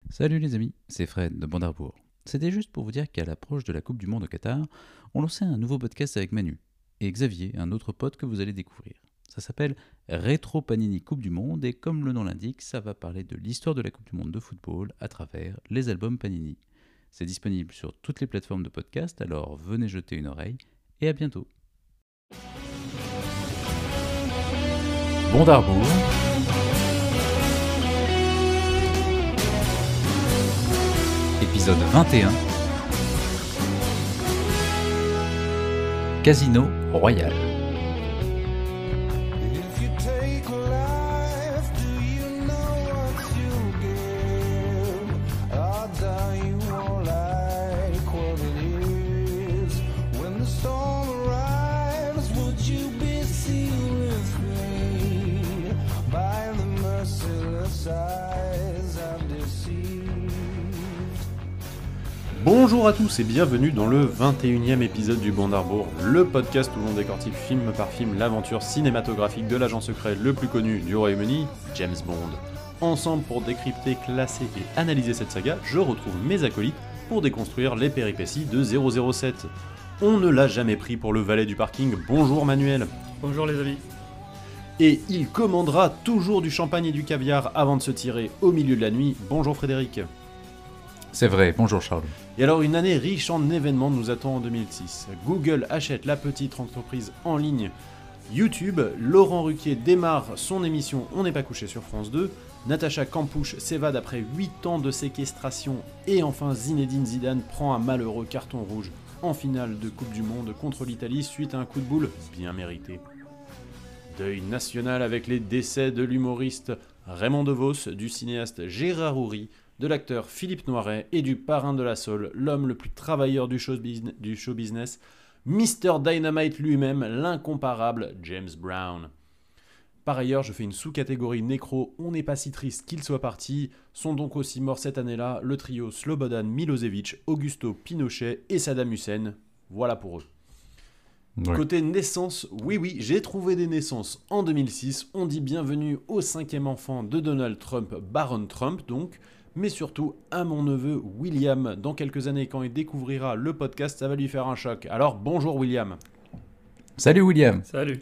Salut les amis, c'est Fred de Bandarbourg. C'était juste pour vous dire qu'à l'approche de la Coupe du Monde au Qatar, on lançait un nouveau podcast avec Manu et Xavier, un autre pote que vous allez découvrir. Ça s'appelle Rétro Panini Coupe du Monde et comme le nom l'indique, ça va parler de l'histoire de la Coupe du Monde de football à travers les albums Panini. C'est disponible sur toutes les plateformes de podcast, alors venez jeter une oreille et à bientôt. Bandarbourg, épisode 21, Casino Royal. If you take life, do you know what you give? Odds are you won't like what it is. When the storm arrives, would you be seen with me by the merciless eyes I've deceived? Bonjour à tous et bienvenue dans le 21e épisode du Bandarbourg, le podcast où l'on décortique film par film l'aventure cinématographique de l'agent secret le plus connu du Royaume-Uni, James Bond. Ensemble pour décrypter, classer et analyser cette saga, je retrouve mes acolytes pour déconstruire les péripéties de 007. On ne l'a jamais pris pour le valet du parking, bonjour Manuel. Bonjour les amis. Et il commandera toujours du champagne et du caviar avant de se tirer au milieu de la nuit, bonjour Frédéric. C'est vrai, bonjour Charles. Et alors une année riche en événements nous attend en 2006. Google achète la petite entreprise en ligne YouTube, Laurent Ruquier démarre son émission On n'est pas couché sur France 2, Natacha Campouche s'évade après 8 ans de séquestration et enfin Zinedine Zidane prend un malheureux carton rouge en finale de Coupe du Monde contre l'Italie suite à un coup de boule bien mérité. Deuil national avec les décès de l'humoriste Raymond DeVos, du cinéaste Gérard Houry, de l'acteur Philippe Noiret et du parrain de la Soul, l'homme le plus travailleur du show business, Mr Dynamite lui-même, l'incomparable James Brown. Par ailleurs, je fais une sous-catégorie nécro, on n'est pas si triste qu'il soit parti, sont donc aussi morts cette année-là le trio Slobodan Milosevic, Augusto Pinochet et Saddam Hussein. Voilà pour eux. Ouais. Côté naissance, oui, j'ai trouvé des naissances en 2006, on dit bienvenue au 5e enfant de Donald Trump, Baron Trump donc, mais surtout à mon neveu William. Dans quelques années, quand il découvrira le podcast, ça va lui faire un choc. Alors bonjour William. Salut William. Salut.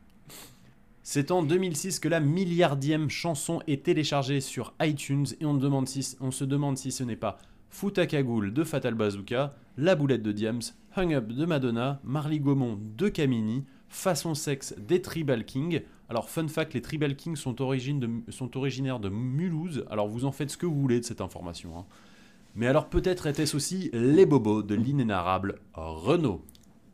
C'est en 2006 que la milliardième chanson est téléchargée sur iTunes et on se demande si ce n'est pas Fouta Cagoule de Fatal Bazooka, La Boulette de Diams, Hung Up de Madonna, Marly Gaumont de Camini, Façon Sexe des Tribal Kings. Alors fun fact, les Tribal Kings sont originaires de Mulhouse, alors vous en faites ce que vous voulez de cette information. Hein. Mais alors peut-être était-ce aussi les bobos de l'inénarrable Renaud.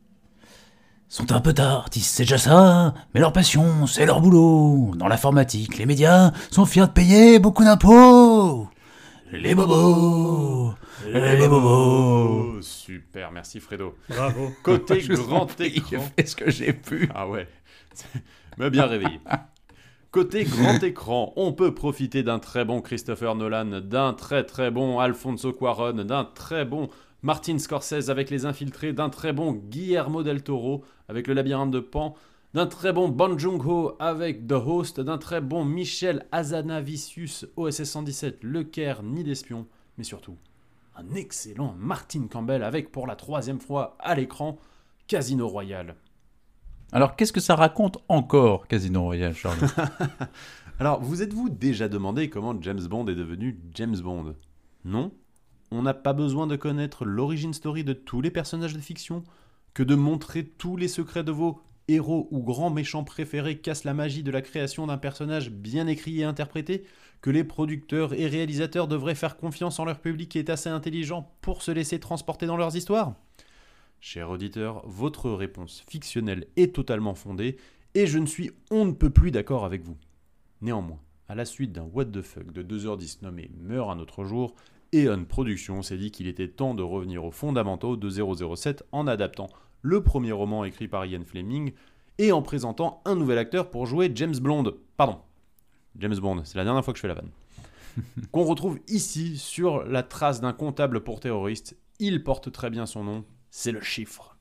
Sont un peu d'artistes, c'est déjà ça, mais leur passion, c'est leur boulot. Dans l'informatique, les médias sont fiers de payer beaucoup d'impôts. Les bobos, les bobos. Super, merci Fredo. Bravo. Côté Je vous en grand prie, écran. j'ai fait ce que j'ai pu. Ah ouais, m'a bien réveillé. Côté grand écran, on peut profiter d'un très bon Christopher Nolan, d'un très bon Alfonso Cuarón, d'un très bon Martin Scorsese avec Les Infiltrés, d'un très bon Guillermo del Toro avec Le Labyrinthe de Pan, d'un très bon Bong Joon-ho avec The Host, d'un très bon Michel Hazanavicius, OSS 117, Le Caire, Nid d'Espion, mais surtout un excellent Martin Campbell avec pour la 3e fois à l'écran Casino Royale. Alors qu'est-ce que ça raconte encore, Casino Royale, Charles? Alors, vous êtes-vous déjà demandé comment James Bond est devenu James Bond? Non? On n'a pas besoin de connaître l'origin story de tous les personnages de fiction, que de montrer tous les secrets de vos héros ou grands méchants préférés cassent la magie de la création d'un personnage bien écrit et interprété, que les producteurs et réalisateurs devraient faire confiance en leur public qui est assez intelligent pour se laisser transporter dans leurs histoires? Cher auditeur, votre réponse fictionnelle est totalement fondée et je ne suis on ne peut plus d'accord avec vous. Néanmoins, à la suite d'un what the fuck de 2h10 nommé Meurt un autre jour, Eon Productions s'est dit qu'il était temps de revenir aux fondamentaux de 007 en adaptant le premier roman écrit par Ian Fleming et en présentant un nouvel acteur pour jouer James Bond, c'est la dernière fois que je fais la vanne, qu'on retrouve ici sur la trace d'un comptable pour terroriste. Il porte très bien son nom, c'est le chiffre.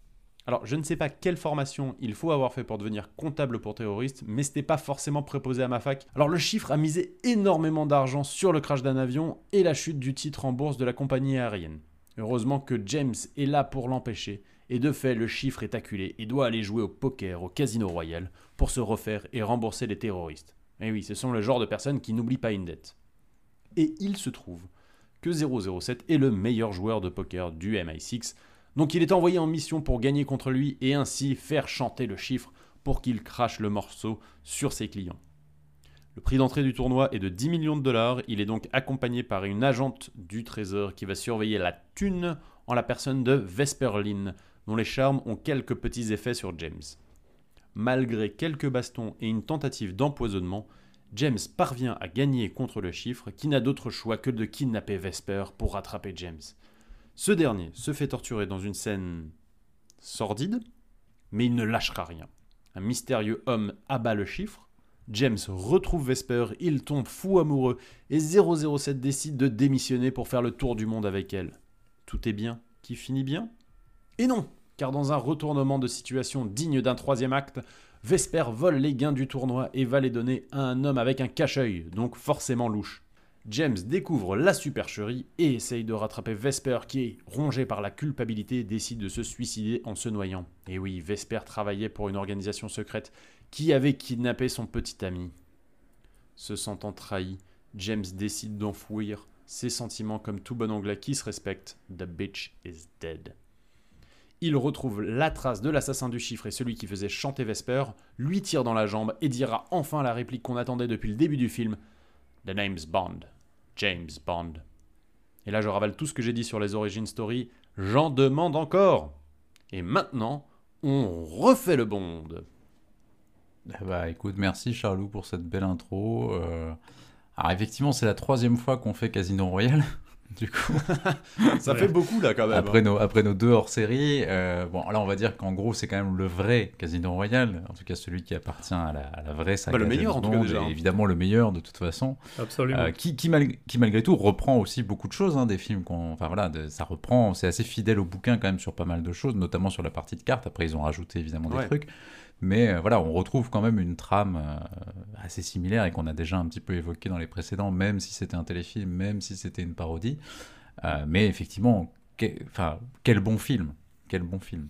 Alors, je ne sais pas quelle formation il faut avoir fait pour devenir comptable pour terroriste, mais c'était pas forcément préposé à ma fac. Alors, le chiffre a misé énormément d'argent sur le crash d'un avion et la chute du titre en bourse de la compagnie aérienne. Heureusement que James est là pour l'empêcher, et de fait, le chiffre est acculé et doit aller jouer au poker au Casino Royal pour se refaire et rembourser les terroristes. Et oui, ce sont le genre de personnes qui n'oublient pas une dette. Et il se trouve que 007 est le meilleur joueur de poker du MI6, donc il est envoyé en mission pour gagner contre lui et ainsi faire chanter le chiffre pour qu'il crache le morceau sur ses clients. Le prix d'entrée du tournoi est de 10 millions de dollars, il est donc accompagné par une agente du trésor qui va surveiller la thune en la personne de Vesper Lynn, dont les charmes ont quelques petits effets sur James. Malgré quelques bastons et une tentative d'empoisonnement, James parvient à gagner contre le chiffre qui n'a d'autre choix que de kidnapper Vesper pour rattraper James. Ce dernier se fait torturer dans une scène sordide, mais il ne lâchera rien. Un mystérieux homme abat le chiffre, James retrouve Vesper, il tombe fou amoureux et 007 décide de démissionner pour faire le tour du monde avec elle. Tout est bien qui finit bien ? Et non, car dans un retournement de situation digne d'un troisième acte, Vesper vole les gains du tournoi et va les donner à un homme avec un cache-œil, donc forcément louche. James découvre la supercherie et essaye de rattraper Vesper qui, rongé par la culpabilité, décide de se suicider en se noyant. Et oui, Vesper travaillait pour une organisation secrète qui avait kidnappé son petit ami. Se sentant trahi, James décide d'enfouir ses sentiments comme tout bon anglais qui se respecte. The bitch is dead. Il retrouve la trace de l'assassin du chiffre et celui qui faisait chanter Vesper, lui tire dans la jambe et dira enfin la réplique qu'on attendait depuis le début du film. The name's Bond. James Bond. Et là je ravale tout ce que j'ai dit sur les origin story, j'en demande encore. Et maintenant, on refait le Bond. Bah écoute, merci Charlot pour cette belle intro. Alors effectivement, c'est la 3e fois qu'on fait Casino Royale. Du coup, Ça fait beaucoup là quand même. après nos 2 hors-série, bon là on va dire qu'en gros c'est quand même le vrai Casino Royale, en tout cas celui qui appartient à la vraie saga. Le meilleur James en tout cas Bond, déjà. et évidemment le meilleur de toute façon. Absolument. Qui malgré tout reprend aussi beaucoup de choses, hein, des films enfin voilà, ça reprend, c'est assez fidèle au bouquin quand même sur pas mal de choses, notamment sur la partie de cartes. Après ils ont rajouté évidemment des trucs, mais voilà, on retrouve quand même une trame assez similaire et qu'on a déjà un petit peu évoqué dans les précédents, même si c'était un téléfilm, même si c'était une parodie. Mais effectivement, quel bon film, quel bon film.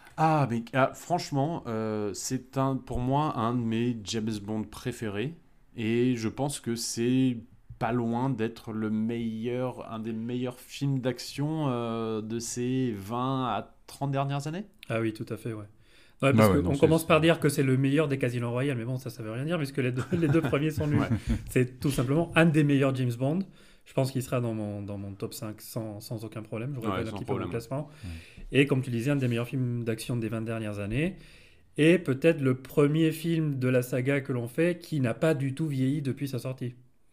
Franchement, c'est pour moi un de mes James Bond préférés et je pense que c'est pas loin d'être un des meilleurs films d'action de ces 20 à 30 dernières années. Ah oui, tout à fait, ouais. Ouais, parce Ouais, qu'on non, commence c'est- par dire que c'est le meilleur des Casino Royale, mais bon, ça veut rien dire puisque les deux premiers sont nuls. Ouais. C'est tout simplement un des meilleurs James Bond. Je pense qu'il sera dans mon top 5 sans aucun problème. Je regarde sans un petit peu problème. mon classement. Et comme tu disais, un des meilleurs films d'action des 20 dernières années. Et peut-être le premier film de la saga que l'on fait qui n'a pas du tout vieilli depuis sa sortie.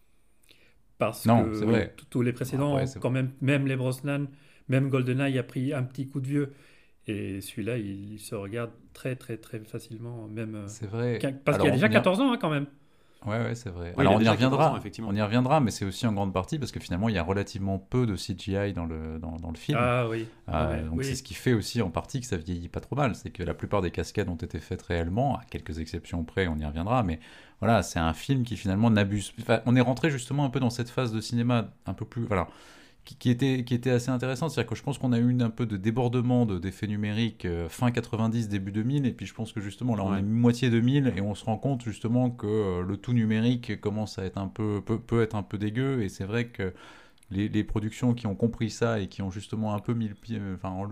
Parce Non, que c'est vrai. tous les précédents, Après, c'est quand même les Brosnan, même GoldenEye a pris un petit coup de vieux. Et celui-là, il se regarde très très très facilement, même C'est vrai. parce qu'il y a déjà on y- 14 ans hein, quand même. Ouais, c'est vrai. Oui, Alors il a on y déjà 14 reviendra, ans, effectivement. on y reviendra, mais c'est aussi en grande partie parce que finalement il y a relativement peu de CGI dans le film. Ah oui. Donc oui. c'est ce qui fait aussi en partie que ça vieillit pas trop mal, c'est que la plupart des cascades ont été faites réellement, à quelques exceptions près, on y reviendra, mais voilà, c'est un film qui finalement n'abuse. Enfin, on est rentré justement un peu dans cette phase de cinéma un peu plus, voilà, qui était assez intéressante, c'est-à-dire que je pense qu'on a eu un peu de débordement d'effets numériques fin 90, début 2000, et puis je pense que justement là on Ouais. est moitié 2000 et on se rend compte justement que le tout numérique commence à être peut être un peu dégueu, et c'est vrai que les productions qui ont compris ça et qui ont justement un peu mis le pied,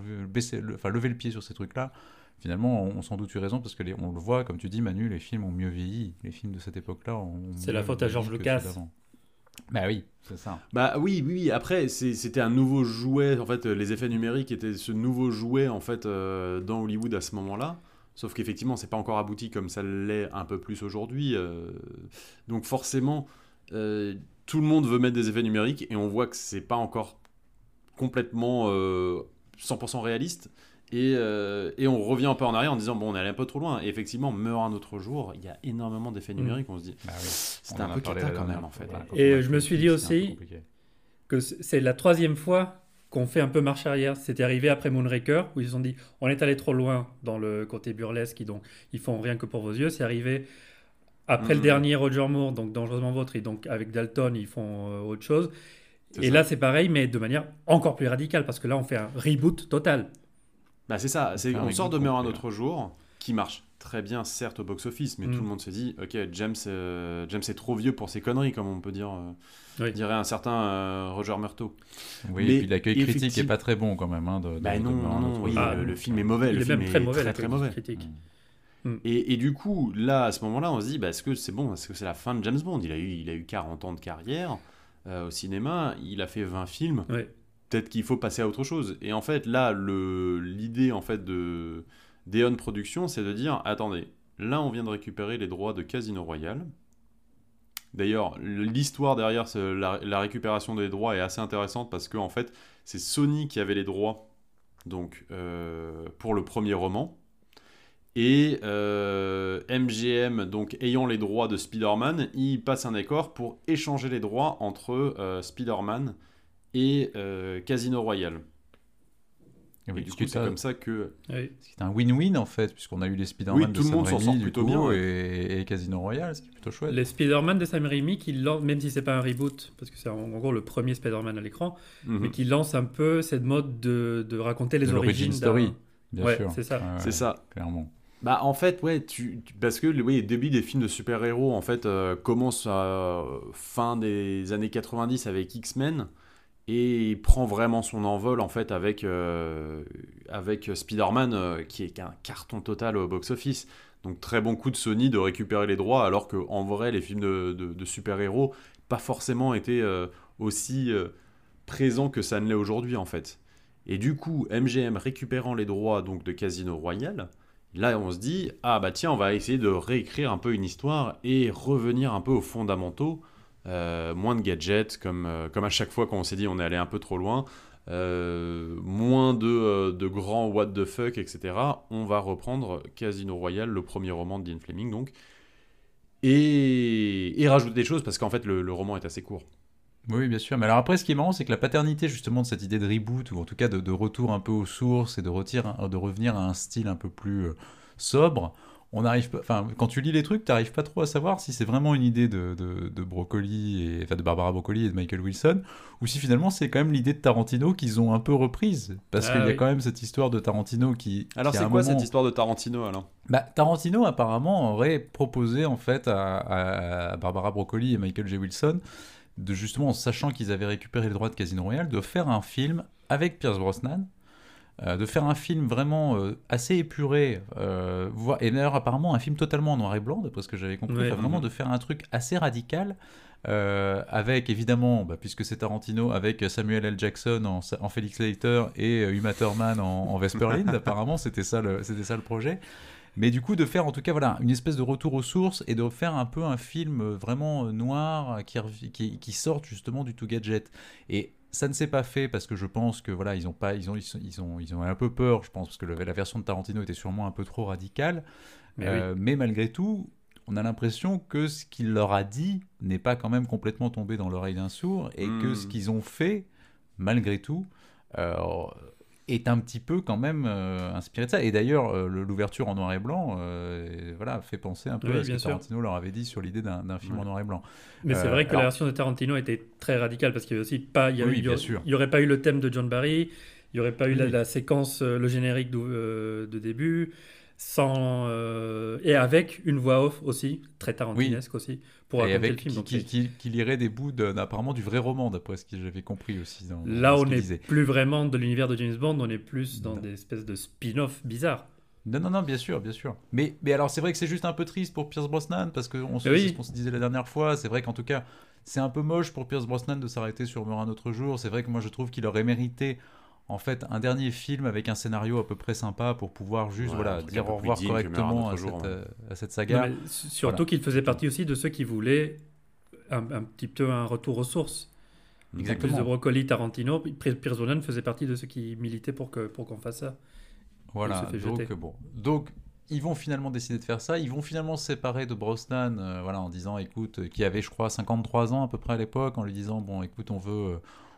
levé le pied sur ces trucs-là, finalement, on sans doute eu raison parce que on le voit, comme tu dis, Manu, les films ont mieux vieilli. Les films de cette époque-là ont C'est la mieux faute à vieilli George que Lucas. ceux d'avant. Bah oui, c'est ça. Bah oui. Après, c'était un nouveau jouet. En fait, les effets numériques étaient ce nouveau jouet en fait dans Hollywood à ce moment-là. Sauf qu'effectivement, c'est pas encore abouti comme ça l'est un peu plus aujourd'hui. Donc forcément, tout le monde veut mettre des effets numériques et on voit que c'est pas encore complètement 100% réaliste. Et on revient un peu en arrière en disant bon, on est allé un peu trop loin. Et effectivement, meurt un autre jour, il y a énormément d'effets numériques. On se dit Bah oui. c'était On un en a peu parlé cata la quand dernière même en fait. fois. Et Ouais, je me suis dit c'est un peu aussi compliqué. que c'est la 3e fois qu'on fait un peu marche arrière. C'était arrivé après Moonraker, où ils se sont dit on est allé trop loin dans le côté burlesque, donc ils font rien que pour vos yeux. C'est arrivé après le dernier Roger Moore, donc Dangereusement Vôtre, et donc avec Dalton, ils font autre chose. C'est Et ça. là, c'est pareil, mais de manière encore plus radicale, parce que là, on fait un reboot total. Bah c'est ça, fait un on sort de reboot Meurt un complet, autre jour, qui marche très bien certes au box-office, mais Mm. tout le monde se dit, ok, James est trop vieux pour ses conneries, comme on peut dire, Oui. dirait un certain Roger Murtaugh. Oui, Mais et puis l'accueil critique est effectivement- pas très bon quand même. Bah non, Meurt un non, autre oui, jour. Ah, le film est mauvais, Il le est film même très mauvais, très la très mauvais. critique. Et du coup, là, à ce moment-là, on se dit, bah, est-ce que c'est bon, est-ce que c'est la fin de James Bond? Il a eu 40 ans de carrière au cinéma, il a fait 20 films, Ouais. peut-être qu'il faut passer à autre chose. Et en fait, là, l'idée en fait d'Eon Productions, c'est de dire, attendez, là, on vient de récupérer les droits de Casino Royale. D'ailleurs, l'histoire derrière la récupération des droits est assez intéressante parce que en fait, c'est Sony qui avait les droits donc, pour le premier roman. Et MGM, donc ayant les droits de Spider-Man, il passe un accord pour échanger les droits entre Spider-Man et Casino Royale. Et oui, Et du parce coup, que c'est comme ça que... Oui. c'est un win-win en fait, puisqu'on a eu les Spider-Man Oui, de tout le Sam monde s'en Raimi, sort du plutôt coup, bien, ouais. et Casino Royale, ce qui est plutôt chouette. Les Spider-Man de Sam Raimi, qui lancent, même si c'est pas un reboot, parce que c'est en gros le premier Spider-Man à l'écran, Mhm. mais qui lance un peu cette mode de raconter les De origines l'origin story, bien Ouais, sûr. c'est ça. C'est ça. Clairement. Bah en fait ouais parce que oui, le début des films de super-héros en fait commence à fin des années 90 avec X-Men et il prend vraiment son envol en fait avec Spider-Man qui est un carton total au box-office. Donc très bon coup de Sony de récupérer les droits alors que en vrai les films de super-héros pas forcément été aussi présents que ça ne l'est aujourd'hui en fait. Et du coup MGM récupérant les droits donc de Casino Royale. Là, on se dit, ah bah tiens, on va essayer de réécrire un peu une histoire et revenir un peu aux fondamentaux. Moins de gadgets, comme à chaque fois quand on s'est dit on est allé un peu trop loin. Moins de grands what the fuck, etc. On va reprendre Casino Royale, le premier roman de Ian Fleming, donc. Et rajouter des choses, parce qu'en fait, le roman est assez court. Oui, bien sûr. Mais alors après, ce qui est marrant, c'est que la paternité justement de cette idée de reboot, ou en tout cas de retour un peu aux sources et de revenir à un style un peu plus sobre, on n'arrive pas. Enfin, quand tu lis les trucs, tu n'arrives pas trop à savoir si c'est vraiment une idée de Broccoli, enfin de Barbara Broccoli et de Michael Wilson, ou si finalement c'est quand même l'idée de Tarantino qu'ils ont un peu reprise. Parce qu'il y a oui. quand même cette histoire de Tarantino qui. Alors, qui à c'est un quoi moment- cette histoire de Tarantino, alors? Bah, Tarantino apparemment aurait proposé en fait à Barbara Broccoli et Michael J. Wilson de justement, en sachant qu'ils avaient récupéré le droit de Casino Royale, de faire un film avec Pierce Brosnan, de faire un film vraiment assez épuré, et d'ailleurs apparemment un film totalement en noir et blanc, d'après ce que j'avais compris, Ouais. enfin, vraiment de faire un truc assez radical, avec évidemment, puisque c'est Tarantino, avec Samuel L. Jackson en Felix Leiter et Uma Thurman en Vesper Lynd, apparemment c'était ça le projet. Mais du coup, de faire en tout cas voilà, une espèce de retour aux sources et de faire un peu un film vraiment noir qui sorte justement du tout gadget. Et ça ne s'est pas fait parce que je pense que voilà, ils ont un peu peur, je pense, parce que la version de Tarantino était sûrement un peu trop radicale. Mais malgré tout, on a l'impression que ce qu'il leur a dit n'est pas quand même complètement tombé dans l'oreille d'un sourd et que ce qu'ils ont fait, malgré tout, est un petit peu quand même inspiré de ça. Et d'ailleurs, l'ouverture en noir et blanc voilà, fait penser un peu Oui, à ce bien que sûr. Tarantino leur avait dit sur l'idée d'un film en noir et blanc. Mais c'est vrai que alors- la version de Tarantino était très radicale parce qu'il y avait aussi pas, Oui, bien sûr. il y aurait pas eu le thème de John Barry, il y aurait pas eu Oui. la séquence, le générique de début, sans et avec une voix off aussi très tarantinesque aussi pour Et raconter avec le film. Donc, qui lirait des bouts apparemment du vrai roman, d'après ce que j'avais compris aussi. là, dans ce on qu'il n'est disait. plus vraiment de l'univers de James Bond, on est plus dans Non. des espèces de spin-off bizarres. Non, bien sûr, bien sûr. Mais alors, c'est vrai que c'est juste un peu triste pour Pierce Brosnan, parce que Oui. c'est ce qu'on se disait la dernière fois. C'est vrai qu'en tout cas, c'est un peu moche pour Pierce Brosnan de s'arrêter sur Meurt un autre jour. C'est vrai que moi, je trouve qu'il aurait mérité, en fait, un dernier film avec un scénario à peu près sympa pour pouvoir juste Ouais, voilà, un truc dire un peu au plus revoir digne que Meurt un correctement autre jour, à cette Non, saga. mais surtout Voilà. qu'il faisait partie aussi de ceux qui voulaient un petit peu un retour aux sources. Plus Exactement. de Broccoli, Tarantino, Pierce Brosnan faisait partie de ceux qui militaient pour qu'on fasse ça. Voilà, Il se fait jeter. donc ils vont finalement décider de faire ça. Ils vont finalement se séparer de Brosnan, voilà, en disant, écoute, qui avait, je crois, 53 ans à peu près à l'époque, en lui disant, bon, écoute, on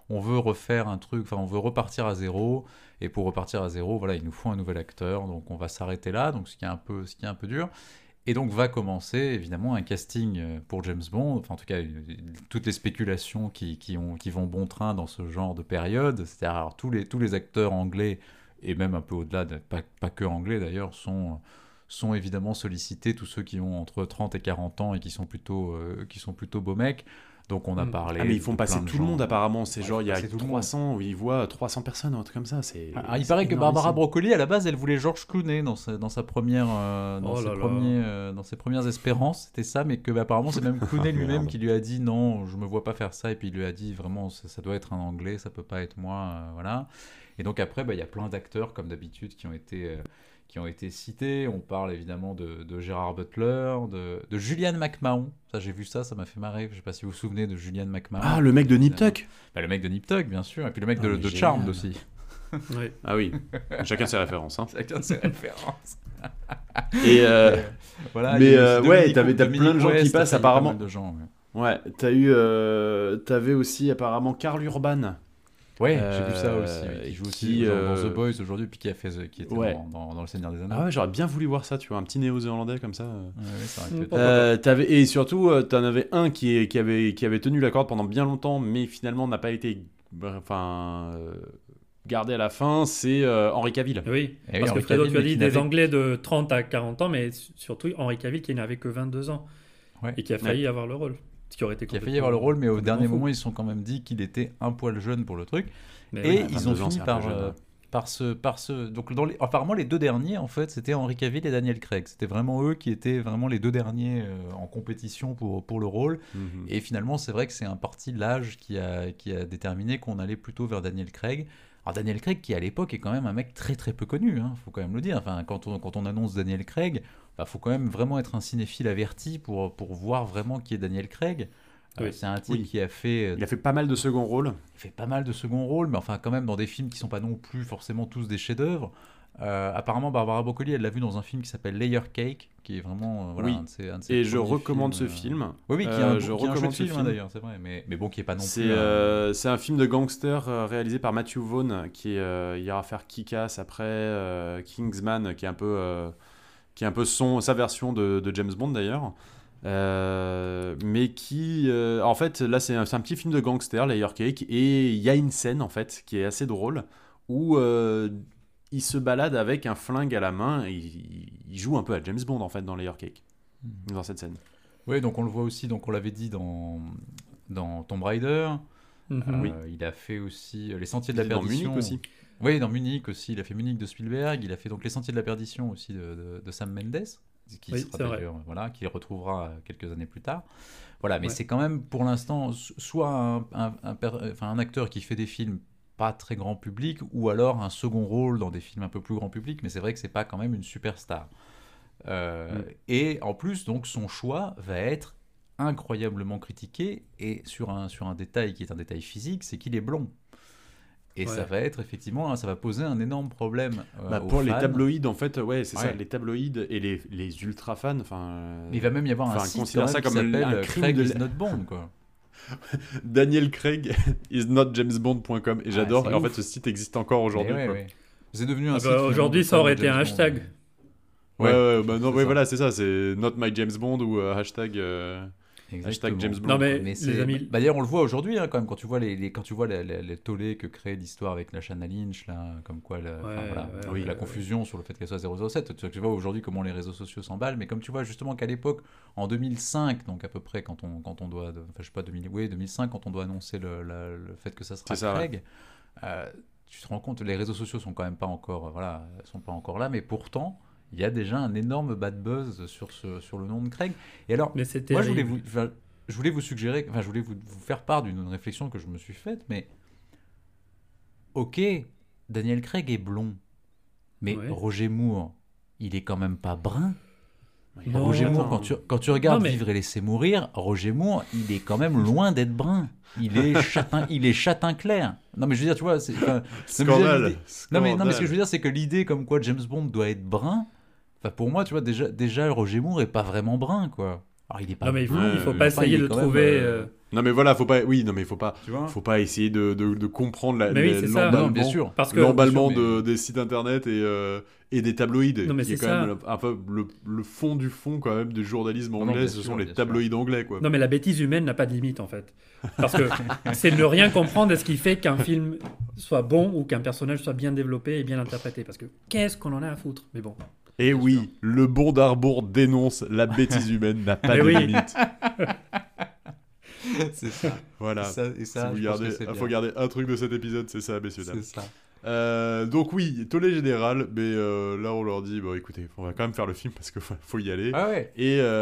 on veut refaire un truc, enfin on veut repartir à zéro, et pour repartir à zéro, voilà, il nous faut un nouvel acteur, donc on va s'arrêter là, donc ce qui est un peu dur. Et donc va commencer évidemment un casting pour James Bond, enfin en tout cas toutes les spéculations qui vont bon train dans ce genre de période, c'est-à-dire alors, tous les acteurs anglais, et même un peu au-delà, pas que anglais d'ailleurs, sont évidemment sollicités, tous ceux qui ont entre 30 et 40 ans et qui sont plutôt beaux mecs. Donc on a parlé. Ah, mais ils font de passer plein de tout le gens. monde apparemment. C'est Ouais, genre, il y a passer tout le monde. 300, où ils voient 300 personnes, un truc comme ça. Il paraît que Barbara Broccoli, à la base, elle voulait George Clooney dans sa première, dans ses premières espérances, c'était ça, mais que apparemment c'est même Clooney lui-même Merde. qui lui a dit non, je me vois pas faire ça, et puis il lui a dit vraiment ça doit être un Anglais, ça peut pas être moi, voilà. Et donc après, il y a plein d'acteurs comme d'habitude qui ont été cités. On parle évidemment de Gerard Butler, de Julian McMahon. Ça, j'ai vu ça m'a fait marrer. Je sais pas si vous vous souvenez de Julian McMahon. Ah, le mec de Nip Tuck. Le mec de Nip Tuck, bien sûr, et puis le mec Ah, mais de génial. Charmed aussi. Ouais. Ah oui, chacun ses références. Hein. Chacun ses références. Et Voilà, mais, il y a aussi ouais, Dominique- t'as plein de gens qui Dominique passent, West, pas apparemment. mal de gens, ouais. ouais, t'avais aussi apparemment Karl Urban. Ouais, j'ai vu ça aussi. Oui, qui joue aussi qui, dans The Boys aujourd'hui, puis qui était ouais. dans Le Seigneur des Anneaux. Ah ouais, j'aurais bien voulu voir ça, tu vois, un petit néo-zélandais comme ça. Ouais, ça aurait pu être- Pourquoi pas. Et surtout, t'en avais un qui avait tenu la corde pendant bien longtemps, mais finalement n'a pas été gardé à la fin, c'est Henry Cavill. Oui, Eh oui, parce que Henry Fredo, Cavill, tu as mais dit qui des n'avait- Anglais de 30 à 40 ans, mais surtout Henry Cavill qui n'avait que 22 ans Ouais. et qui a failli avoir le rôle. Ce qui aurait été qui a failli avoir le rôle, mais au complètement dernier fou. moment, ils se sont quand même dit qu'il était un poil jeune pour le truc. Mais Et oui. ils ont 22 ans, fini c'est un peu jeune, par ce. Donc, apparemment, les deux derniers, en fait, c'était Henry Cavill et Daniel Craig. C'était vraiment eux qui étaient vraiment les deux derniers en compétition pour le rôle. Mhm. Et finalement, c'est vrai que c'est un parti l'âge qui a déterminé qu'on allait plutôt vers Daniel Craig. Alors, Daniel Craig, qui à l'époque est quand même un mec très très peu connu, faut quand même le dire. Enfin, quand on annonce Daniel Craig, faut quand même vraiment être un cinéphile averti pour voir vraiment qui est Daniel Craig. Oui. C'est un type Oui. qui a fait Il a fait pas mal de second rôles. il fait pas mal de second rôles, mais enfin quand même dans des films qui sont pas non plus forcément tous des chefs-d'œuvre. Apparemment, Barbara Broccoli, elle l'a vu dans un film qui s'appelle Layer Cake, qui est vraiment Oui. un de ses Et je premiers recommande films, ce film. Oui, qui est un, je qui est un recommande chouette ce film, film. d'ailleurs, c'est vrai, mais bon, qui est pas non C'est plus. c'est un film de gangster réalisé par Matthew Vaughn qui ira faire Kick-Ass après Kingsman qui est un peu sa version de James Bond d'ailleurs. Mais qui en fait là c'est un petit film de gangster, Layer Cake, et il y a une scène en fait qui est assez drôle où il se balade avec un flingue à la main et il joue un peu à James Bond en fait dans Layer Cake dans cette scène. Oui, donc on le voit aussi, donc on l'avait dit dans Tomb Raider. Mhm. Il a fait aussi Les Sentiers de Il la est dans Perdition. Munich aussi. Oui, dans Munich aussi. Il a fait Munich de Spielberg. Il a fait donc Les Sentiers de la Perdition aussi de Sam Mendes, qui Oui, sera c'est vrai. d'ailleurs, voilà, qu'il retrouvera quelques années plus tard. Voilà, mais Ouais. c'est quand même pour l'instant soit un acteur qui fait des films pas très grand public, ou alors un second rôle dans des films un peu plus grand public, mais c'est vrai que c'est pas quand même une superstar. Et en plus, donc, son choix va être incroyablement critiqué, et sur un détail qui est un détail physique, c'est qu'il est blond. Et Ouais. ça va être effectivement, ça va poser un énorme problème aux Pour les fans. tabloïds en fait, ouais c'est ça, Ouais. les tabloïds et les ultra fans, Mais il va même y avoir un Enfin, site considère quand ça même qui comme un s'appelle crime Craig de is la- not Bond, quoi. Daniel Craig is not jamesbond.com et j'adore, c'est et en ouf. fait ce site existe encore aujourd'hui. Mais ouais, quoi. ouais. C'est devenu un Ah site. bah, finalement, aujourd'hui, de ça fans aurait de été un James Bond. hashtag. Ouais, bah non, c'est ouais, ça. voilà, c'est ça, c'est not my James Bond ou hashtag. Exactement. James Bond. Non, mais Mais les c'est- amis, bah, d'ailleurs, on le voit aujourd'hui, quand même, quand tu vois les tollés que crée l'histoire avec la Shanna Lynch, là, comme quoi la confusion sur le fait qu'elle soit 007. Tu vois aujourd'hui comment les réseaux sociaux s'emballent, mais comme tu vois justement qu'à l'époque, en 2005, donc à peu près quand on doit, enfin je sais pas, 2005, quand on doit annoncer le fait que ça sera C'est ça, Craig, tu te rends compte, les réseaux sociaux sont quand même pas encore, sont pas encore là, mais pourtant, il y a déjà un énorme bad buzz sur le nom de Craig. Et alors, mais c'était. moi, je voulais vous suggérer, je voulais vous faire part d'une réflexion que je me suis faite, mais ok, Daniel Craig est blond, mais Ouais. Roger Moore, il est quand même pas brun. Non, Roger attends. Moore, quand tu regardes Non, mais- Vivre et laisser mourir, Roger Moore, il est quand même loin d'être brun. Il est châtain clair. Non, mais je veux dire, tu vois, non, mais je veux dire, Scandale. l'idée- non, mais ce que je veux dire, c'est que l'idée comme quoi James Bond doit être brun, pour moi, tu vois, déjà Roger Moore est pas vraiment brun, quoi. Alors, il est pas Non, mais il faut blond, pas enfin, essayer il est de quand même, trouver. Non mais voilà, faut pas. Oui, non mais Tu vois faut pas essayer de comprendre Mais oui, c'est ça. Non, bien sûr. Parce que l'emballement bien sûr, mais- des sites internet et des tabloïds, Non, mais qui est c'est quand ça. même un peu le fond du fond quand même du journalisme Non, anglais, bien ce sûr, sont les bien sûr. tabloïds anglais quoi. Non, mais la bêtise humaine n'a pas de limite en fait. Parce que c'est ne rien comprendre de ce qui fait qu'un film soit bon ou qu'un personnage soit bien développé et bien interprété. Parce que qu'est-ce qu'on en a à foutre? Mais bon. Et Bien oui, sûr. le bon d'Arbour dénonce la bêtise humaine n'a pas Mais de oui. limite. C'est ça. Voilà. Et Si ça, vous je pense gardez, que c'est faut bien. garder un truc de cet épisode, c'est ça, messieurs dames. C'est ça. Donc oui, tollé général, mais là on leur dit bon écoutez, on va quand même faire le film parce que faut y aller. Ah ouais.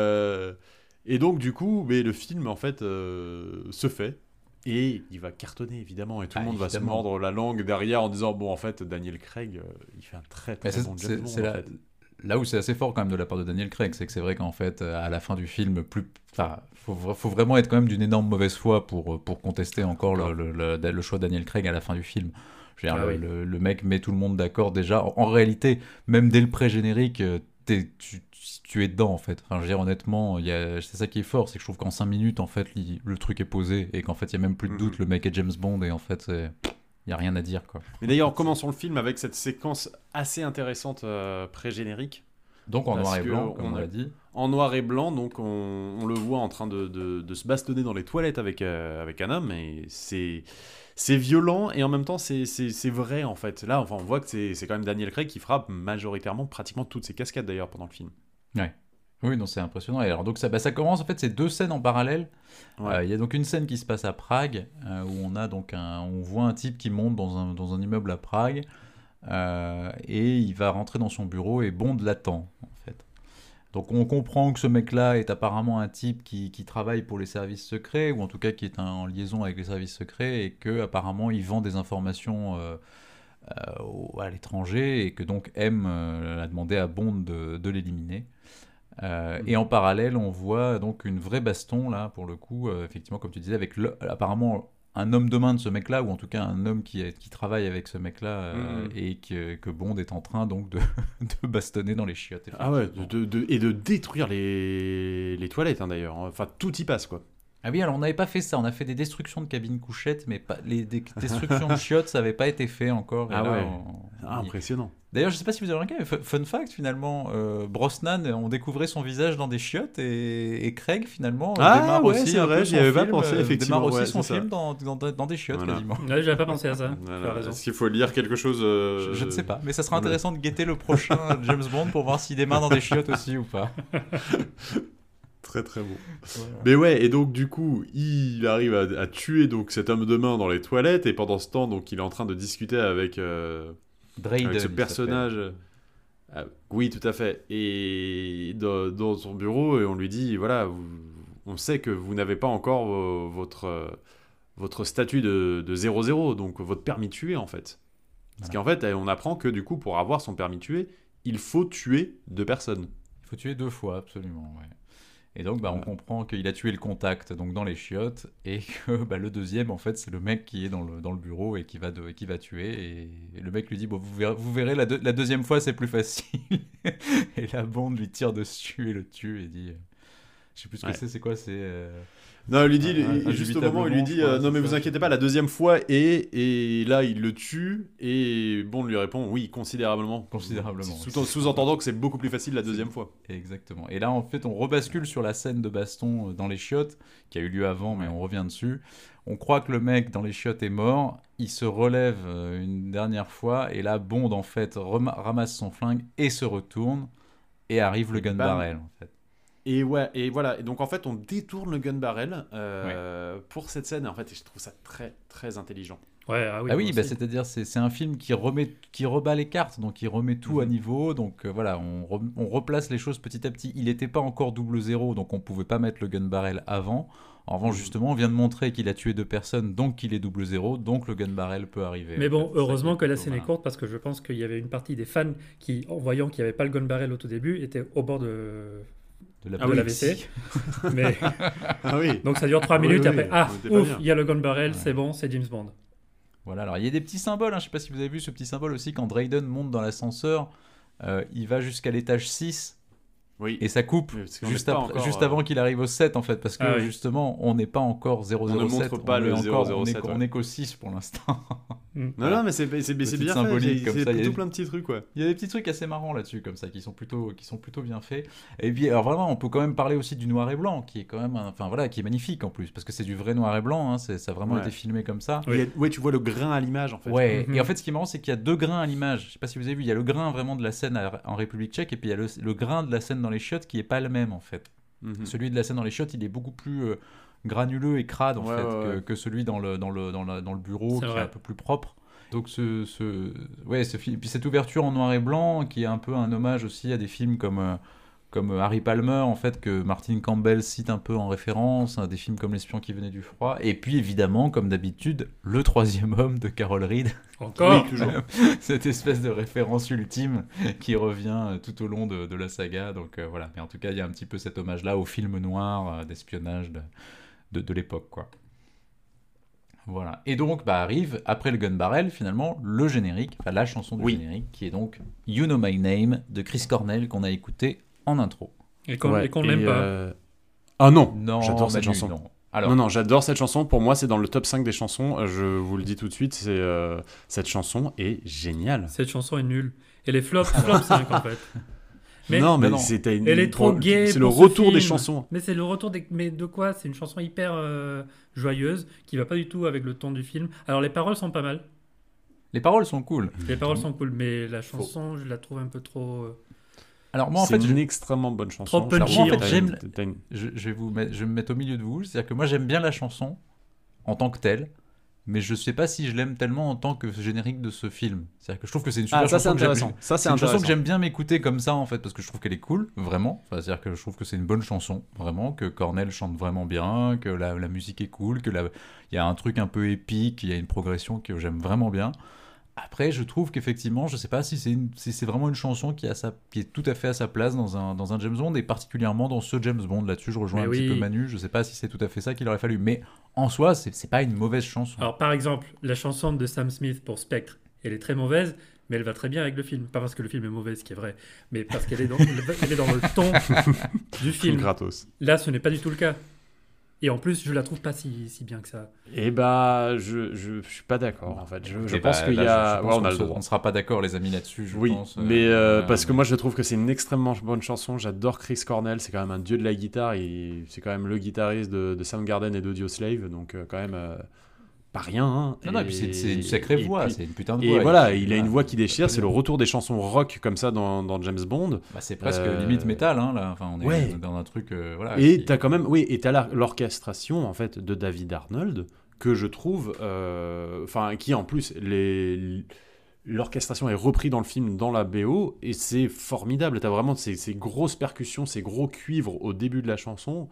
Et donc du coup, mais le film en fait se fait et il va cartonner évidemment et tout le monde va se Évidemment. mordre la langue derrière en disant bon en fait Daniel Craig il fait un très Mais très bon James Bond c'est en là, fait. là où c'est assez fort quand même de la part de Daniel Craig, c'est que c'est vrai qu'en fait, à la fin du film, enfin, faut vraiment être quand même d'une énorme mauvaise foi pour contester encore le choix de Daniel Craig à la fin du film. Je veux dire, Ah oui. le mec met tout le monde d'accord déjà. En réalité, même dès le pré-générique, tu es dedans en fait. Enfin, je veux dire, honnêtement, c'est ça qui est fort, c'est que je trouve qu'en 5 minutes, en fait, le truc est posé et qu'en fait, il n'y a même plus de doute, le mec est James Bond et en fait, il n'y a rien à dire quoi. Mais d'ailleurs, commençons le film avec cette séquence assez intéressante pré-générique. Donc en Parce noir et que blanc, comme on on a- l'a dit. En noir et blanc, donc on le voit en train de se bastonner dans les toilettes avec un homme, et c'est violent, et en même temps c'est vrai en fait. Là, enfin, on voit que c'est quand même Daniel Craig qui frappe majoritairement, pratiquement toutes ses cascades d'ailleurs pendant le film. Oui, non, c'est impressionnant. Et alors, donc, ça commence, en fait, c'est 2 scènes en parallèle. Ouais. Il y a donc une scène qui se passe à Prague, où on voit un type qui monte dans un immeuble à Prague, et il va rentrer dans son bureau et Bond l'attend, en fait. Donc, on comprend que ce mec-là est apparemment un type qui travaille pour les services secrets, ou en tout cas qui est en liaison avec les services secrets, et que apparemment il vend des informations à l'étranger, et que donc M a demandé à Bond de l'éliminer. Et en parallèle, on voit donc une vraie baston, là, pour le coup, effectivement, comme tu disais, avec apparemment un homme de main de ce mec-là, ou en tout cas un homme qui travaille avec ce mec-là, et que Bond est en train donc de bastonner dans les chiottes. Ah ouais, effectivement. et de détruire les toilettes hein, d'ailleurs. Enfin, tout y passe quoi. Ah oui, alors on n'avait pas fait ça, on a fait des destructions de cabines couchettes, mais pas des destructions de chiottes, ça n'avait pas été fait encore. Et Ah là, ouais. Impressionnant. D'ailleurs, je sais pas si vous avez remarqué, mais fun fact finalement, Brosnan, on découvrait son visage dans des chiottes et Craig finalement Ah démarre ouais, aussi c'est un vrai, peu j'y son avais pas film, pensé, effectivement, démarre aussi ouais, son c'est ça. film dans des chiottes Voilà. quasiment. Ouais, j'avais pas pensé à ça. Tu as Voilà. raison. Est-ce qu'il faut lire quelque chose Je ne sais pas, mais ça sera voilà. intéressant de guetter le prochain James Bond pour voir s'il démarre dans des chiottes aussi ou pas. Très très bon. Mais ouais, et donc du coup, il arrive à tuer donc cet homme de main dans les toilettes, et pendant ce temps, donc il est en train de discuter avec Drayden, ce il personnage. Oui, tout à fait. Et dans son bureau, et on lui dit voilà, on sait que vous n'avez pas encore votre statut de 00, donc votre permis de tuer en fait. Parce qu'en fait, on apprend que du coup, pour avoir son permis de tuer, il faut tuer 2 personnes. Il faut tuer 2 fois, absolument, ouais. Et donc, on comprend qu'il a tué le contact donc dans les chiottes, et que le deuxième, en fait, c'est le mec qui est dans le bureau et qui va tuer. Et le mec lui dit, bon, vous verrez la deuxième fois, c'est plus facile. Et la Bond lui tire dessus et le tue et dit, je sais plus ce que Ouais. c'est quoi, Non, il lui dit, Un juste au moment, il lui dit indubitablement, je crois, non mais c'est vous ça. inquiétez pas, la deuxième fois, et là il le tue, et Bond lui répond oui, considérablement. Considérablement. Sous-entendant que c'est beaucoup plus facile la deuxième fois. Exactement. Et là, en fait, on rebascule sur la scène de baston dans les chiottes, qui a eu lieu avant, mais on revient dessus. On croit que le mec dans les chiottes est mort, il se relève une dernière fois, et là, Bond, en fait, ramasse son flingue et se retourne, et arrive le gun Bam. barrel, en fait. Et ouais, et voilà, et donc en fait on détourne le gun barrel pour cette scène, en fait, et je trouve ça très très intelligent. Ouais, ah oui, Ah oui, moi aussi. c'est-à-dire c'est un film qui rebat les cartes, donc il remet tout à niveau, donc voilà, on replace les choses petit à petit. Il n'était pas encore 00, donc on pouvait pas mettre le gun barrel avant. En revanche, justement, on vient de montrer qu'il a tué 2 personnes, donc qu'il est 00, donc le gun barrel peut arriver. Mais En bon, fait, heureusement ça, que la plutôt scène est malin. courte parce que je pense qu'il y avait une partie des fans qui, en voyant qu'il n'y avait pas le gun barrel au tout début, étaient au bord de De la Ah oui. l'AVC. Mais Ah oui. donc ça dure 3 Oui, minutes oui, et après, on était pas ouf, bien. il y a le gun barrel, Ouais. c'est bon, c'est James Bond. Voilà, alors il y a des petits symboles, je sais pas si vous avez vu ce petit symbole aussi, quand Drayden monte dans l'ascenseur, il va jusqu'à l'étage 6, Oui. Et ça coupe Oui, parce qu'on juste, n'est pas après- encore, juste avant qu'il arrive au 7 en fait, parce que Ah oui. justement on n'est pas encore 007, On ne montre pas on le est encore, 007, on est qu'au 6 pour l'instant. Mm. Non, mais c'est bien Petite fait. symbolique comme C'est ça, il y a plutôt des- plein de petits trucs, quoi. Il y a des petits trucs assez marrants là-dessus comme ça qui sont plutôt bien faits. Et puis alors vraiment on peut quand même parler aussi du noir et blanc qui est quand même enfin voilà qui est magnifique en plus parce que c'est du vrai noir et blanc, hein, ça a vraiment Ouais. été filmé comme ça. Oui. Ouais, tu vois le grain à l'image, en fait. Ouais, Mhm. et en fait, ce qui est marrant, c'est qu'il y a deux grains à l'image. Je sais pas si vous avez vu, il y a le grain vraiment de la scène en République tchèque, et puis il y a le grain de la scène dans les chiottes qui est pas le même, en fait. Mhm. Celui de la scène dans les chiottes, il est beaucoup plus granuleux et crade, en Ouais, fait, ouais, ouais. que celui dans le bureau, C'est qui vrai. est un peu plus propre. Donc, ce film, puis cette ouverture en noir et blanc, qui est un peu un hommage aussi à des films comme Harry Palmer, en fait, que Martin Campbell cite un peu en référence, hein, des films comme L'espion qui venait du froid, et puis évidemment, comme d'habitude, Le troisième homme de Carol Reed, Encore Oui, toujours. cette espèce de référence ultime qui revient tout au long de la saga. Donc voilà, mais en tout cas, il y a un petit peu cet hommage-là au film noir d'espionnage de l'époque, quoi. Voilà. Et donc, arrive, après le Gun Barrel, finalement, le générique, enfin la chanson du Oui. générique, qui est donc You Know My Name de Chris Cornell, qu'on a écouté en intro. Et qu'on Ouais, n'aime et, pas. Ah non, Non, j'adore cette Manu, chanson. non. Alors, Non, j'adore cette chanson. Pour moi, c'est dans le top 5 des chansons. Je vous le dis tout de suite, cette chanson est géniale. Cette chanson est nulle. Elle est flop 5 en fait. Mais- non, mais non. c'était une... Elle est trop gaie. C'est le pour ce retour des film. chansons. Mais c'est le retour des. Mais de quoi? C'est une chanson hyper joyeuse qui va pas du tout avec le ton du film. Alors les paroles sont pas mal. les paroles sont cool. Les paroles sont cool, mais la chanson, je la trouve un peu trop. Alors moi, en C'est fait, une extrêmement bonne chanson. Trop punchy, Charles, en fait, t'as j'aime- une- t'as une- je vais me mettre au milieu de vous. C'est-à-dire que moi, j'aime bien la chanson en tant que telle, mais je sais pas si je l'aime tellement en tant que générique de ce film. C'est-à-dire que je trouve que c'est une super Ah, ça c'est chanson que j'aime- intéressant. Ça c'est C'est une chanson que intéressant. j'aime bien m'écouter comme ça en fait parce que je trouve qu'elle est cool, vraiment. Enfin, c'est-à-dire que je trouve que c'est une bonne chanson, vraiment, que Cornell chante vraiment bien, que la musique est cool, il y a un truc un peu épique, il y a une progression que j'aime vraiment bien. Après, je trouve qu'effectivement, je sais pas si c'est vraiment une chanson qui est tout à fait à sa place dans un James Bond et particulièrement dans ce James Bond. Là-dessus, je rejoins Mais un petit oui. peu Manu. Je sais pas si c'est tout à fait ça qu'il aurait fallu, mais en soi, c'est pas une mauvaise chanson. Alors par exemple, la chanson de Sam Smith pour Spectre, elle est très mauvaise, mais elle va très bien avec le film. Pas parce que le film est mauvais, ce qui est vrai, mais parce qu'elle est dans, elle est dans le ton du film. Gratos. Là, ce n'est pas du tout le cas. Et en plus, je la trouve pas si bien que ça. Et bah, je suis pas d'accord en fait. Je Et pense qu'il y là, a. je pense Ouais, on qu'on a le se- droit. on ne sera pas d'accord, les amis, là-dessus. Je Oui, pense, mais voilà, parce que mais- moi je trouve que c'est une extrêmement bonne chanson. J'adore Chris Cornell, c'est quand même un dieu de la guitare. C'est quand même le guitariste de Soundgarden et d'Audioslave, donc quand même pas rien. Hein. Non, et puis c'est une sacrée et voix, puis- c'est une putain de Et voix. voilà, puis, il a une voix qui déchire. très C'est le bien. retour des chansons rock comme ça dans James Bond. Bah, c'est presque Euh, limite métal, hein, là. Enfin, on est ouais. dans un truc. Voilà, Et qui- t'as quand même, oui, et t'as l'orchestration en fait de David Arnold que je trouve, enfin, qui en plus l'orchestration est repris dans le film, dans la BO, et c'est formidable. T'as vraiment ces grosses percussions, ces gros cuivres au début de la chanson.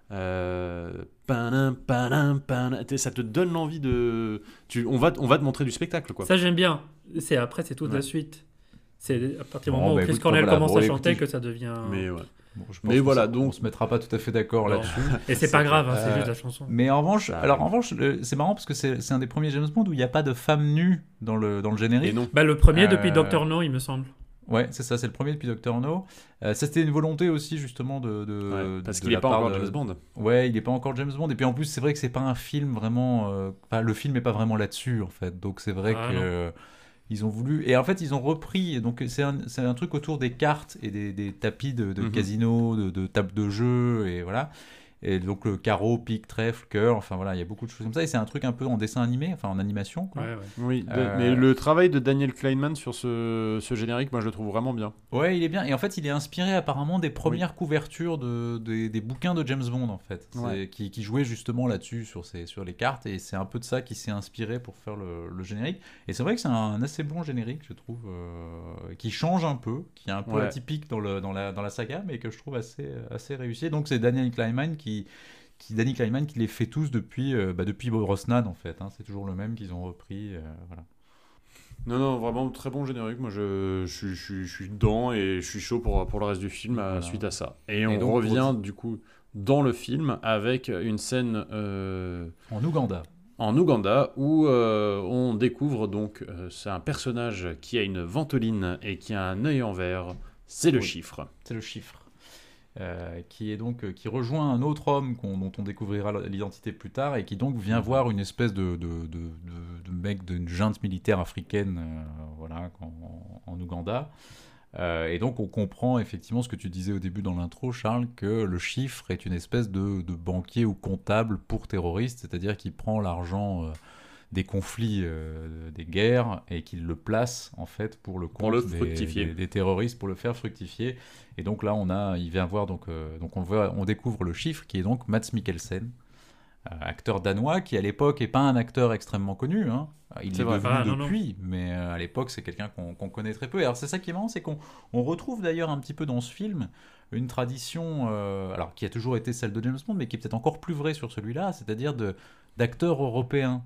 Panin, panin, panin. Ça te donne l'envie de. On va te montrer du spectacle, quoi. Ça, j'aime bien. Après, c'est toute Ouais. la suite. C'est à partir du Bon, moment où bah, Chris écoute, Cornell voilà, commence bon, à chanter écoutez, que ça devient. Mais ouais. Bon, je pense Mais que voilà, ça- donc- on se mettra pas tout à fait d'accord Non. là-dessus. Et c'est pas grave, hein, c'est juste la chanson. Mais en revanche, Ça alors arrive. en revanche, c'est marrant parce que c'est un des premiers James Bond où il n'y a pas de femme nue dans le générique. Et non. Bah, le premier Euh, depuis Doctor No, il me semble. Ouais, c'est ça, c'est le premier depuis Doctor No. Ça, c'était une volonté aussi justement Ouais, parce de qu'il la est pas part encore de- James Bond. Ouais, il est pas encore James Bond. Et puis en plus, c'est vrai que c'est pas un film vraiment. Enfin, le film est pas vraiment là-dessus en fait. Donc c'est vrai Ah, que ils ont voulu. Et en fait, ils ont repris. Donc c'est un truc autour des cartes et des tapis de Mhm. casino, de tables de jeu et voilà. Et donc le carreau, pique, trèfle, cœur. Enfin voilà, il y a beaucoup de choses comme ça. Et c'est un truc un peu en dessin animé, enfin en animation. Quoi. Ouais, ouais. Oui, Euh, mais le travail de Daniel Kleinman sur ce générique, moi je le trouve vraiment bien. Ouais, il est bien. Et en fait, il est inspiré apparemment des premières couvertures des bouquins de James Bond, en fait. Ouais. Qui jouaient justement là-dessus, sur les cartes. Et c'est un peu de ça qui s'est inspiré pour faire le générique. Et c'est vrai que c'est un assez bon générique, je trouve, qui change un peu, qui est un peu Ouais. atypique dans la saga, mais que je trouve assez réussi. Donc c'est Daniel Kleinman qui les fait tous depuis Brosnan, en fait. Hein. C'est toujours le même qu'ils ont repris. Voilà. Non, vraiment très bon générique. Moi je suis dedans et je suis chaud pour le reste du film Voilà. suite à ça. Et on donc, revient du coup dans le film avec une scène En Ouganda. en Ouganda où on découvre donc c'est un personnage qui a une ventoline et qui a un œil en verre. C'est le Oui. chiffre. C'est le chiffre. qui est donc qui rejoint un autre homme dont on découvrira l'identité plus tard et qui donc vient voir une espèce de mec d'une junte militaire africaine voilà, en Ouganda. Et donc on comprend effectivement ce que tu disais au début dans l'intro, Charles, que le chiffre est une espèce de banquier ou comptable pour terroristes, c'est-à-dire qu'il prend l'argent des conflits, des guerres, et qu'il le place en fait pour le compte des terroristes, pour le faire fructifier. Et donc là il vient voir donc on découvre le chiffre qui est donc Mads Mikkelsen, acteur danois qui à l'époque est pas un acteur extrêmement connu, hein. Il est devenu depuis, mais à l'époque c'est quelqu'un qu'on connaît très peu. Et alors c'est ça qui est marrant, c'est qu'on retrouve d'ailleurs un petit peu dans ce film une tradition alors qui a toujours été celle de James Bond, mais qui est peut-être encore plus vraie sur celui-là, c'est-à-dire d'acteurs européens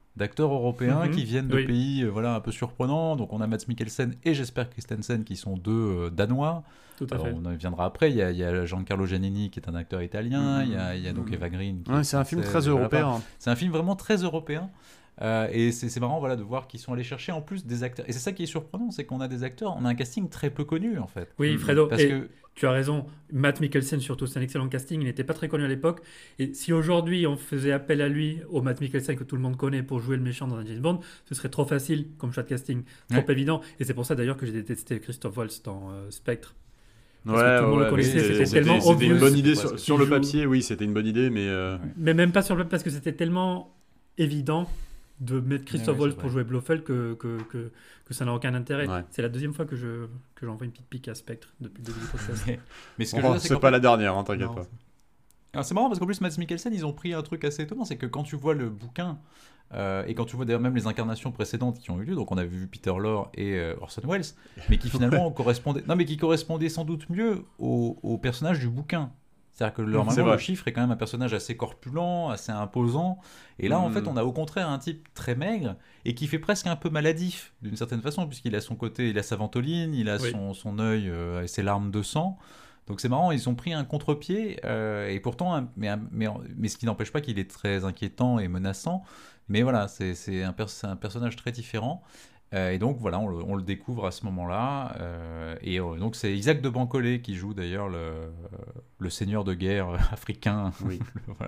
qui viennent de pays voilà, un peu surprenants. Donc on a Mads Mikkelsen et Jesper Christensen qui sont deux Danois. Tout à fait. On y viendra après. Il y a Giancarlo Giannini qui est un acteur italien. Il y a donc Eva Green. C'est un film très européen. C'est un film vraiment très européen. Et c'est marrant voilà, de voir qu'ils sont allés chercher en plus des acteurs. Et c'est ça qui est surprenant, c'est qu'on a des acteurs, on a un casting très peu connu en fait. Oui, Fredo, parce que tu as raison. Matt Mikkelsen surtout, c'est un excellent casting. Il n'était pas très connu à l'époque. Et si aujourd'hui on faisait appel à lui, au Matt Mikkelsen que tout le monde connaît, pour jouer le méchant dans un James Bond, ce serait trop facile comme choix de casting, trop évident. Et c'est pour ça d'ailleurs que j'ai détesté Christophe Waltz dans Spectre. Parce que tout le monde le connaissait, c'était tellement obvious. C'était une bonne idée sur le papier, oui, c'était une bonne idée, mais... Mais même pas sur le papier, parce que c'était tellement évident de mettre Christophe Waltz pour jouer Blofeld que ça n'a aucun intérêt. Ouais. C'est la deuxième fois que j'envoie une petite pique à Spectre depuis le début du podcast. Mais ce que c'est pas la dernière, hein, t'inquiète pas. Alors, c'est marrant parce qu'en plus Mads Mikkelsen, ils ont pris un truc assez étonnant, c'est que quand tu vois le bouquin et quand tu vois d'ailleurs même les incarnations précédentes qui ont eu lieu, donc on avait vu Peter Lorre et Orson Welles, mais qui finalement correspondaient sans doute mieux au personnage du bouquin. C'est-à-dire que normalement le chiffre est quand même un personnage assez corpulent, assez imposant, et là en fait on a au contraire un type très maigre et qui fait presque un peu maladif d'une certaine façon, puisqu'il a son côté, il a sa ventoline, il a son œil et ses larmes de sang. Donc c'est marrant, ils ont pris un contre-pied et pourtant mais ce qui n'empêche pas qu'il est très inquiétant et menaçant. Mais voilà, c'est un personnage très différent. Et donc voilà, on le découvre à ce moment-là. Donc c'est Isaac de Bancolé qui joue d'ailleurs le seigneur de guerre africain, voilà,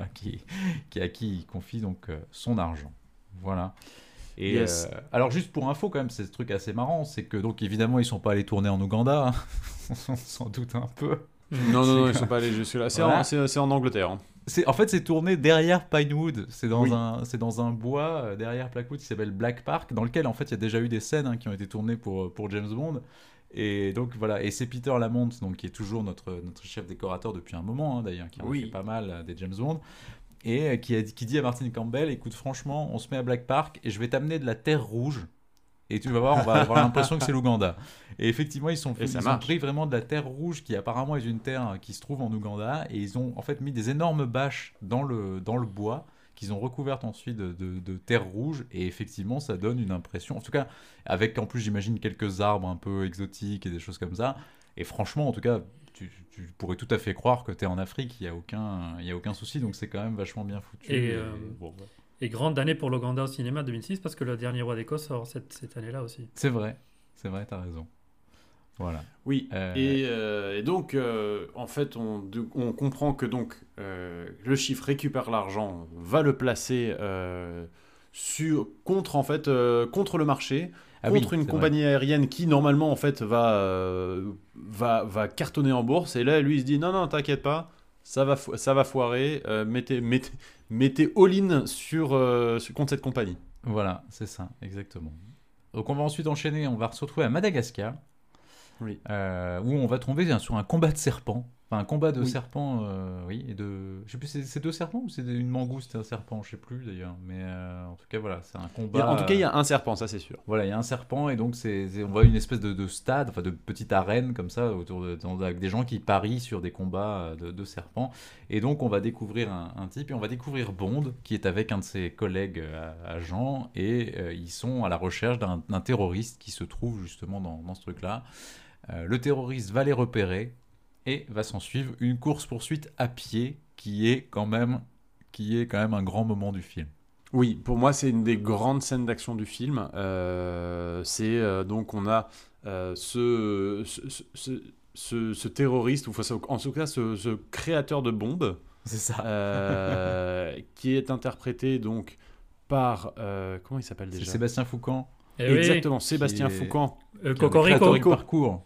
à qui il confie donc son argent. Voilà. Et alors juste pour info quand même, c'est ce truc assez marrant, c'est que donc évidemment ils sont pas allés tourner en Ouganda, on s'en doute un peu. Non, ils sont pas allés jusque là. C'est en Angleterre. Hein. En fait, c'est tourné derrière Pinewood. C'est dans un bois derrière Blackwood qui s'appelle Black Park, dans lequel en fait il y a déjà eu des scènes qui ont été tournées pour James Bond. Et donc voilà, et c'est Peter Lamont donc qui est toujours notre chef décorateur depuis un moment d'ailleurs, qui en a fait pas mal des James Bond, et qui dit à Martin Campbell, écoute franchement, on se met à Black Park et je vais t'amener de la terre rouge. Et tu vas voir, on va avoir l'impression que c'est l'Ouganda. Et effectivement, ils ont pris vraiment de la terre rouge qui apparemment est une terre qui se trouve en Ouganda. Et ils ont en fait mis des énormes bâches dans le bois qu'ils ont recouvertes ensuite de terre rouge. Et effectivement, ça donne une impression, en tout cas, avec en plus, j'imagine, quelques arbres un peu exotiques et des choses comme ça. Et franchement, en tout cas, tu pourrais tout à fait croire que tu es en Afrique, il n'y a aucun souci. Donc c'est quand même vachement bien foutu. Et grande année pour l'Ouganda au cinéma 2006, parce que le dernier roi d'Écosse sort cette année-là aussi. C'est vrai, t'as raison. Voilà. Oui, et donc, en fait, on comprend que donc, le chiffre récupère l'argent, va le placer contre le marché, contre une compagnie aérienne qui, normalement, en fait, va cartonner en bourse. Et là, lui, il se dit, non, t'inquiète pas, ça va foirer, mettez all-in contre cette compagnie. Voilà, c'est ça, exactement. Donc on va ensuite enchaîner, on va se retrouver à Madagascar, où on va tomber sur un combat de serpents. Enfin, un combat de serpents, et de... Je sais plus, c'est deux serpents ou c'est une mangouste et un serpent, je sais plus d'ailleurs. Mais en tout cas, voilà, c'est un combat... En tout cas, il y a un serpent, ça c'est sûr. Voilà, il y a un serpent et donc on voit une espèce de stade, enfin de petite arène comme ça, avec des gens qui parient sur des combats de serpents. Et donc, on va découvrir un type et on va découvrir Bond, qui est avec un de ses collègues agents, et ils sont à la recherche d'un terroriste qui se trouve justement dans ce truc-là. Le terroriste va les repérer. Et va s'en suivre une course-poursuite à pied qui est quand même un grand moment du film. Oui, pour moi, c'est une des grandes scènes d'action du film. Donc, on a ce ce terroriste, ou en tout cas ce créateur de bombes, C'est ça. qui est interprété donc par... comment il s'appelle C'est déjà Sébastien Foucan. Eh oui, Exactement, Sébastien Qui est- Foucan. qui est un Cocorico. créateur de parcours.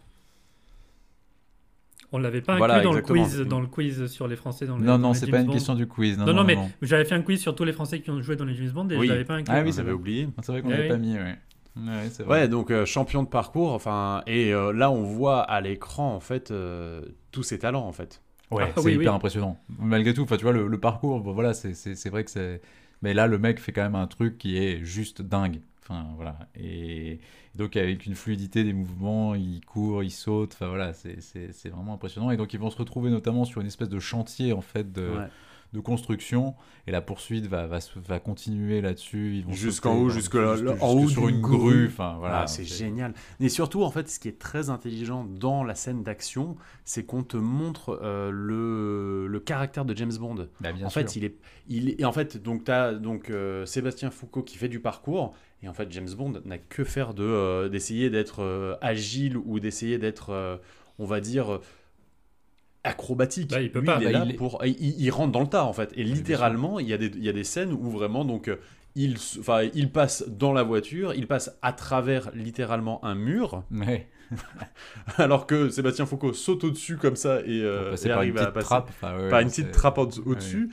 On l'avait pas Voilà, inclus exactement. dans le quiz sur les Français dans les Non, dans non, les c'est James pas une Bond. question du quiz. Non, mais j'avais fait un quiz sur tous les Français qui ont joué dans les James Bond et Oui. je l'avais pas inclus. Ah oui, On c'est avait vrai. oublié. C'est vrai qu'on Eh l'avait oui. pas mis, ouais. Ouais, c'est vrai. Ouais, donc champion de parcours, enfin, et là on voit à l'écran en fait tous ses talents en fait. Ouais, Ah, c'est oui, hyper oui. impressionnant. Malgré tout, enfin, tu vois, le parcours, bon, voilà, c'est vrai que c'est. Mais là, le mec fait quand même un truc qui est juste dingue. Enfin, voilà. Et donc, avec une fluidité des mouvements, il court, il saute. Enfin, voilà, c'est vraiment impressionnant. Et donc, ils vont se retrouver notamment sur une espèce de chantier, en fait, Ouais. de construction. Et la poursuite va continuer là-dessus. Ils vont Jusqu'en sauter, haut, enfin, jusque là, jusque en haut sur d'une une grue. grue. Enfin, voilà. Ah, c'est génial. Et surtout, en fait, ce qui est très intelligent dans la scène d'action, c'est qu'on te montre le caractère de James Bond. Bah, bien En sûr. fait, et en fait, donc t'as donc Sébastien Foucault qui fait du parcours, et en fait, James Bond n'a que faire d'essayer d'être agile ou d'essayer d'être, on va dire, acrobatique. Bah, il peut Lui, pas. il est Bah, là il est- pour, il rentre dans le tas en fait. Et bien littéralement, il y a des scènes où vraiment donc il passe dans la voiture, il passe à travers littéralement un mur, Ouais. alors que Sébastien Foucault saute au-dessus comme ça et, Pour passer et par une arrive à petite passer trappe. Enfin, ouais, par ouais, une petite c'est- trappe ouais. au-dessus.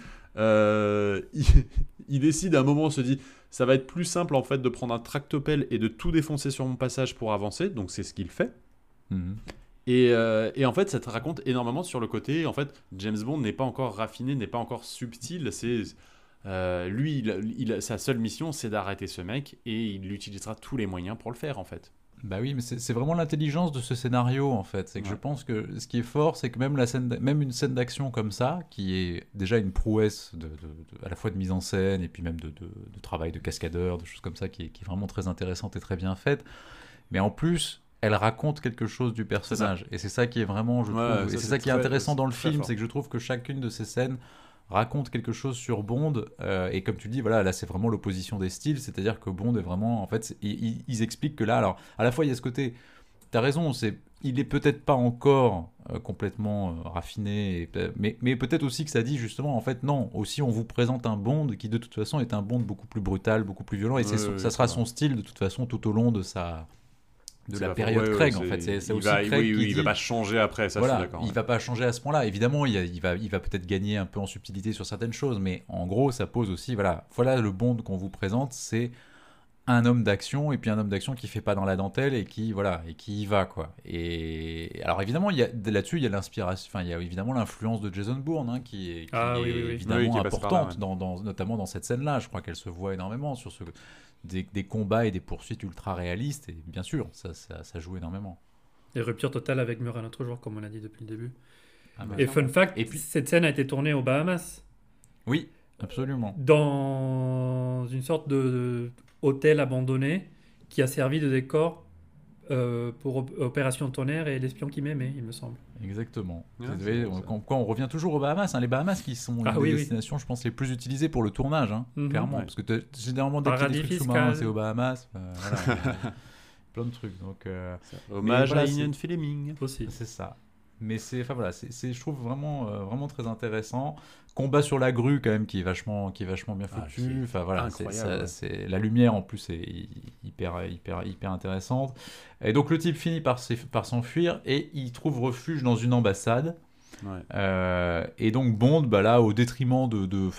Il décide à un moment, se dit, ça va être plus simple en fait de prendre un tractopelle et de tout défoncer sur mon passage pour avancer. Donc c'est ce qu'il fait. Mhm. Et en fait, ça te raconte énormément sur le côté. En fait, James Bond n'est pas encore raffiné, n'est pas encore subtil. C'est lui, sa seule mission, c'est d'arrêter ce mec et il utilisera tous les moyens pour le faire en fait. Bah oui, mais c'est vraiment l'intelligence de ce scénario en fait. C'est que Ouais. je pense que ce qui est fort, c'est que même même une scène d'action comme ça, qui est déjà une prouesse à la fois de mise en scène et puis même de travail de cascadeur, de choses comme ça, qui est vraiment très intéressante et très bien faite. Mais en plus, elle raconte quelque chose du personnage. Et c'est ça qui est vraiment, je Ouais, trouve, ça, et c'est c'est ça qui est très- intéressant dans le c'est très film, fort. c'est que je trouve que chacune de ces scènes raconte quelque chose sur Bond, et comme tu dis, voilà, là c'est vraiment l'opposition des styles, c'est-à-dire que Bond est vraiment, en fait, ils expliquent que là, alors, à la fois il y a ce côté, t'as raison, il est peut-être pas encore complètement raffiné, mais peut-être aussi que ça dit justement, en fait, non, aussi on vous présente un Bond qui de toute façon est un Bond beaucoup plus brutal, beaucoup plus violent, et Ouais, ça sera c'est son style de toute façon tout au long de la période Craig, en fait. C'est aussi Craig qui il va dit- pas changer après, ça voilà, je suis d'accord. il va pas changer à ce point-là. Évidemment, il va peut-être gagner un peu en subtilité sur certaines choses, mais en gros, ça pose aussi, voilà le Bond qu'on vous présente, c'est un homme d'action, et puis un homme d'action qui fait pas dans la dentelle et qui y va, quoi. Et alors évidemment, là-dessus, il y a l'inspiration, enfin, il y a évidemment l'influence de Jason Bourne, hein, qui est Ah, oui, oui, oui. évidemment Oui, qui passe par là, importante, notamment dans cette scène-là. Je crois qu'elle se voit énormément sur des combats et des poursuites ultra réalistes, et bien sûr, ça joue énormément. Et rupture totale avec Mur à notre jour, comme on l'a dit depuis le début. Ah, bah, Et fun fact, Et puis- cette scène a été tournée aux Bahamas, oui, absolument. dans une sorte de hôtel abandonné qui a servi de décor pour Opération Tonnerre et L'espion qui m'aimait, il me semble. Exactement. Ouais, Vous c'est savez, bon, ça. quand on revient toujours aux Bahamas, hein, les Bahamas qui sont Ah une oui, des oui. destinations, je pense, les plus utilisées pour le tournage, hein, Mhm. clairement. Ouais. Parce que généralement, dès qu'il y a des Paradis trucs fiscal. sous-marins, c'est aux Bahamas. Voilà, plein de trucs. Donc, Hommage voilà, à c'est- Ian Fleming. Aussi. c'est ça. Mais je trouve vraiment très intéressant. Combat sur la grue quand même qui est vachement bien Ah, foutu. qui est Enfin voilà, incroyable, ouais. c'est la lumière en plus est hyper intéressante. Et donc le type finit par s'enfuir et il trouve refuge dans une ambassade. Ouais. Et donc Bond, là, au détriment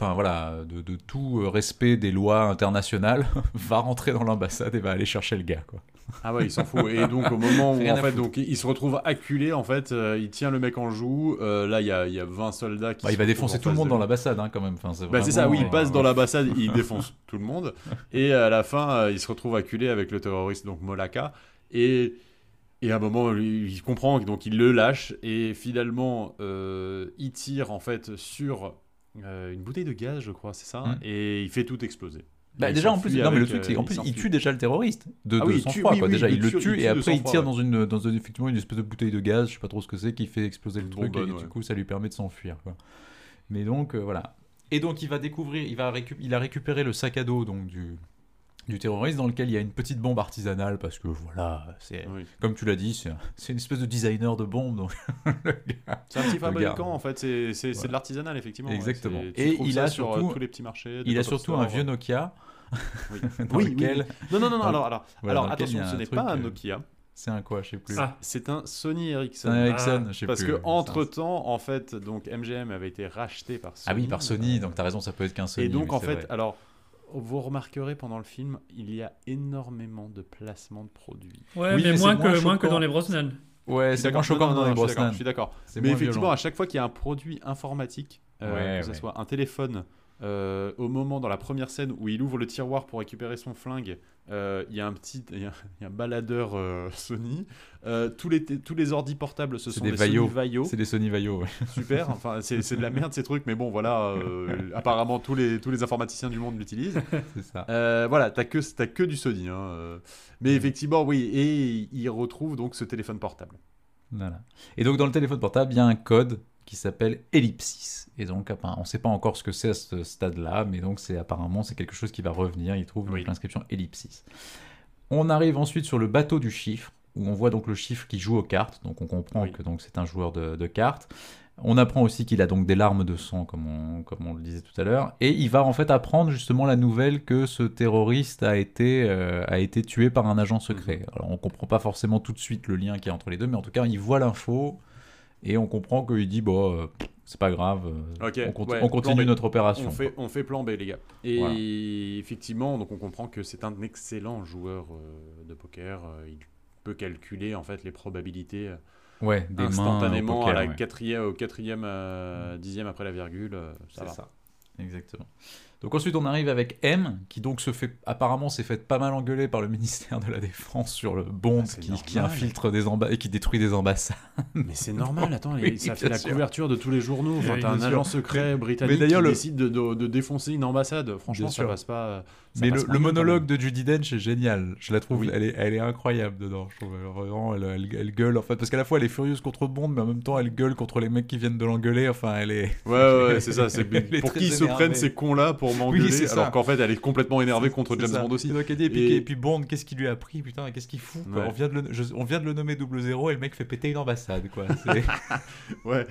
de tout respect des lois internationales, va rentrer dans l'ambassade et va aller chercher le gars, quoi. Ah ouais, il s'en fout. Et donc au moment où Rien en à fait, foutre. donc il se retrouve acculé, en fait, il tient le mec en joue. Là, il y a 20 soldats qui. Il se va retrouvent défoncer en tout le face monde de dans lui. l'ambassade, hein, quand même. Enfin, C'est ça, oui, il passe dans la l'ambassade, il défonce tout le monde. Et à la fin, il se retrouve acculé avec le terroriste, donc Molaka. Et à un moment, il comprend, donc il le lâche. Et finalement, il tire en fait sur une bouteille de gaz, je crois, c'est ça. Mm. Et il fait tout exploser. Bah, Et il déjà en plus, s'enfuit non mais le avec, truc c'est qu'en plus il s'enfuit. tue déjà le terroriste de Ah oui, il tue, sang-froid, oui, quoi. oui, Déjà il il le tue tue de et après il sang-froid, tire ouais. dans effectivement une espèce de bouteille de gaz, je sais pas trop ce que c'est, qui fait exploser le Une truc et bonbonne, du ouais. coup ça lui permet de s'enfuir, quoi. Mais donc voilà. Et donc il va découvrir, il a récupéré le sac à dos donc du du terroriste dans lequel il y a une petite bombe artisanale parce que voilà, Oui. comme tu l'as dit, c'est une espèce de designer de bombe. Donc le gars- C'est un petit Le fabricant gars. en fait, c'est Voilà. de l'artisanal effectivement. Exactement. Ouais, tu Et trouves il ça a sur surtout- tous les petits marchés. il des a pop-up surtout un stores. vieux Nokia Oui. dans Oui, lequel Non, non, non, dans- alors, voilà, alors dans lequel il y attention, a ce un n'est truc, pas un Nokia, c'est un quoi, je sais plus. Ah. c'est un Sony C'est Ericsson. un Ericsson, je sais Parce plus. que entre temps, en fait, donc MGM avait été racheté par Sony. Ah oui, par Sony, donc t'as raison, ça peut être qu'un Sony. Et donc oui, en c'est fait, vrai. alors vous remarquerez pendant le film, il y a énormément de placements de produits. Ouais, Oui, mais mais c'est moins moins que choquant. dans les Brosnan. Ouais, c'est moins choquant que dans les Brosnan. Je suis d'accord. C'est Mais moins effectivement, violent. à chaque fois qu'il y a un produit informatique, Ouais, que ce ouais. soit un téléphone, au moment dans la première scène où il ouvre le tiroir pour récupérer son flingue, il y a il y a un baladeur Sony. Tous les ordi portables, ce C'est sont des des Vaio. Sony Vaio. C'est des Sony Vaio, ouais. Super. Enfin, c'est de la merde ces trucs, mais bon, voilà. Apparemment, tous les informaticiens du monde l'utilisent. C'est ça. Voilà, t'as que du Sony. Hein, Mais effectivement, oui, et il retrouve donc ce téléphone portable. Voilà. Et donc dans le téléphone portable, il y a un code qui s'appelle Ellipsis. Et donc on ne sait pas encore ce que c'est à ce stade-là, mais donc apparemment c'est quelque chose qui va revenir. Il trouve donc Oui. l'inscription Ellipsis. On arrive ensuite sur le bateau du chiffre, où on voit donc le chiffre qui joue aux cartes. Donc on comprend Oui. que donc c'est un joueur de cartes. On apprend aussi qu'il a donc des larmes de sang, comme on le disait tout à l'heure. Et il va en fait apprendre justement la nouvelle que ce terroriste a été tué par un agent secret. Alors on comprend pas forcément tout de suite le lien qu'il y a entre les deux, mais en tout cas il voit l'info et on comprend qu'il dit bon, c'est pas grave, Ok, on ouais, continue plan B. notre opération. On fait plan B, les gars. Et Voilà. effectivement, donc on comprend que c'est un excellent joueur de poker. Il peut calculer en fait les probabilités Ouais, des instantanément mains au poker, à la ouais. au quatrième dixième après la virgule. Ça C'est va. ça. Exactement. Donc ensuite on arrive avec M, qui donc apparemment s'est fait pas mal engueuler par le ministère de la Défense sur le Bond c'est qui normal. infiltre et qui détruit des ambassades. Mais c'est normal, attends, Oui, ça bien fait la sûr. couverture de tous les journaux. Enfin, Oui, t'as un bien agent sûr. secret Mais britannique d'ailleurs, qui le- décide de défoncer une ambassade. Franchement, Bien ça sûr. passe pas. ça Mais passe le moyen, quand monologue même. de Judi Dench est génial. Je la trouve, Oui. elle est incroyable dedans. Je trouve vraiment, elle gueule en fait, parce qu'à la fois elle est furieuse contre Bond, mais en même temps elle gueule contre les mecs qui viennent de l'engueuler. Enfin, elle est. Ouais, c'est ça. Elle est Pour très qui ils se énervée. prennent ces cons-là pour m'engueuler, Oui, c'est ça. alors qu'en fait, elle est complètement énervée contre C'est James ça. Bond aussi. Et donc elle dit, et puis Bond, qu'est-ce qu'il lui a pris, putain, et qu'est-ce qu'il fout quoi. Ouais. On vient de le nommer 00 et le mec fait péter une ambassade, quoi. C'est- Ouais.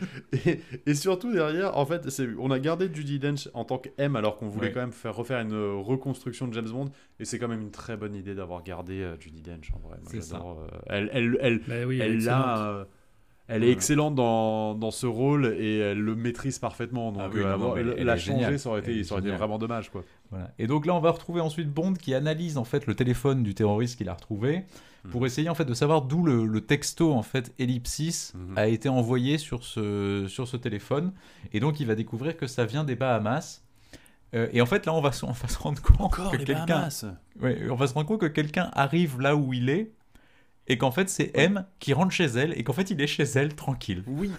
Et surtout derrière, en fait, on a gardé Judi Dench en tant que M alors qu'on voulait Ouais. quand même refaire une reconstruction de James Bond. Et c'est quand même une très bonne idée d'avoir gardé Judi Dench en vrai. Moi, C'est j'adore, ça. Bah oui, elle excellente. elle est Ouais. excellente dans ce rôle et elle le maîtrise parfaitement. Donc Ah oui, non, mais elle la est changer, géniale. ça aurait Elle est été géniale. vraiment dommage, quoi. Voilà. Et donc là, on va retrouver ensuite Bond qui analyse en fait le téléphone du terroriste qu'il a retrouvé pour essayer en fait de savoir d'où le texto en fait Ellipsis Mhm. a été envoyé sur ce téléphone. Et donc il va découvrir que ça vient des Bahamas. Et en fait là, on va se rendre compte que on va se rendre compte que quelqu'un arrive là où il est et qu'en fait c'est M qui rentre chez elle et qu'en fait il est chez elle tranquille. Oui.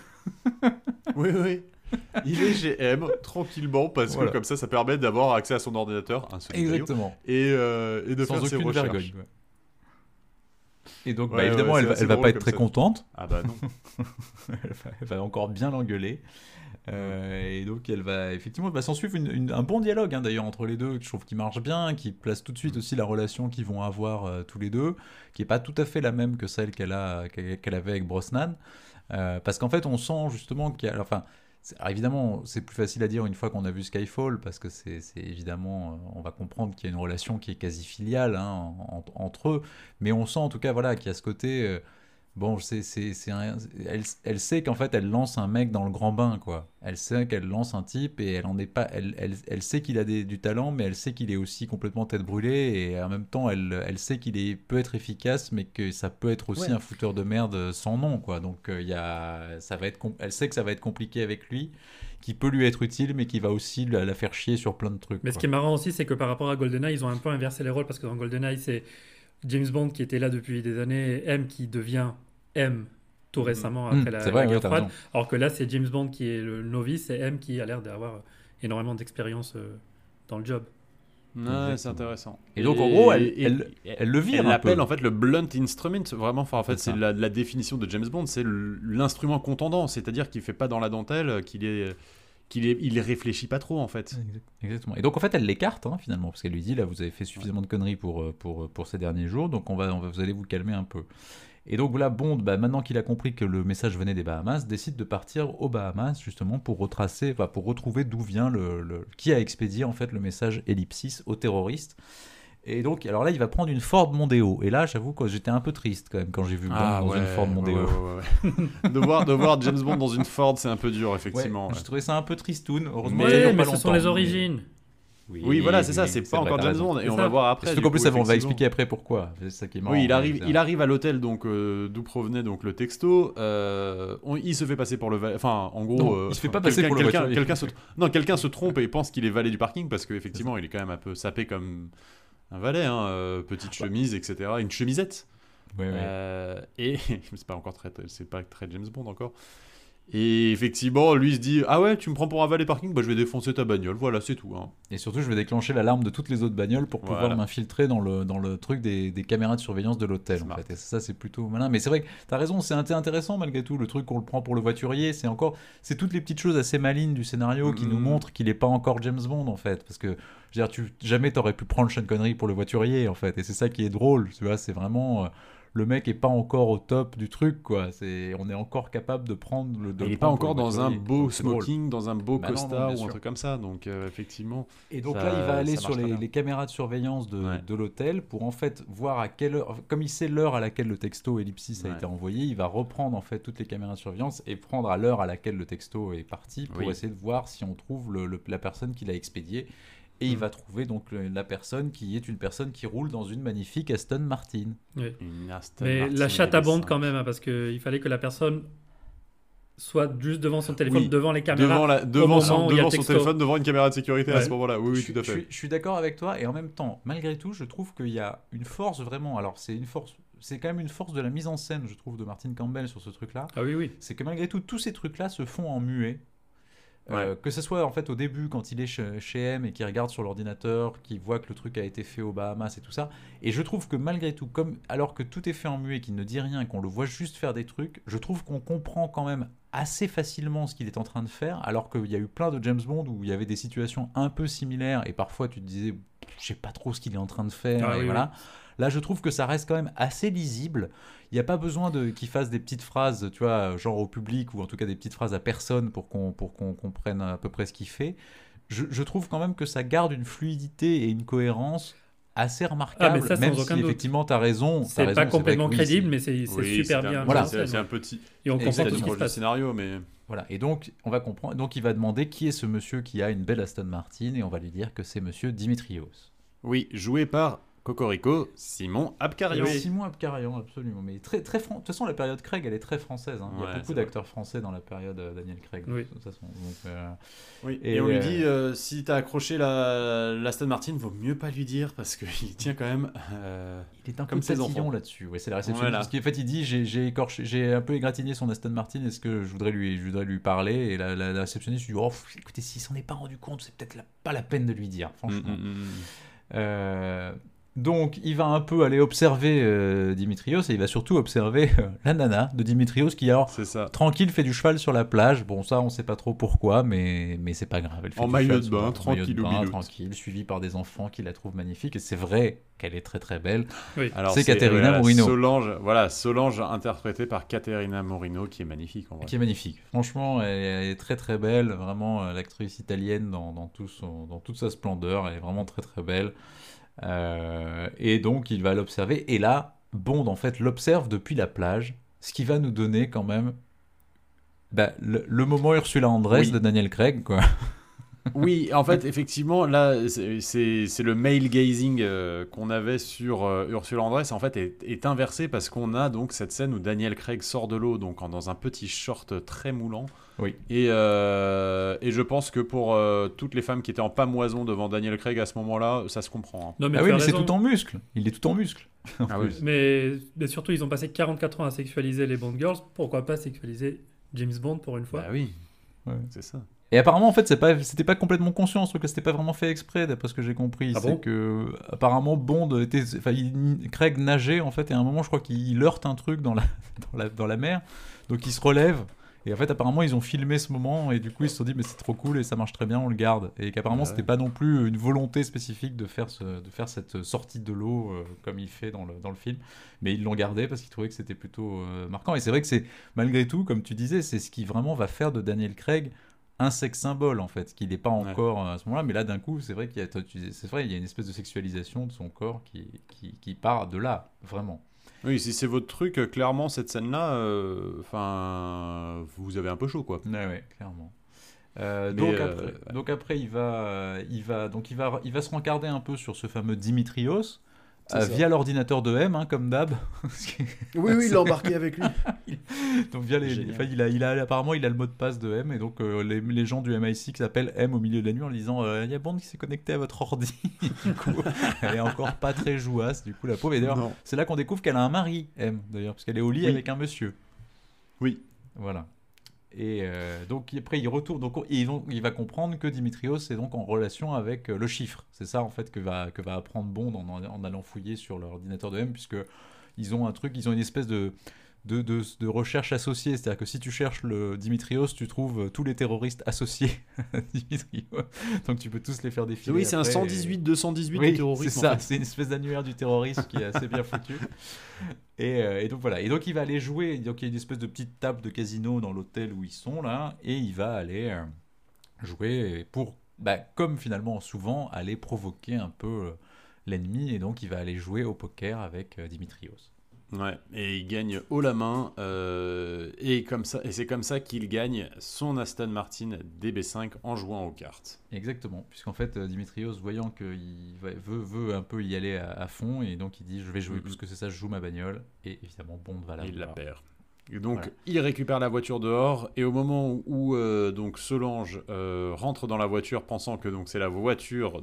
oui. Il est GM tranquillement parce Voilà. que comme ça permet d'avoir accès à son ordinateur, un Sony Vaio, Exactement. et de Sans faire ses aucune recherches. vergogne. Ouais. Et donc, Ouais, évidemment, ouais, elle c'est va drôle pas être comme très ça. contente. Ah bah non. Elle va encore bien l'engueuler. Et donc, elle va s'en suivre un bon dialogue hein, d'ailleurs entre les deux, que je trouve qui marche bien, qui place tout de suite aussi la relation qu'ils vont avoir tous les deux, qui est pas tout à fait la même que celle qu'elle avait avec Brosnan. Parce qu'en fait, on sent justement qu'il y a. Enfin, alors évidemment, c'est plus facile à dire une fois qu'on a vu Skyfall, parce que c'est évidemment, on va comprendre qu'il y a une relation qui est quasi filiale hein, entre eux, mais on sent en tout cas voilà, qu'il y a ce côté. Bon, elle sait qu'en fait, elle lance un mec dans le grand bain, quoi. Elle sait qu'elle lance un type et elle en est pas. Elle sait qu'il a du talent, mais elle sait qu'il est aussi complètement tête brûlée et en même temps, elle sait qu'il peut être efficace, mais que ça peut être aussi Ouais. un fouteur de merde sans nom, quoi. Donc, elle sait que ça va être compliqué avec lui, qui peut lui être utile, mais qui va aussi la faire chier sur plein de trucs. Mais ce quoi. qui est marrant aussi, c'est que par rapport à GoldenEye, ils ont un peu inversé les rôles parce que dans GoldenEye, c'est James Bond qui était là depuis des années, et M qui devient M tout récemment après C'est vrai, la ouais, guerre t'as froide. raison. Alors que là, c'est James Bond qui est le novice et M qui a l'air d'avoir énormément d'expérience dans le job. Ouais, Exactement. c'est intéressant. Et donc, en gros, elle elle le vire elle un l'appelle peu. en fait le blunt instrument, vraiment. Enfin, en fait, C'est c'est ça. la définition de James Bond, c'est l'instrument contendant, c'est-à-dire qu'il fait pas dans la dentelle, qu'il est il réfléchit pas trop en fait. Exactement. Et donc en fait elle l'écarte finalement parce qu'elle lui dit là vous avez fait suffisamment de conneries pour ces derniers jours donc vous allez vous calmer un peu. Et donc là Bond maintenant qu'il a compris que le message venait des Bahamas décide de partir aux Bahamas justement pour retrouver d'où vient qui a expédié en fait le message Ellipsis aux terroristes. Et donc, alors là, il va prendre une Ford Mondeo. Et là, j'avoue que j'étais un peu triste quand même quand j'ai vu Bond dans une Ford Mondeo. Ouais. de voir James Bond dans une Ford, c'est un peu dur, effectivement. Ouais, j'ai trouvé ça un peu tristoun. Heureusement, Ouais, ça dure mais pas ce sont longtemps, les origines. Oui, voilà, c'est ça, c'est pas vrai, encore t'as James raison. Bond. Et C'est on ça. va voir après. Surtout qu'en plus, du coup, on va effectivement. expliquer après pourquoi. C'est ça qui est marrant. Oui, il arrive à l'hôtel donc d'où provenait donc le texto. Il se fait passer pour le valet. Enfin, en gros, Non, il se fait pas passer pour le voiturier. quelqu'un se trompe et pense qu'il est valet du parking parce qu'effectivement, il est quand même un peu sapé comme un valet, petite chemise, etc. Une chemisette. Ouais. Et c'est pas très James Bond encore. Et effectivement, lui se dit ah ouais, tu me prends pour un valet parking, je vais défoncer ta bagnole. Voilà, c'est tout. Et surtout, je vais déclencher l'alarme de toutes les autres bagnoles pour pouvoir Voilà. m'infiltrer dans le truc des caméras de surveillance de l'hôtel. En Smart. fait. Et ça, c'est plutôt malin. Mais c'est vrai que t'as raison, c'est intéressant malgré tout. Le truc qu'on le prend pour le voiturier, c'est toutes les petites choses assez malines du scénario qui nous montrent qu'il n'est pas encore James Bond en fait. Parce que je veux dire, jamais t'aurais pu prendre Sean Connery pour le voiturier en fait. Et c'est ça qui est drôle. Tu vois, c'est vraiment. Le mec est pas encore au top du truc, quoi. On est encore capable de prendre le. Il est pas encore dans un beau Donc, c'est drôle. smoking, dans un beau Bah non, costard bien ou un sûr. truc comme ça. Donc effectivement. Et donc Ça- là, il va aller ça sur marche très bien. les caméras de surveillance Ouais. de l'hôtel pour en fait voir à quelle heure, comme il sait l'heure à laquelle le texto Ellipsis a Ouais. été envoyé, il va reprendre en fait toutes les caméras de surveillance et prendre à l'heure à laquelle le texto est parti pour Oui. essayer de voir si on trouve la personne qui l'a expédié. Et il va trouver donc la personne qui est une personne qui roule dans une magnifique Aston Martin. Oui. Une Aston Mais Martin la chatte à Bond LS5. quand même, parce qu'il fallait que la personne soit juste devant son téléphone, Oui. devant les caméras. Devant moment son, où il y a devant le son texto. téléphone, devant une caméra de sécurité à Ouais. ce moment-là. Oui, tout à fait. Je suis d'accord avec toi et en même temps, malgré tout, je trouve qu'il y a une force vraiment. Alors c'est une force, c'est quand même une force de la mise en scène, je trouve, de Martin Campbell sur ce truc-là. Ah oui, oui. C'est que malgré tout, tous ces trucs-là se font en muet. Que ce soit en fait au début quand il est chez M et qu'il regarde sur l'ordinateur, qu'il voit que le truc a été fait aux Bahamas et tout ça. Et je trouve que malgré tout, alors que tout est fait en muet, qu'il ne dit rien, qu'on le voit juste faire des trucs, je trouve qu'on comprend quand même assez facilement ce qu'il est en train de faire, alors qu'il y a eu plein de James Bond où il y avait des situations un peu similaires et parfois tu te disais je sais pas trop ce qu'il est en train de faire. Ah et oui, voilà. Là, je trouve que ça reste quand même assez lisible. Il n'y a pas besoin qu'il fasse des petites phrases, tu vois, genre au public, ou en tout cas des petites phrases à personne pour qu'on comprenne à peu près ce qu'il fait. Je trouve quand même que ça garde une fluidité et une cohérence assez remarquable, Ah, mais ça, sans même aucun si doute. effectivement tu as raison. C'est pas complètement crédible, mais c'est Oui, super c'est bien. Voilà. C'est un petit. Et on comprend C'est tout du ce qui se proche du passe. scénario, mais. Voilà, et donc on va comprendre. Donc il va demander qui est ce monsieur qui a une belle Aston Martin, et on va lui dire que c'est monsieur Dimitrios. Oui, joué par Cocorico, Simon Abkarian. Simon Abkarian, absolument. Mais très, très de toute façon, la période Craig, elle est très française. Il y Ouais, a beaucoup c'est d'acteurs français dans la période Daniel Craig. Oui. De toute façon. Donc, Oui, Et, et on lui dit si t'as accroché l'Aston Martin, vaut mieux pas lui dire parce qu'il tient quand même. il est un Comme peu ses tatillon enfants. là-dessus. Ouais, c'est la réception. Voilà. Parce qu'en fait, il dit j'ai un peu égratigné son Aston Martin. Est-ce que je voudrais lui parler? Et la réceptionniste lui dit écoutez, s'il s'en est pas rendu compte, c'est peut-être pas la peine de lui dire, franchement. Donc, il va un peu aller observer Dimitrios et il va surtout observer la nana de Dimitrios qui, alors, C'est ça. tranquille, fait du cheval sur la plage. Bon, ça, on sait pas trop pourquoi, mais c'est pas grave. Elle fait En du maillot cheval de sur- bain, en maillot de tranquillou bain, biloute. tranquille, suivie par des enfants qui la trouvent magnifique. Et c'est vrai qu'elle est très très belle. Oui. Alors, C'est Caterina Morino. Solange interprétée par Caterina Morino qui est magnifique en vrai. Qui est magnifique. Franchement, elle est très très belle. Vraiment, l'actrice italienne dans toute sa splendeur. Elle est vraiment très très belle. Et donc, il va l'observer. Et là, Bond, en fait, l'observe depuis la plage. Ce qui va nous donner quand même le moment Ursula Andress Oui. de Daniel Craig, quoi. Oui, en fait, effectivement, là, c'est le male gazing qu'on avait sur Ursula Andress, en fait, est inversé parce qu'on a donc cette scène où Daniel Craig sort de l'eau, donc dans un petit short très moulant. Oui. Et je pense que pour toutes les femmes qui étaient en pamoison devant Daniel Craig à ce moment-là, ça se comprend. Hein. Non, mais Ah tu oui, as mais c'est raison. tout en muscle. Il est tout en muscle. En Ah plus. oui. Mais surtout, ils ont passé 44 ans à sexualiser les Bond Girls. Pourquoi pas sexualiser James Bond pour une fois? Bah oui, Ouais. c'est ça. Et apparemment, en fait, c'était pas complètement conscient, ce truc, c'était pas vraiment fait exprès, d'après ce que j'ai compris. Ah C'est bon que, apparemment, Bond était. Enfin, Craig nageait, en fait, et à un moment, je crois qu'il heurte un truc dans la mer. Donc, il se relève, Et en fait, apparemment, ils ont filmé ce moment et du coup, ils se sont dit, mais c'est trop cool et ça marche très bien, on le garde. Et qu'apparemment, c'était pas non plus une volonté spécifique de faire cette sortie de l'eau comme il fait dans le film. Mais ils l'ont gardé parce qu'ils trouvaient que c'était plutôt marquant. Et c'est vrai que c'est, malgré tout, comme tu disais, c'est ce qui vraiment va faire de Daniel Craig un sex symbole en fait, qu'il n'est pas encore à ce moment-là. Mais là, d'un coup, c'est vrai qu'il y a une espèce de sexualisation de son corps qui part de là, vraiment. Oui, si c'est votre truc, clairement, cette scène-là, vous avez un peu chaud, quoi. Ouais, clairement. Mais, Donc après, il va se rencarder un peu sur ce fameux Dimitrios C'est ça. via l'ordinateur de M, hein, comme d'hab. Oui, il l'a embarqué avec lui. Donc via Génial. apparemment il a le mot de passe de M et donc les gens du MI6 appellent M au milieu de la nuit en lui disant il y a Bond qui s'est connecté à votre ordi. Du coup, elle est encore pas très jouasse. Du coup, la pauvre. Et d'ailleurs, Non. c'est là qu'on découvre qu'elle a un mari, M, d'ailleurs, parce qu'elle est au lit Oui. avec un monsieur. Oui. Voilà. Et donc après il retourne, donc il va comprendre que Dimitrios est donc en relation avec le chiffre. C'est ça en fait que va apprendre Bond en allant fouiller sur l'ordinateur de M, puisque ils ont une espèce de recherche associée, c'est-à-dire que si tu cherches le Dimitrios, tu trouves tous les terroristes associés à Dimitrios, donc tu peux tous les faire défiler. Oui, c'est un après, 218 oui, du terrorisme. c'est ça, en fait. c'est une espèce d'annuaire du terrorisme qui est assez bien foutu. Et donc voilà, et donc il va aller jouer, donc il y a une espèce de petite table de casino dans l'hôtel où ils sont là, et il va aller jouer pour, comme finalement souvent, aller provoquer un peu l'ennemi, et donc il va aller jouer au poker avec Dimitrios. Ouais, et il gagne haut la main, et c'est comme ça qu'il gagne son Aston Martin DB5 en jouant aux cartes. Exactement, puisqu'en fait Dimitrios, voyant qu'il veut un peu y aller à fond, et donc il dit je vais jouer, plus que c'est ça, je joue ma bagnole, et évidemment Bond va la Et il la voir. perd. Et donc Voilà. il récupère la voiture dehors, et au moment où donc Solange rentre dans la voiture pensant que donc c'est la voiture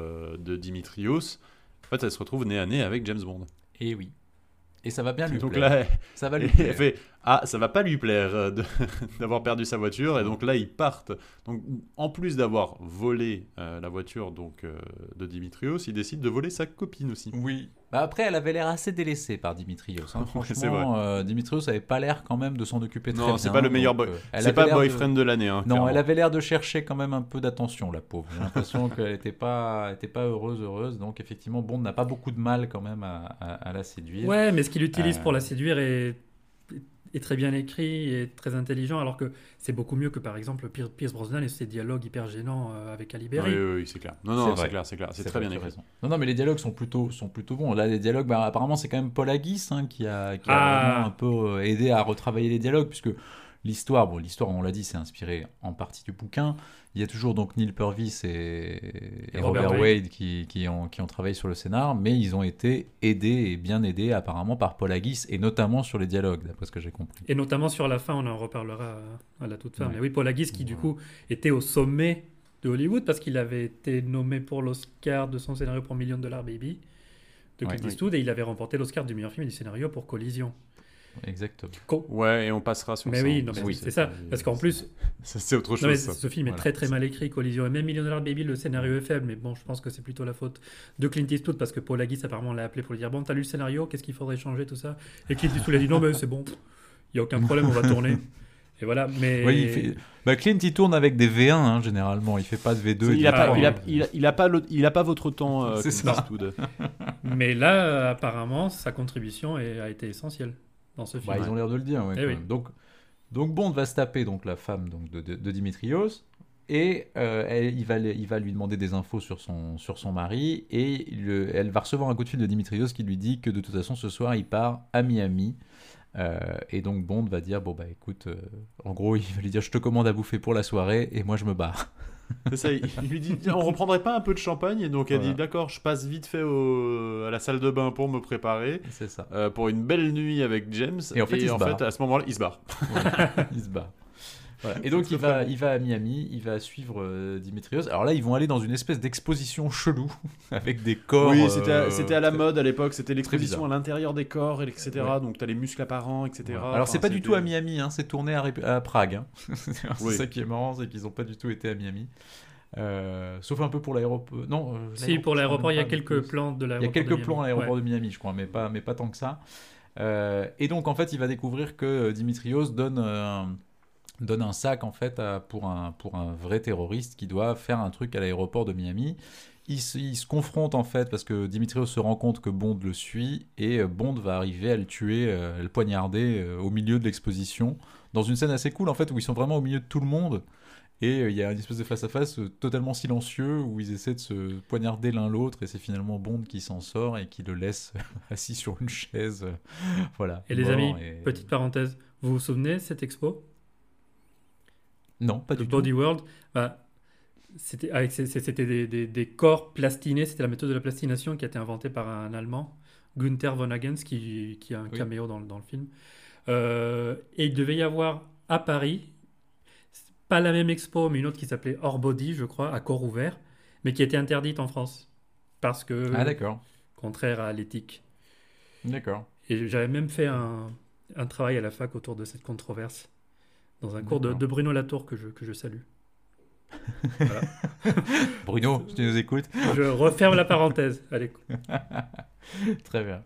de Dimitrios, en fait elle se retrouve nez à nez avec James Bond. Et oui. Et ça va bien lui Donc plaire. là, Ça va lui elle plaire. fait ça va pas lui plaire d'avoir perdu sa voiture, et donc là ils partent. Donc en plus d'avoir volé la voiture donc de Dimitrios, ils décident de voler sa copine aussi. Oui. Après, elle avait l'air assez délaissée par Dimitrios. Hein. c'est vrai. Franchement, Dimitrios avait pas l'air quand même de s'en occuper très bien. Non, c'est pas le meilleur donc, elle c'est avait pas l'air boyfriend de l'année. Hein, Non, clairement. elle avait l'air de chercher quand même un peu d'attention, la pauvre. J'ai l'impression qu'elle n'était pas heureuse. Donc effectivement, Bond n'a pas beaucoup de mal quand même à la séduire. Ouais, mais ce qu'il utilise Euh, pour la séduire est très bien écrit et très intelligent, alors que c'est beaucoup mieux que par exemple Pierce Brosnan et ses dialogues hyper gênants avec Ali Berry. Oui, c'est clair. Non, vrai. c'est clair. C'est très vrai, bien tu as écrit. raison. Non, mais les dialogues sont plutôt bons. Là, les dialogues, apparemment, c'est quand même Paul Haggis qui a vraiment un peu aidé à retravailler les dialogues, puisque l'histoire, on l'a dit, c'est inspiré en partie du bouquin. Il y a toujours donc Neil Purvis et Robert Robert Wade. Wade qui ont travaillé sur le scénar, mais ils ont été aidés et bien aidés apparemment par Paul Haggis, et notamment sur les dialogues, d'après ce que j'ai compris. Et notamment sur la fin, on en reparlera à la toute fin. Ouais. Mais oui, Paul Haggis qui du coup était au sommet de Hollywood parce qu'il avait été nommé pour l'Oscar de son scénario pour $1 Million Baby de Clint Ouais. Eastwood, et il avait remporté l'Oscar du meilleur film et du scénario pour Collision. Exactement. Ouais, et on passera sur Mais ça. oui, non, mais Oui, c'est ça. Parce qu'en plus, Ça, c'est autre non, mais chose. Ça. ce film est Voilà. très mal écrit, Collision. Et même $1 Million Baby, le scénario est faible, mais bon, je pense que c'est plutôt la faute de Clint Eastwood parce que Paul Haggis apparemment l'a appelé pour lui dire bon, t'as lu le scénario, qu'est-ce qu'il faudrait changer, tout ça. Et Clint Eastwood a dit non, mais c'est bon, il y a aucun problème, on va tourner. Et voilà, mais Oui, Clint, il tourne avec des V1 hein, généralement, il fait pas de V2. Il a pas, Ah, il a pas votre temps, C'est Clint ça. Eastwood. mais là, apparemment, sa contribution a été essentielle dans ce film. Ils ont l'air de le dire. Ouais, Eh quand oui. même. Donc Bond va se taper donc la femme donc de Dimitrios, et il va lui demander des infos sur son mari, et elle va recevoir un coup de fil de Dimitrios qui lui dit que de toute façon ce soir il part à Miami. Et donc Bond va dire bon écoute, en gros il va lui dire je te commande à bouffer pour la soirée et moi je me barre. C'est ça, il lui dit on reprendrait pas un peu de champagne, et donc elle Voilà. dit d'accord, je passe vite fait à la salle de bain pour me préparer C'est ça. pour une belle nuit avec James, Et en fait, il se barre. à ce moment-là il se barre. Voilà, il se bat. Voilà. Et donc C'est il va à Miami, il va suivre Dimitrios. Alors là ils vont aller dans une espèce d'exposition chelou avec des corps. Oui, c'était à la mode à l'époque, c'était très l'exposition bizarre. à l'intérieur des corps, etc. Ouais. Donc t'as les muscles apparents, etc. Voilà. Alors c'est Enfin, pas du tout à Miami, hein, c'est tourné à Prague. Hein. C'est Oui. ça qui est marrant, c'est qu'ils ont pas du tout été à Miami. Sauf un peu pour l'aéroport. Non. Si, pour l'aéroport, il y a quelques plans de Il y a l'aéroport. quelques de Miami. plans à l'aéroport Ouais. de Miami, je crois, mais pas tant que ça. Et donc en fait, il va découvrir que Dimitrios donne donne un sac en fait pour un vrai terroriste qui doit faire un truc à l'aéroport de Miami. Il se confronte en fait parce que Dimitrios se rend compte que Bond le suit et Bond va arriver à le tuer, à le poignarder au milieu de l'exposition dans une scène assez cool en fait où ils sont vraiment au milieu de tout le monde et il y a une espèce de face à face totalement silencieux où ils essaient de se poignarder l'un l'autre et c'est finalement Bond qui s'en sort et qui le laisse assis sur une chaise, voilà. Et les mort amis, et- petite parenthèse, vous vous souvenez de cette expo? Non, pas Le du tout. Body World, bah, c'était des corps plastinés, c'était la méthode de la plastination qui a été inventée par un Allemand, Günther von Hagens, qui a un Oui. caméo dans le film. Et il devait y avoir à Paris, pas la même expo, mais une autre qui s'appelait Hors Body, je crois, à corps ouvert, mais qui était interdite en France, parce que Ah d'accord, contraire à l'éthique. d'accord. Et j'avais même fait un travail à la fac autour de cette controverse, dans un cours D'accord. de Bruno Latour que je salue. Voilà. Bruno, si tu nous écoutes. Je referme la parenthèse. Allez. Très bien.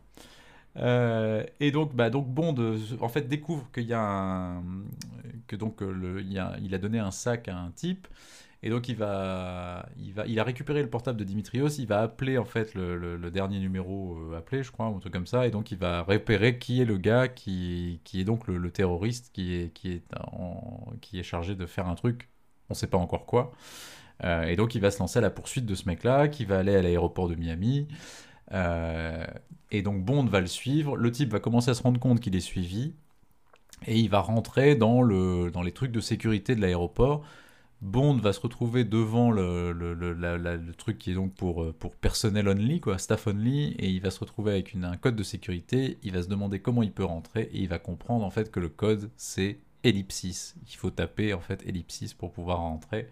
Et donc Bond, en fait, découvre qu'il y a que donc il a donné un sac à un type, et donc il a récupéré le portable de Dimitrios, il va appeler en fait le dernier numéro appelé, je crois, ou un truc comme ça, et donc il va repérer qui est le gars qui est donc le terroriste qui est chargé de faire un truc, on sait pas encore quoi. Et donc il va se lancer à la poursuite de ce mec-là, qui va aller à l'aéroport de Miami. Euh, et donc Bond va le suivre. Le type va commencer à se rendre compte qu'il est suivi. Et il va rentrer dans les trucs de sécurité de l'aéroport. Bond va se retrouver devant le truc qui est donc pour personnel only, quoi, staff only. Et il va se retrouver avec un code de sécurité. Il va se demander comment il peut rentrer. Et il va comprendre en fait que le code c'est ellipsis. Il faut taper en fait ellipsis pour pouvoir rentrer.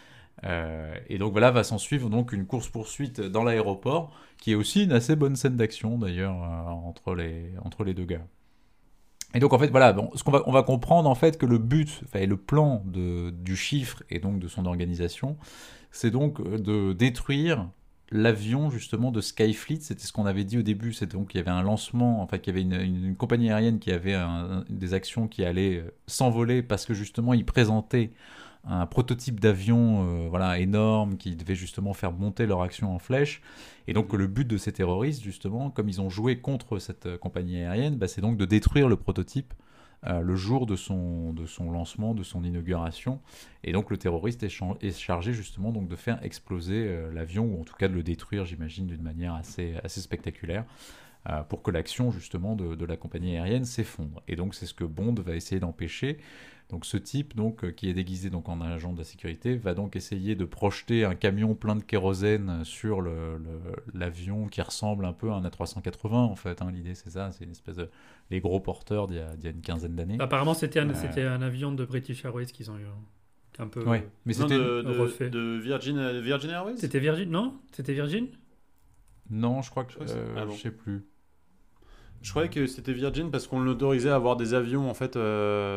Et donc voilà, va s'en suivre donc une course-poursuite dans l'aéroport, qui est aussi une assez bonne scène d'action d'ailleurs entre les deux gars. Et donc en fait voilà, bon, on va comprendre en fait que le but, enfin, et le plan du chiffre et donc de son organisation, c'est donc de détruire l'avion justement de Skyfleet. C'était ce qu'on avait dit au début, c'est donc il y avait un lancement, enfin qu'il y avait une compagnie aérienne qui avait des actions qui allaient s'envoler parce que justement ils présentaient un prototype d'avion voilà, énorme qui devait justement faire monter leur action en flèche. Et donc le but de ces terroristes, justement, comme ils ont joué contre cette compagnie aérienne, bah, c'est donc de détruire le prototype le jour de son lancement, de son inauguration. Et donc le terroriste est chargé justement donc, de faire exploser l'avion, ou en tout cas de le détruire, j'imagine, d'une manière assez spectaculaire. Pour que l'action justement de la compagnie aérienne s'effondre. Et donc c'est ce que Bond va essayer d'empêcher. Donc ce type donc, qui est déguisé donc, en agent de la sécurité va donc essayer de projeter un camion plein de kérosène sur l'avion qui ressemble un peu à un A380 en fait. Hein, l'idée c'est ça, c'est une espèce de les gros porteurs d'il y a une quinzaine d'années. Apparemment, c'était un avion de British Airways qu'ils ont eu un peu Ouais, mais Non, c'était refait. de Virgin Airways. C'était Virgin, non? C'était Virgin? non, je crois que Ah bon. je sais plus. Je croyais que c'était Virgin parce qu'on l'autorisait à avoir des avions, en fait,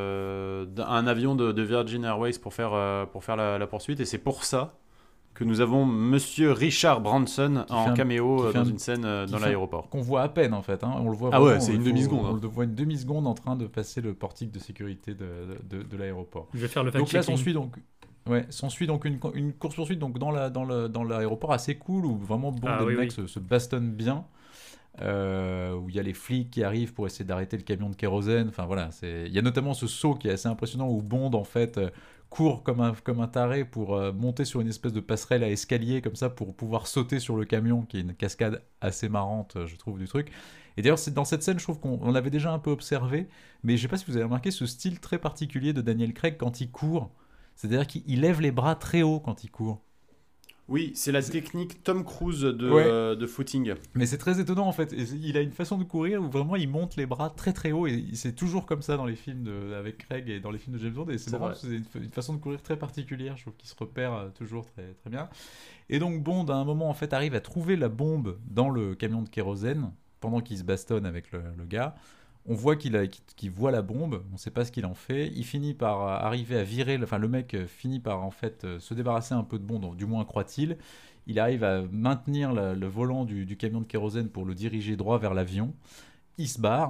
un avion de Virgin Airways pour faire la poursuite. Et c'est pour ça que nous avons Monsieur Richard Branson Qui en fait un- caméo qui fait dans un- une scène qui dans fait un- l'aéroport. Qu'on voit à peine en fait, hein. On le voit Ah ouais, vraiment, c'est une il faut- demi-seconde, hein. On le voit une demi-seconde en train de passer le portique de sécurité de l'aéroport. Je vais faire le Donc là, fact-checking. s'ensuit donc une course-poursuite donc dans l'aéroport assez cool où vraiment Bond Ah et le oui, mec oui. se bastonnent bien. Où il y a les flics qui arrivent pour essayer d'arrêter le camion de kérosène. Enfin voilà, il y a notamment ce saut qui est assez impressionnant où Bond en fait court comme un taré pour monter sur une espèce de passerelle à escalier comme ça pour pouvoir sauter sur le camion, qui est une cascade assez marrante, je trouve, du truc. Et d'ailleurs, c'est dans cette scène, je trouve qu'on l'avait déjà un peu observé, mais je sais pas si vous avez remarqué ce style très particulier de Daniel Craig quand il court. C'est-à-dire qu'il lève les bras très haut quand il court. Oui, c'est la technique Tom Cruise Ouais. de footing. Mais c'est très étonnant en fait. Et il a une façon de courir où vraiment il monte les bras très très haut. Et c'est toujours comme ça dans les films avec Craig et dans les films de James Bond. Et c'est C'est marrant, vrai. c'est une façon de courir très particulière. Je trouve qu'il se repère toujours très, très bien. Et donc Bond à un moment en fait arrive à trouver la bombe dans le camion de kérosène pendant qu'il se bastonne avec le gars. On voit qu'il voit la bombe, on ne sait pas ce qu'il en fait. Il finit par arriver à virer, enfin le mec finit par en fait se débarrasser un peu de Bond, du moins croit-il. Il arrive à maintenir le volant du camion de kérosène pour le diriger droit vers l'avion. Il se barre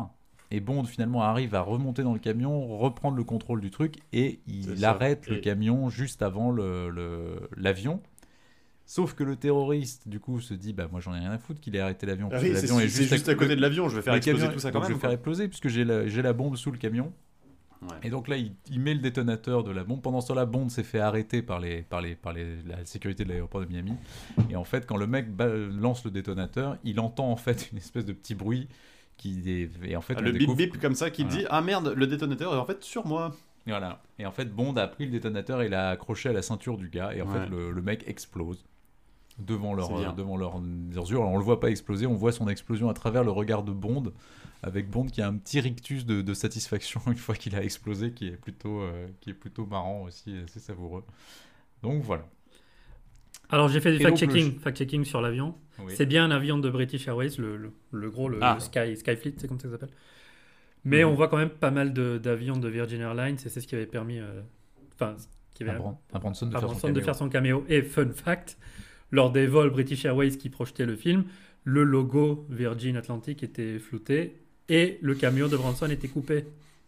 Et Bond finalement arrive à remonter dans le camion, reprendre le contrôle du truc et C'est il ça. arrête le Et- camion juste avant l'avion. Sauf que le terroriste du coup se dit bah moi j'en ai rien à foutre qu'il ait arrêté l'avion parce que c'est l'avion est juste à côté de l'avion, je vais faire le exploser camion- tout ça donc quand je même. vais faire exploser puisque j'ai la bombe sous le camion. Ouais. Et donc là, il met le détonateur de la bombe. Pendant ce temps-là, Bond s'est fait arrêter par la sécurité de l'aéroport de Miami. Et en fait, quand le mec lance le détonateur, il entend en fait une espèce de petit bruit et en fait, on Le bip découvre... bip comme ça qui Voilà. dit ah merde, le détonateur est en fait sur moi. Voilà. Et en fait, Bond a pris le détonateur et l'a accroché à la ceinture du gars. Et en Ouais. fait, le mec explose devant C'est bien. leurs yeux. Alors, on le voit pas exploser, on voit son explosion à travers le regard de Bond, avec Bond qui a un petit rictus de satisfaction une fois qu'il a explosé, qui est plutôt marrant aussi, assez savoureux. Donc voilà. Alors j'ai fait du Et donc, fact-checking sur l'avion. Oui. C'est bien un avion de British Airways, le gros, le Ah. Skyfleet, c'est comme ça que ça s'appelle. Mais Mhm. on voit quand même pas mal d'avions de Virgin Airlines, et c'est ce qui avait permis, qui avait À Branson de à faire son Branson de caméo. faire son caméo. Et fun fact, lors des vols British Airways qui projetaient le film, le logo Virgin Atlantic était flouté et le camion de Branson était coupé.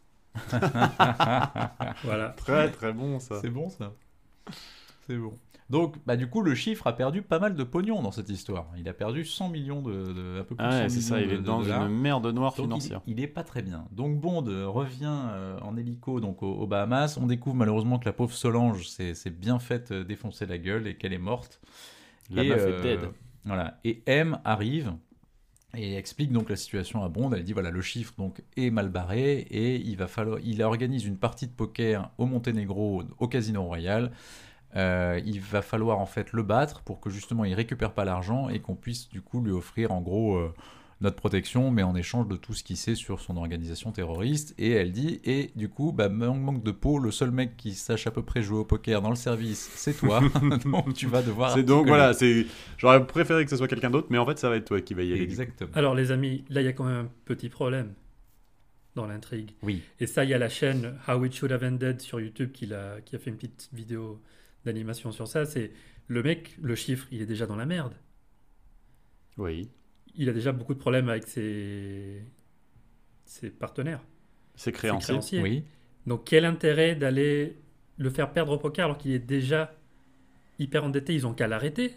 Voilà. Très très bon ça. C'est bon ça. C'est bon. Donc, bah, du coup, le chiffre a perdu pas mal de pognon dans cette histoire. Il a perdu 100 millions un peu plus de 100 Ah ouais, c'est millions ça, il est de dans dollars. une merde noire Donc, financière. il est pas très bien. Donc Bond revient en hélico donc aux Bahamas. On découvre malheureusement que la pauvre Solange s'est bien faite défoncer la gueule et qu'elle est morte. La Et, meuf est dead. Voilà. Et M arrive et explique donc la situation à Bond. Elle dit voilà, le chiffre donc est mal barré et il organise une partie de poker au Monténégro au Casino Royal. Il va falloir en fait le battre pour que justement il récupère pas l'argent et qu'on puisse du coup lui offrir en gros notre protection, mais en échange de tout ce qu'il sait sur son organisation terroriste. Et elle dit, et du coup, bah, manque de peau, le seul mec qui sache à peu près jouer au poker dans le service, c'est toi. Donc tu vas devoir. C'est donc articuler. voilà, j'aurais préféré que ce soit quelqu'un d'autre, mais en fait ça va être toi qui va y aller. Exactement. Alors les amis, là il y a quand même un petit problème dans l'intrigue. Oui. Et ça, il y a la chaîne How It Should Have Ended sur YouTube qui a fait une petite vidéo d'animation sur ça. C'est le mec, le chiffre, il est déjà dans la merde. Oui. Il a déjà beaucoup de problèmes avec ses partenaires, C'est ses créancier. créanciers. Oui. Donc quel intérêt d'aller le faire perdre au poker alors qu'il est déjà hyper endetté? Ils ont qu'à l'arrêter.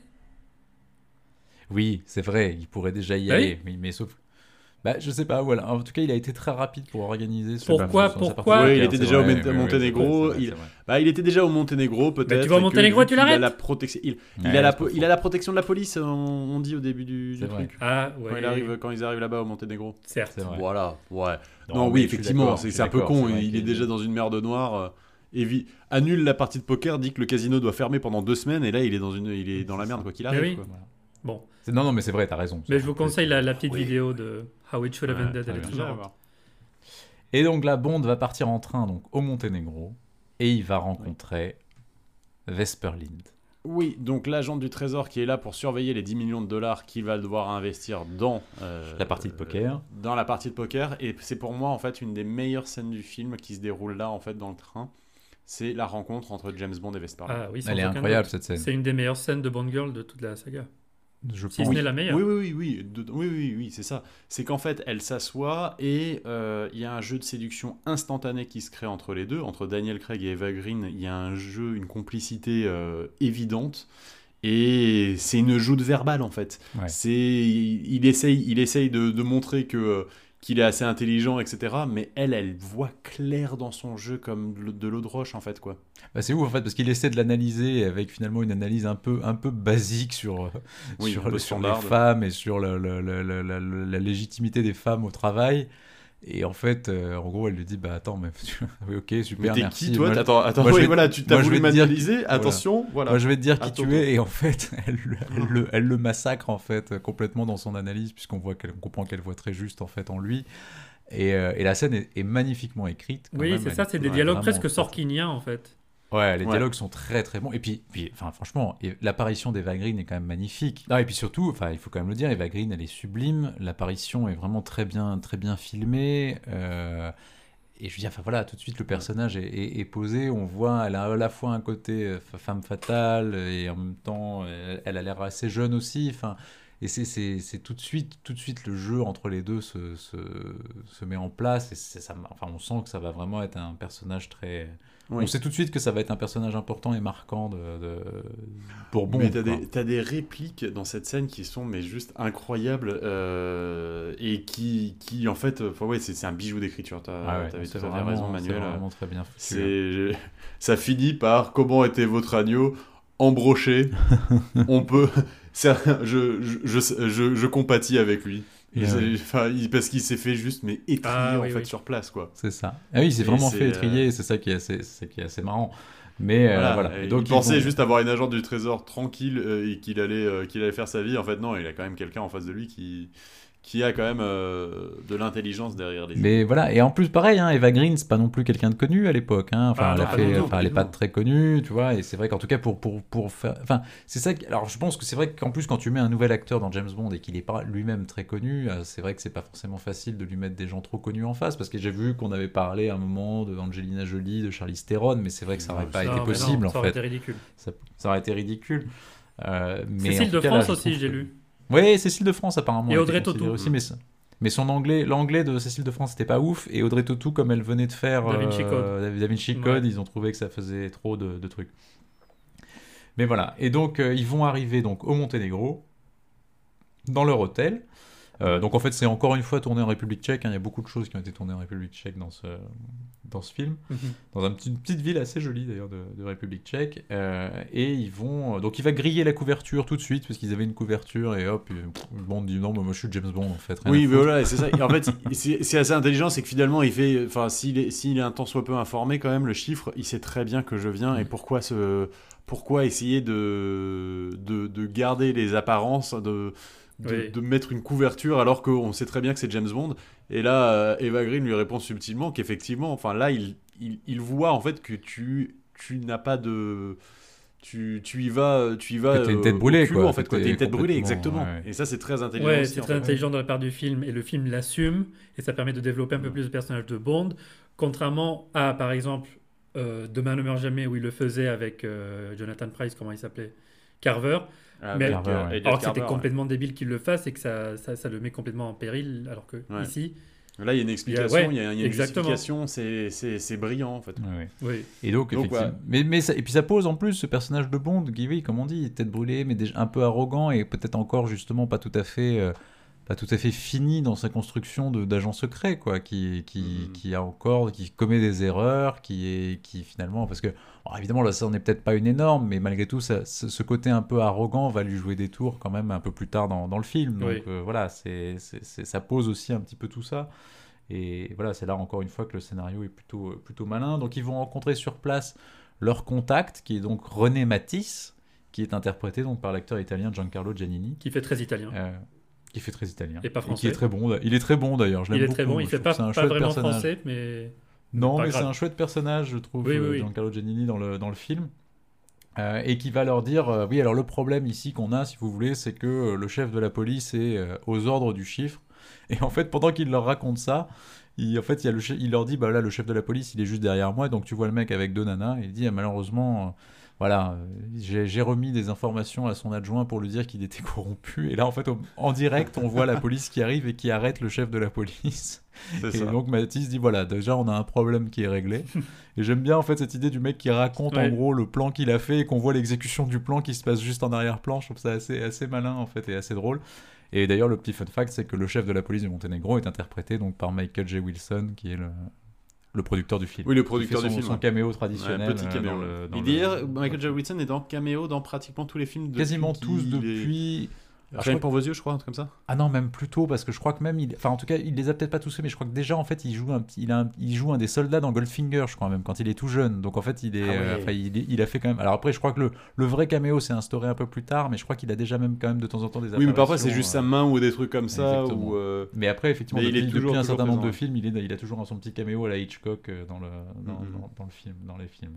Oui, c'est vrai, il pourrait déjà y Bah aller. Oui, mais sauf. Bah, je sais pas, voilà. En tout cas, il a été très rapide pour organiser ce Pourquoi sa Pourquoi partie Oui, de il poker, était c'est déjà au vrai, Monténégro, c'est vrai, il- c'est vrai. Bah, il était déjà au Monténégro, peut-être. tu vas au et que, Monténégro vu et tu qu'il a l'arrêtes la protection. Il Ouais, a c'est pas il a la protection de la police, on dit au début du C'est vrai. truc. Ah ouais, Quand ils arrivent là-bas au Monténégro. certes. C'est vrai. Voilà, ouais. Non, Non, mais oui, je suis effectivement, d'accord, je suis c'est un peu d'accord, con. c'est vrai Il qu'il est déjà dans une merde noire. Annule la partie de poker, dit que le casino doit fermer pendant 2 semaines, et là il est dans la merde quoi qu'il arrive. oui. quoi. Voilà. Bon, Non, mais c'est vrai, t'as raison. mais je vous conseille la petite Oui. vidéo de How It Should Have Ouais, Ended. très Elle est bien. très Déjà, marrante. voir. Et donc là, Bond va partir en train donc, au Monténégro et il va rencontrer Vesper Lind. Oui, donc l'agent du trésor qui est là pour surveiller les 10 millions de dollars qu'il va devoir investir dans La partie de poker. Dans la partie de poker, et c'est pour moi en fait une des meilleures scènes du film qui se déroule là en fait dans le train. C'est la rencontre entre James Bond et Vesper. Ah oui, sans Elle est aucun incroyable doute. cette scène. C'est une des meilleures scènes de Bond Girl de toute la saga. Je Si pense. ce n'est la meilleure. Oui, c'est ça. C'est qu'en fait, elle s'assoit et il y a un jeu de séduction instantané qui se crée entre les deux, entre Daniel Craig et Eva Green. Il y a un jeu, une complicité évidente. Et c'est une joute verbale en fait. Ouais. Il essaye de montrer qu'il est assez intelligent, etc. Mais elle voit clair dans son jeu comme de l'eau de roche en fait quoi. Bah, c'est ouf en fait parce qu'il essaie de l'analyser avec finalement une analyse un peu basique sur Oui, un peu sur les standard. femmes et sur la légitimité des femmes au travail. Et en fait, en gros, elle lui dit bah attends, mais oui, ok, Mais super, t'es merci. qui toi Moi, Attends, moi, je oui, vais- voilà, tu t'as moi, je voulu vais te dire- m'analyser. Attention, voilà. Moi, je vais te dire qui Attends, tu es, et en fait, elle le massacre en fait complètement dans son analyse, puisqu'on comprend qu'elle voit très juste en fait en lui. Et la scène est magnifiquement écrite. quand Oui, même, c'est elle ça, est c'est des vraiment dialogues très- presque sorkiniens en fait. Ouais, les Ouais. dialogues sont très très bons. Et puis enfin, franchement, l'apparition d'Eva Green est quand même magnifique. Non, et puis surtout, enfin, il faut quand même le dire, Eva Green, elle est sublime. L'apparition est vraiment très bien filmée. Et je veux dire, enfin voilà, tout de suite le personnage est posé. On voit, elle a à la fois un côté femme fatale et en même temps, elle a l'air assez jeune aussi. Enfin, Et c'est tout de suite le jeu entre les deux se met en place. Et enfin, on sent que ça va vraiment être un personnage très. Oui. On sait tout de suite que ça va être un personnage important et marquant pour Bond. Mais quoi. t'as des répliques dans cette scène qui sont mais juste incroyables et qui en fait, ouais, c'est un bijou d'écriture. T'avais tout à fait raison, Manuel. C'est vraiment très bien foutu. Ça finit par comment était votre agneau embroché. On peut, je compatis avec lui. Parce qu'il s'est fait juste mais étrier sur place quoi. C'est ça. Ah oui, il s'est vraiment fait étrier. C'est ça qui est assez marrant. Mais voilà. Donc, il pensait juste avoir une agente du trésor tranquille et qu'il allait faire sa vie. En fait, non, il a quand même quelqu'un en face de lui qui a quand même de l'intelligence derrière les. Mais voilà, et en plus, pareil, hein, Eva Green, c'est pas non plus quelqu'un de connu à l'époque. Hein. Enfin, elle est pas très connue, tu vois. Et c'est vrai qu'en tout cas, pour faire. Enfin, c'est ça. Alors, je pense que c'est vrai qu'en plus, quand tu mets un nouvel acteur dans James Bond et qu'il est pas lui-même très connu, c'est vrai que c'est pas forcément facile de lui mettre des gens trop connus en face. Parce que j'ai vu qu'on avait parlé à un moment de Angelina Jolie, de Charlize Theron, mais c'est vrai que ça aurait pas été possible, en fait. Ça aurait été ridicule. Ça aurait été ridicule. Mais Cécile de France aussi, j'ai lu. Oui, Cécile de France apparemment. Et Audrey Tautou aussi, mais l'anglais de Cécile de France c'était pas ouf, et Audrey Tautou, comme elle venait de faire Da Vinci Code, ils ont trouvé que ça faisait trop de trucs. Mais voilà, et donc ils vont arriver donc au Monténégro, dans leur hôtel. Donc en fait c'est encore une fois tourné en République tchèque, hein. Il y a beaucoup de choses qui ont été tournées en République tchèque dans ce film, dans une petite ville assez jolie d'ailleurs de République tchèque, et donc il va griller la couverture tout de suite parce qu'ils avaient une couverture, et hop, Bond dit non, moi je suis James Bond en fait. Oui, mais voilà, c'est ça. Et en fait c'est assez intelligent, c'est que finalement il fait, enfin s'il est un tant soit peu informé quand même, le chiffre, il sait très bien que je viens, et pourquoi essayer de garder les apparences, de mettre une couverture alors qu'on sait très bien que c'est James Bond. Et là Eva Green lui répond subtilement qu'effectivement, enfin là il voit en fait que tu n'as pas de tu y vas que t'es une tête brûlée culot, quoi, en fait, t'es une tête brûlée, exactement. Ouais. Et ça c'est très intelligent aussi, c'est très intelligent de la part du film, et le film l'assume, et ça permet de développer un peu plus de personnages de Bond, contrairement à par exemple Demain ne meurt jamais, où il le faisait avec Jonathan Pryce, comment il s'appelait, Carver. Mais alors que c'était complètement débile qu'il le fasse, et que ça le met complètement en péril, alors que ici là il y a une explication, il y a une justification, c'est brillant en fait. Oui. Et donc effectivement, et puis ça pose en plus ce personnage de Bond qui, oui, comme on dit, tête brûlée, mais déjà un peu arrogant, et peut-être encore justement pas tout à fait fini dans sa construction d'agent secret, quoi, qui commet des erreurs, qui finalement, parce que évidemment là ça n'en est peut-être pas une énorme, mais malgré tout ce côté un peu arrogant va lui jouer des tours quand même un peu plus tard dans le film. Donc voilà, ça pose aussi un petit peu tout ça. Et voilà, c'est là encore une fois que le scénario est plutôt malin. Donc ils vont rencontrer sur place leur contact, qui est donc René Matisse, qui est interprété donc par l'acteur italien Giancarlo Giannini, qui fait très italien. Qui fait très italien. Et pas français. Et qui est très bon. Il est très bon d'ailleurs. Je l'aime beaucoup. Il est très bon. Il fait pas vraiment français, mais. Non, mais c'est un chouette personnage, je trouve, Giancarlo Giannini dans le film. Et qui va leur dire oui, alors le problème ici qu'on a, si vous voulez, c'est que le chef de la police est aux ordres du chiffre. Et en fait, pendant qu'il leur raconte ça, il leur dit bah là, le chef de la police, il est juste derrière moi. Donc tu vois le mec avec deux nanas. Et il dit malheureusement. Voilà, j'ai remis des informations à son adjoint pour lui dire qu'il était corrompu. Et là, en fait, en direct, on voit la police qui arrive et qui arrête le chef de la police. Donc Mathis dit, voilà, déjà, on a un problème qui est réglé. Et j'aime bien, en fait, cette idée du mec qui raconte, en gros, le plan qu'il a fait, et qu'on voit l'exécution du plan qui se passe juste en arrière-plan. Je trouve ça assez malin, en fait, et assez drôle. Et d'ailleurs, le petit fun fact, c'est que le chef de la police du Monténégro est interprété donc, par Michael J. Wilson, qui est le producteur du film. Oui, le producteur du film. Son caméo traditionnel. Petit caméo. D'ailleurs, Michael J. Wilson est dans caméo dans pratiquement tous les films. Quasiment tous depuis. Rien pour vos yeux, je crois, un truc comme ça. Ah non, même plus tôt, parce que je crois que même, enfin en tout cas, il les a peut-être pas tous faits, mais je crois que déjà en fait, il joue un des soldats dans Goldfinger, je crois même, quand il est tout jeune. Donc en fait, il a fait quand même. Alors après, je crois que le vrai caméo s'est instauré un peu plus tard, mais je crois qu'il a déjà même quand même de temps en temps des apparitions. Oui, mais parfois c'est juste sa main ou des trucs comme ça. Mais après, effectivement, depuis un certain nombre de films, il a toujours son petit caméo à la Hitchcock dans les films.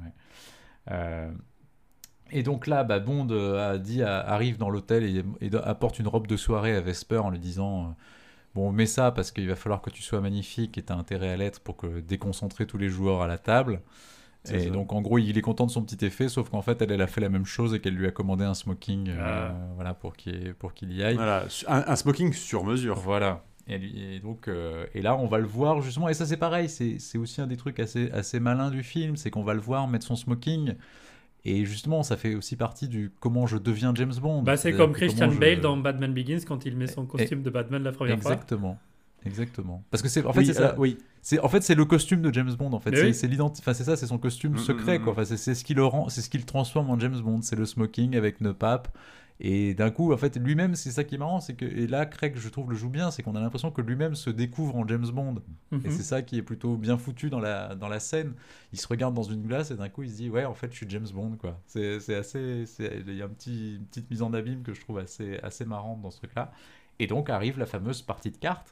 Et donc là, Bond arrive dans l'hôtel et apporte une robe de soirée à Vesper en lui disant bon, mets ça parce qu'il va falloir que tu sois magnifique et tu as intérêt à l'être pour déconcentrer tous les joueurs à la table. C'est Et ça. donc en gros il est content de son petit effet, sauf qu'en fait elle a fait la même chose et qu'elle lui a commandé un smoking voilà, pour qu'il y aille. Voilà, un smoking sur mesure. Voilà. Et donc, et là, on va le voir justement. Et ça, c'est pareil. C'est aussi un des trucs assez malins du film, c'est qu'on va le voir mettre son smoking. Et justement, ça fait aussi partie du comment je deviens James Bond. Bah, c'est C'est-à-dire comme que Christian comment Bale dans Batman Begins quand il met son Et- costume de Batman la première fois. Exactement. Parce que en fait, Oui, c'est ça. oui. C'est le costume de James Bond en fait. Mais oui. Enfin, c'est ça, c'est son costume secret quoi. Enfin, c'est ce qui le rend, c'est ce qui le transforme en James Bond. C'est le smoking avec une pape. Et d'un coup, en fait, lui-même, c'est ça qui est marrant, c'est que et là, Craig, je trouve, le joue bien, c'est qu'on a l'impression que lui-même se découvre en James Bond. Mhm. Et c'est ça qui est plutôt bien foutu dans la scène. Il se regarde dans une glace et d'un coup, il se dit, ouais, en fait, je suis James Bond, quoi. C'est assez, il y a une petite mise en abîme que je trouve assez marrante dans ce truc-là. Et donc arrive la fameuse partie de cartes.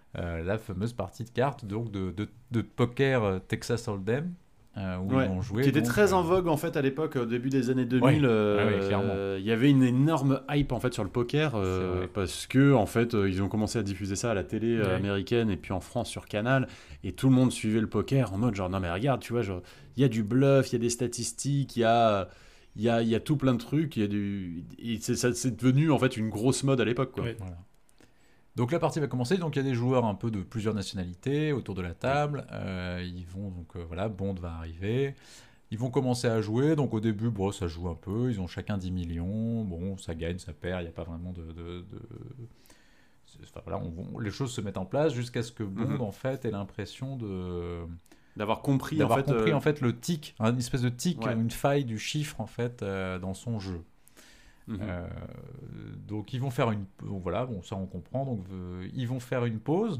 Donc de poker Texas Hold'em où Ouais, ils vont jouer, qui était donc, très en vogue en fait à l'époque, au début des années 2000. Ouais, clairement. Il y avait une énorme hype en fait sur le poker vrai. parce que en fait ils ont commencé à diffuser ça à la télé Ouais. américaine et puis en France sur Canal et tout le monde suivait le poker en mode genre non mais regarde tu vois genre il y a du bluff, il y a des statistiques, il y a tout plein de trucs, il y a et c'est devenu en fait une grosse mode à l'époque quoi. Ouais. Voilà. Donc la partie va commencer, donc il y a des joueurs un peu de plusieurs nationalités autour de la table, voilà, Bond va arriver, ils vont commencer à jouer, donc au début, bon, ça joue un peu, ils ont chacun 10 millions, bon, ça gagne, ça perd, il n'y a pas vraiment Enfin, voilà, les choses se mettent en place jusqu'à ce que Bond, en fait, ait l'impression D'avoir compris d'avoir en fait compris, en fait, le tic, une espèce de tic, Ouais. une faille du chiffre, en fait, dans son jeu. mhm. Donc ils vont faire donc voilà, bon ça on comprend. Donc ils vont faire une pause.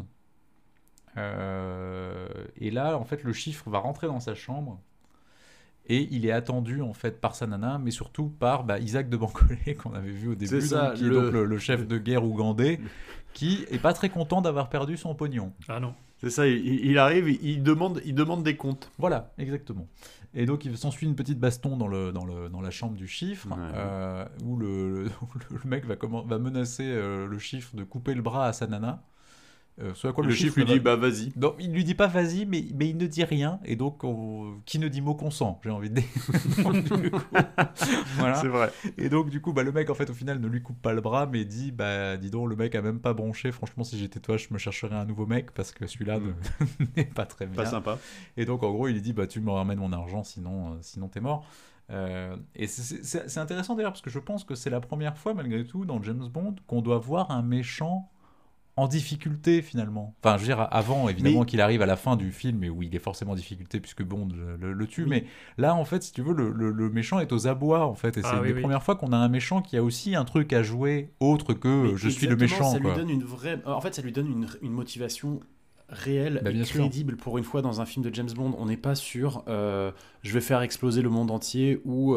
Et là en fait le chiffre va rentrer dans sa chambre et il est attendu en fait par sa nana, mais surtout par Isaac de Bancolé qu'on avait vu au début, C'est ça, donc, qui est donc le chef de guerre ougandais, qui est pas très content d'avoir perdu son pognon. Ah non. C'est ça, il arrive, il demande des comptes. Voilà, exactement. Et donc il s'ensuit une petite baston dans la chambre du chiffre, Ouais. où le mec va menacer le chiffre de couper le bras à sa nana. Ce à quoi Le chiffre lui dit bah vas-y. Non, il lui dit pas vas-y, mais il ne dit rien. Et donc, qui ne dit mot consent, j'ai envie de dire. Donc, du coup, voilà. C'est vrai. Et donc, du coup, le mec, en fait, au final, ne lui coupe pas le bras, mais dit dis donc, le mec a même pas bronché. Franchement, si j'étais toi, je me chercherais un nouveau mec parce que celui-là n'est pas très bien. Pas sympa. Et donc, en gros, il lui dit tu me ramènes mon argent, sinon t'es mort. Et c'est intéressant d'ailleurs parce que je pense que c'est la première fois, malgré tout, dans James Bond, qu'on doit voir un méchant en difficulté finalement. Enfin, je veux dire, avant, évidemment, qu'il arrive à la fin du film et où il est forcément en difficulté puisque Bond le tue. Oui. Mais là, en fait, si tu veux, le méchant est aux abois, en fait. Et c'est une des premières fois qu'on a un méchant qui a aussi un truc à jouer autre que je suis le méchant. Ça quoi. lui donne une vraie. En fait, ça lui donne une motivation réelle Bah, et bien sûr. crédible pour une fois dans un film de James Bond. On n'est pas sur je vais faire exploser le monde entier ou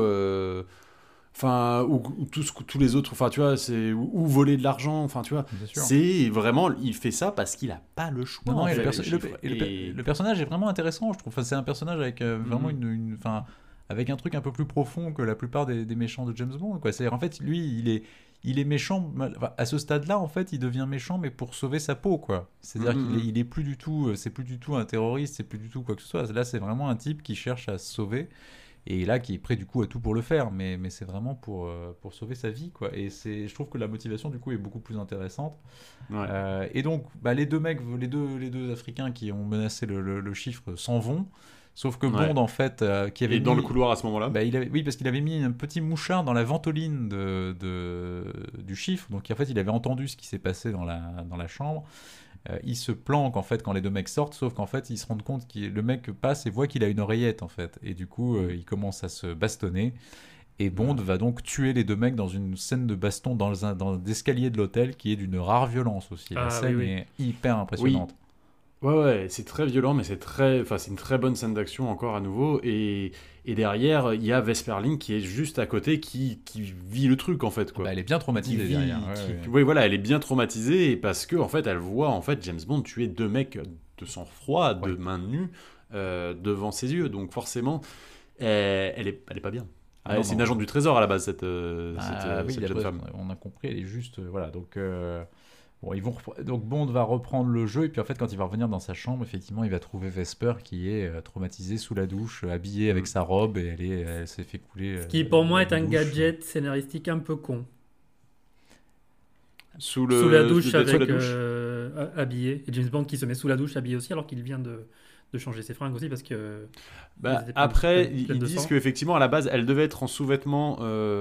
tous les autres, enfin tu vois, c'est ou voler de l'argent, enfin tu vois, Bien sûr. c'est vraiment, il fait ça parce qu'il a pas le choix. Non, en et fait, le, les perso- chiffres. le personnage est vraiment intéressant, je trouve. Enfin, c'est un personnage avec vraiment enfin, avec un truc un peu plus profond que la plupart des méchants de James Bond. Quoi. C'est-à-dire, en fait, lui, il est méchant. Enfin, à ce stade-là, en fait, il devient méchant, mais pour sauver sa peau, quoi. C'est-à-dire qu'il est plus du tout, c'est plus du tout un terroriste, c'est plus du tout quoi que ce soit. Là, c'est vraiment un type qui cherche à se sauver. Et là, qui est prêt du coup à tout pour le faire, mais c'est vraiment pour sauver sa vie, quoi. Et je trouve que la motivation du coup est beaucoup plus intéressante. Ouais. Et donc, les deux mecs, les deux Africains qui ont menacé le chiffre s'en vont. Sauf que Ouais. Bond, en fait, qui avait Et dans mis- le couloir à ce moment-là. oui, parce qu'il avait mis un petit mouchard dans la ventoline du chiffre. Donc, en fait, il avait entendu ce qui s'est passé dans la chambre. Il se planque en fait quand les deux mecs sortent, sauf qu'en fait ils se rendent compte que le mec passe et voit qu'il a une oreillette en fait, et du coup il commence à se bastonner, et Bond va donc tuer les deux mecs dans une scène de baston dans l'escalier de l'hôtel qui est d'une rare violence aussi. La scène oui. est hyper impressionnante. Ouais, c'est très violent, mais c'est une très bonne scène d'action encore à nouveau. Et derrière, il y a Vesperling qui est juste à côté, qui vit le truc en fait, quoi. Elle est bien traumatisée Qui vit- derrière. Oui, voilà, elle est bien traumatisée parce que en fait, elle voit en fait James Bond tuer deux mecs de sang-froid, de main nue, devant ses yeux. Donc forcément, elle est pas bien. Ah non, c'est non. une agente du trésor à la base, cette Oui, jeune d'après femme. on a compris, elle est juste voilà. Donc Bon, donc Bond va reprendre le jeu, et puis en fait, quand il va revenir dans sa chambre, effectivement, il va trouver Vesper qui est traumatisée sous la douche, habillée avec sa robe, et elle s'est fait couler. Ce qui pour moi est la un douche. gadget scénaristique un peu con. Sous Sous la douche sous la avec douche. habillé. Et James Bond qui se met sous la douche habillé aussi alors qu'il vient de changer ses fringues aussi parce que... Bah, Ils étaient pleins- après, pleins- ils pleins de disent sang. qu'effectivement, à la base, elle devait être en sous-vêtements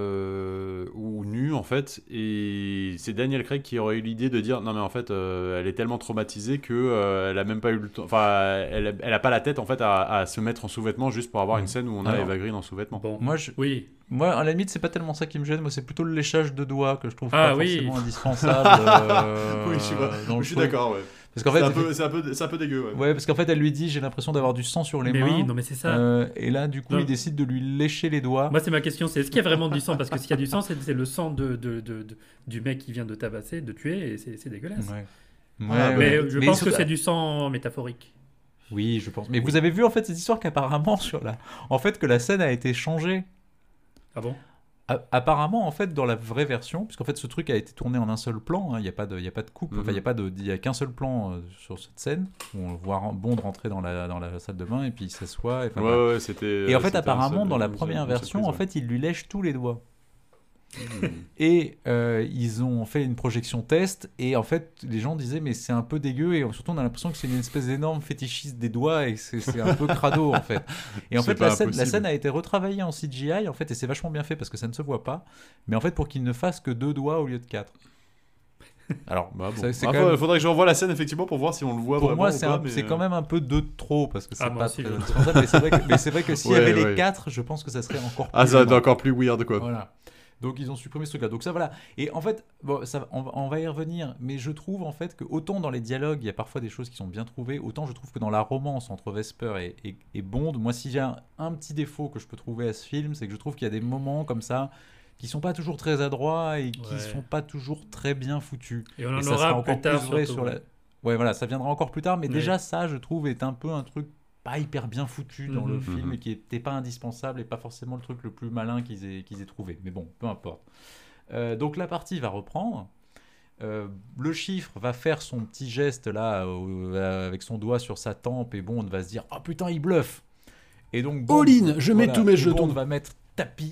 ou nue, en fait. Et c'est Daniel Craig qui aurait eu l'idée de dire non, mais en fait, elle est tellement traumatisée que elle a même pas eu le temps. Enfin, elle a pas la tête, en fait, à se mettre en sous-vêtements juste pour avoir une scène où on a Alors, Eva Green en sous-vêtements. Bon, Moi, à la limite, c'est pas tellement ça qui me gêne. Moi, c'est plutôt le léchage de doigts que je trouve Ah pas oui. forcément indispensable. Oui, je suis dans le je suis truc. d'accord, ouais. Parce qu'en fait, C'est un peu dégueu, ouais. ouais, parce qu'en fait, elle lui dit, j'ai l'impression d'avoir du sang sur les mais mains. oui, non mais c'est ça. Et là, du coup, Non. il décide de lui lécher les doigts. Moi c'est ma question, c'est est-ce qu'il y a vraiment du sang? Parce que s'il y a du sang, c'est le sang du mec qui vient de tabasser, de tuer, et c'est dégueulasse. Ouais. Ah, Mais ouais. je Mais pense surtout- que c'est du sang métaphorique. Oui, je pense. Mais vous avez vu en fait cette histoire qu'apparemment en fait que la scène a été changée. Ah bon? Apparemment, en fait, dans la vraie version, puisqu'en fait, ce truc a été tourné en un seul plan, il n'y a pas de coupe, enfin, il y a qu'un seul plan sur cette scène où on voit Bond rentrer dans la salle de bain et puis il s'assoit. Et, enfin, voilà. Ouais, c'était. Et en fait, c'était apparemment, une dans la seule- première une version, en surprise, fait, il lui lèche tous les doigts. ouais. Et ils ont fait une projection test et en fait les gens disaient mais c'est un peu dégueu et surtout on a l'impression que c'est une espèce d'énorme fétichiste des doigts et que c'est un peu crado en fait. Et en C'est fait pas la impossible. scène a été retravaillée en CGI en fait et c'est vachement bien fait parce que ça ne se voit pas mais en fait pour qu'il ne fasse que 2 doigts au lieu de 4. Alors Bah, bon. ça, c'est Ah, quand même- faudrait que je revoie la scène effectivement pour voir si on le voit pour vraiment moi ou c'est pas, c'est quand même un peu 2 de trop parce que c'est Ah, moi pas aussi, très je- indispensable mais c'est vrai que s'il y Ouais, avait les ouais. 4 je pense que ça serait encore plus Ah, ça va être gênant. encore plus weird, quoi. Voilà. Donc ils ont supprimé ce truc-là. Donc ça voilà. Et en fait, bon, on va y revenir. Mais je trouve en fait que autant dans les dialogues, il y a parfois des choses qui sont bien trouvées, autant je trouve que dans la romance entre Vesper et Bond, moi si j'ai un petit défaut que je peux trouver à ce film, c'est que je trouve qu'il y a des moments comme ça qui sont pas toujours très adroits et qui Ouais. sont pas toujours très bien foutus. Et on en Et ça sera aura encore plus tard vrai surtout. sur la. Ouais voilà, ça viendra encore plus tard. Mais Ouais. déjà ça, je trouve, est un peu un truc pas hyper bien foutu dans le Mhm. film Mhm. et qui était pas indispensable et pas forcément le truc le plus malin qu'ils aient trouvé. Mais bon, peu importe. Donc la partie va reprendre. Le chiffre va faire son petit geste là avec son doigt sur sa tempe et Bond va se dire oh putain il bluffe. Et donc Bond, All in, je mets tous mes et jetons. Bond va mettre tapis.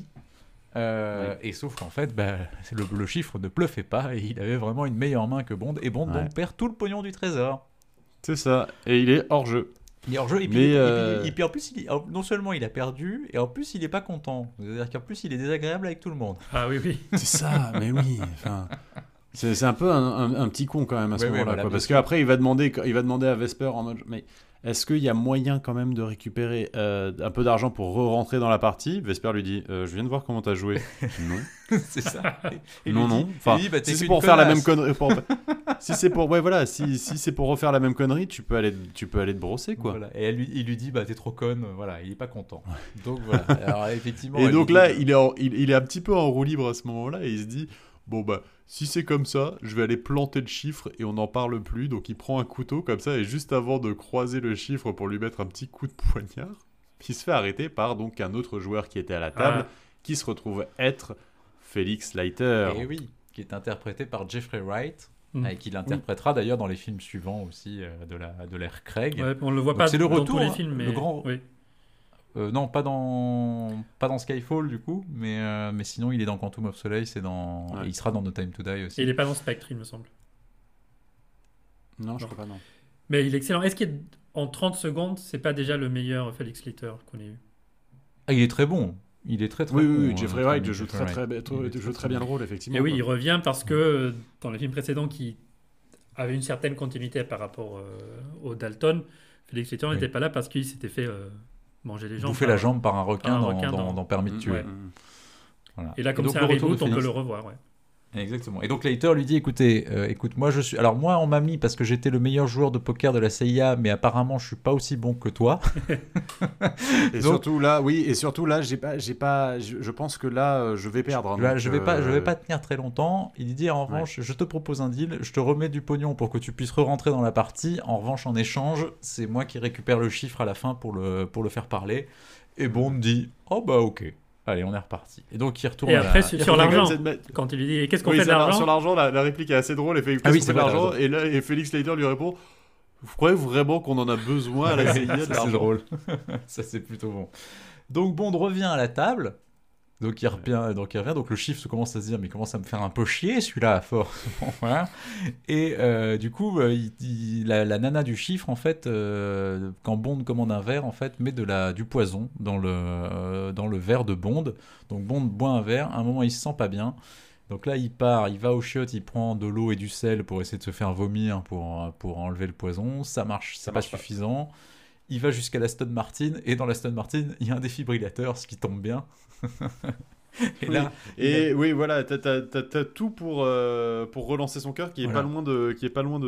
Et sauf qu'en fait le chiffre ne bluffait pas et il avait vraiment une meilleure main que Bond et Bond Ouais. donc perd tout le pognon du trésor. C'est ça. Et il est hors jeu. Il est hors jeu et puis, Mais, et puis en plus non seulement il a perdu et en plus il est pas content. C'est-à-dire qu'en plus il est désagréable avec tout le monde. Ah oui, oui. C'est ça, mais oui. Enfin, c'est un peu un petit con quand même à ce Ouais, moment-là, voilà, quoi. bien Parce sûr. qu'après il va demander à Vesper en mode mais est-ce qu'il y a moyen quand même de récupérer un peu d'argent pour re-rentrer dans la partie? Vesper lui dit je viens de voir comment t'as joué. Non. C'est ça. Et Non, lui non. dit- Enfin, il dit, bah, t'es si c'est qu'une pour faire la connasse. même connerie, si c'est pour, ouais, voilà, si c'est pour refaire la même connerie, tu peux aller te brosser, quoi. Voilà. Et il lui dit bah t'es trop conne, voilà, il est pas content. Donc voilà. Alors effectivement. Et elle donc lui là, dit- il est un petit peu en roue libre à ce moment-là, et il se dit bon bah si c'est comme ça, je vais aller planter le chiffre et on n'en parle plus. Donc il prend un couteau comme ça et juste avant de croiser le chiffre pour lui mettre un petit coup de poignard, il se fait arrêter par donc un autre joueur qui était à la table, qui se retrouve être Felix Leiter. Eh oui, qui est interprété par Jeffrey Wright. Mm. Et qui l'interprétera d'ailleurs dans les films suivants aussi de l'ère Craig. Ouais, on le voit Donc pas c'est le dans retour, tous les hein, films, mais le grand- oui. Non, pas dans Skyfall du coup, mais sinon il est dans Quantum of Solace et Ouais. et il sera dans No Time to Die aussi. Et il est pas dans Spectre, il me semble. Non, je crois pas, non. Mais il est excellent. Est-ce qu'en 30 secondes, c'est pas déjà le meilleur Felix Leiter qu'on ait eu? Ah, il est très bon. Il est très très Oui, bon. oui, Jeffrey Wright joue Jeffrey très, Wright. très, joue très bien le rôle, effectivement. Et oui, quoi. il revient parce que dans les films précédents qui avaient une certaine continuité par rapport au Dalton, Felix Leiter Oui. n'était pas là parce qu'il s'était fait manger les jambes. Bouffer la jambe par un requin, dans- dans Permis de tuer. Ouais. Mm. Voilà. Et là, comme donc, c'est le un retour de reboot, on peut Félix. le revoir. Ouais. Exactement. Et donc Leiter lui dit écoutez, écoute, moi je suis. Alors moi on m'a mis parce que j'étais le meilleur joueur de poker de la CIA, mais apparemment je suis pas aussi bon que toi. Et Donc- surtout là, oui, et surtout là, je pense que là, je vais perdre. hein, donc, Je vais pas tenir très longtemps. Il dit en revanche, je te propose un deal, je te remets du pognon pour que tu puisses re-rentrer dans la partie. En revanche, en échange, c'est moi qui récupère le chiffre à la fin pour le faire parler. Et Bond dit oh bah ok. Allez, on est reparti. Et donc, il retourne Et à après, la- sur Il faut quand même l'argent, cette ma- quand il lui dit et qu'est-ce qu'on Oui, fait de sur l'argent? l'argent, la réplique est assez drôle. Elle fait Ah oui, qu'est-ce c'est qu'on fait de vrai, l'argent t'as et là, et Félix Leiter lui répond vous croyez vraiment qu'on en a besoin à la CIA de Ça, c'est l'argent drôle. Ça, c'est plutôt bon. Donc, Bond revient à la table. Donc il revient, donc le chiffre se commence à se dire mais il commence à me faire un peu chier celui-là à force. Bon, voilà. Et du coup la nana du chiffre en fait quand Bond commande un verre en fait met du poison dans le verre de Bond. Donc Bond boit un verre, à un moment il se sent pas bien. Donc là il part, il va aux chiottes, il prend de l'eau et du sel pour essayer de se faire vomir pour enlever le poison. Ça marche, c'est pas marche pas. suffisant. Il va jusqu'à l'Aston Martin et dans l'Aston Martin il y a un défibrillateur, ce qui tombe bien. Et Oui. là, Et oui, voilà, t'as tout pour relancer son cœur qui est Voilà. pas loin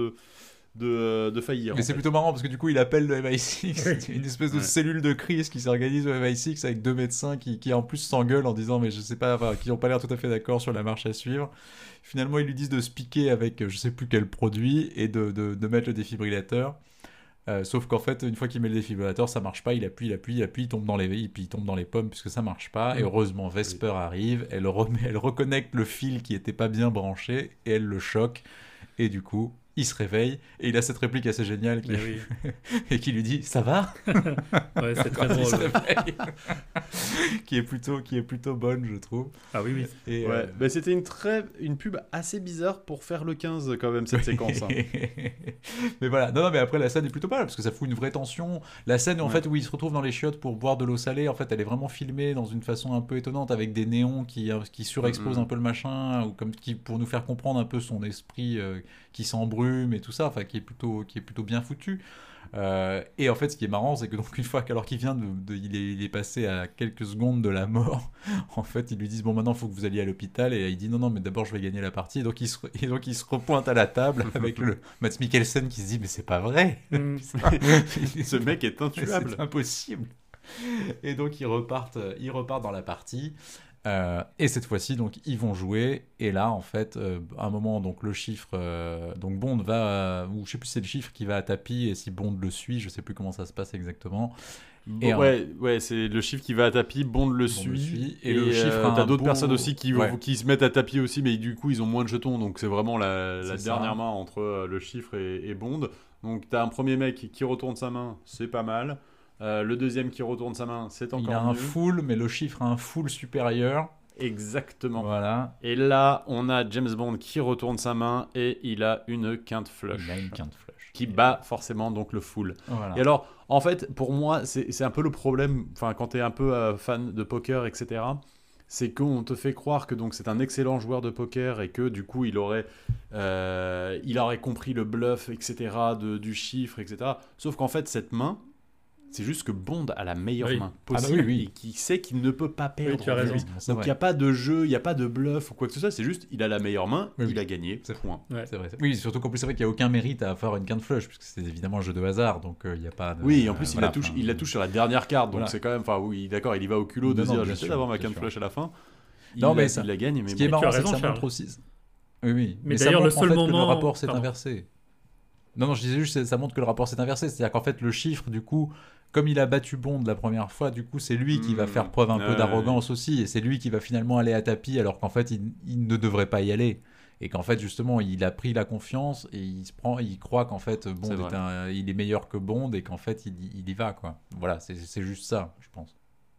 de faillir. mais en c'est fait. plutôt marrant parce que du coup il appelle le MI6, c'est une espèce de Ouais. cellule de crise qui s'organise au MI6 avec 2 médecins qui en plus s'engueulent en disant mais je sais pas, enfin, qui n'ont pas l'air tout à fait d'accord sur la marche à suivre. Finalement ils lui disent de se piquer avec je sais plus quel produit et de mettre le défibrillateur. Sauf qu'en fait, une fois qu'il met le défibrillateur, ça marche pas. Il appuie, il tombe dans les pommes puisque ça marche pas. Et heureusement, Vesper arrive, elle reconnecte le fil qui était pas bien branché et elle le choque. Et du coup, il se réveille et il a cette réplique assez géniale Mais oui. et qui lui dit ça va Ouais, c'est très quand il se drôle. réveille. qui est plutôt bonne, je trouve. Ah oui, oui. Et, Ouais, mais c'était une pub assez bizarre pour faire le 15 quand même cette séquence. Hein. Mais voilà, non, mais après la scène est plutôt pas mal parce que ça fout une vraie tension. La scène en Ouais. fait où il se retrouve dans les chiottes pour boire de l'eau salée, en fait, elle est vraiment filmée dans une façon un peu étonnante avec des néons qui surexposent Mhm. un peu le machin ou comme qui pour nous faire comprendre un peu son esprit qui s'embrume et tout ça, enfin qui est plutôt bien foutu. Et en fait, ce qui est marrant, c'est que donc une fois qu'alors qu'il vient il est passé à quelques secondes de la mort, en fait, ils lui disent bon maintenant, il faut que vous alliez à l'hôpital et il dit non mais d'abord je vais gagner la partie. Et donc il se repointe à la table avec le Mads Mikkelsen qui se dit mais c'est pas vrai, Mm. Ce mec est intuable. c'est impossible. Et donc ils repartent dans la partie. Et cette fois-ci, donc ils vont jouer. Et là, en fait, à un moment, donc le chiffre, donc Bond va, ou je sais plus si c'est le chiffre qui va à tapis et si Bond le suit, je sais plus comment ça se passe exactement. Et Ouais, c'est le chiffre qui va à tapis, Bond le suit. Et le chiffre a t'as un d'autres beau- personnes aussi qui Ouais. se mettent à tapis aussi, mais du coup ils ont moins de jetons, donc c'est vraiment la C'est ça. dernière main entre le chiffre et Bond. Donc t'as un premier mec qui retourne sa main, c'est pas mal. Le deuxième qui retourne sa main, c'est encore Il a un mieux. full, mais le chiffre a un full supérieur. Exactement. Voilà. Et là, on a James Bond qui retourne sa main et il a une quinte flush. Il a une quinte flush. Qui bat forcément donc le full. Voilà. Et alors, en fait, pour moi, c'est un peu le problème, enfin, quand tu es un peu fan de poker, etc., c'est qu'on te fait croire que donc c'est un excellent joueur de poker et que du coup, il aurait compris le bluff, etc., du chiffre, etc. Sauf qu'en fait, cette main, c'est juste que Bond a la meilleure Oui. main Ah bah possible oui, oui. et qui sait qu'il ne peut pas perdre. Oui, tu as raison. C'est Donc, vrai. il n'y a pas de jeu, il n'y a pas de bluff ou quoi que ce soit, c'est juste, il a la meilleure main, Oui, il oui. a gagné, C'est point. Ouais. C'est vrai. Oui, surtout qu'en plus, c'est vrai qu'il n'y a aucun mérite à faire une quinte flush, puisque c'est évidemment un jeu de hasard, donc il n'y a pas de. Oui, et en plus, voilà, il la touche sur la dernière carte, donc Voilà. c'est quand même, enfin oui, d'accord, il y va au culot de Non, non, dire, bien j'essaie sûr, d'avoir ma bien quinte sûr. flush à la fin. Non, mais Il la gagne, mais Ce qui est bon. marrant, as c'est que raison, ça montre Charles. aussi. Oui. Mais ça d'ailleurs, le montre, en seul fait, que moment- le rapport s'est Pardon. inversé. Non, je disais juste, ça montre que le rapport s'est inversé. C'est-à-dire qu'en fait, le chiffre, du coup, comme il a battu Bond la première fois, du coup, c'est lui qui va faire preuve un peu Ouais. d'arrogance aussi. Et c'est lui qui va finalement aller à tapis, alors qu'en fait, il ne devrait pas y aller. Et qu'en fait, justement, il a pris la confiance et il croit qu'en fait, C'est Bond vrai. il est meilleur que Bond et qu'en fait, il y va, quoi. Voilà, c'est juste ça, je pense.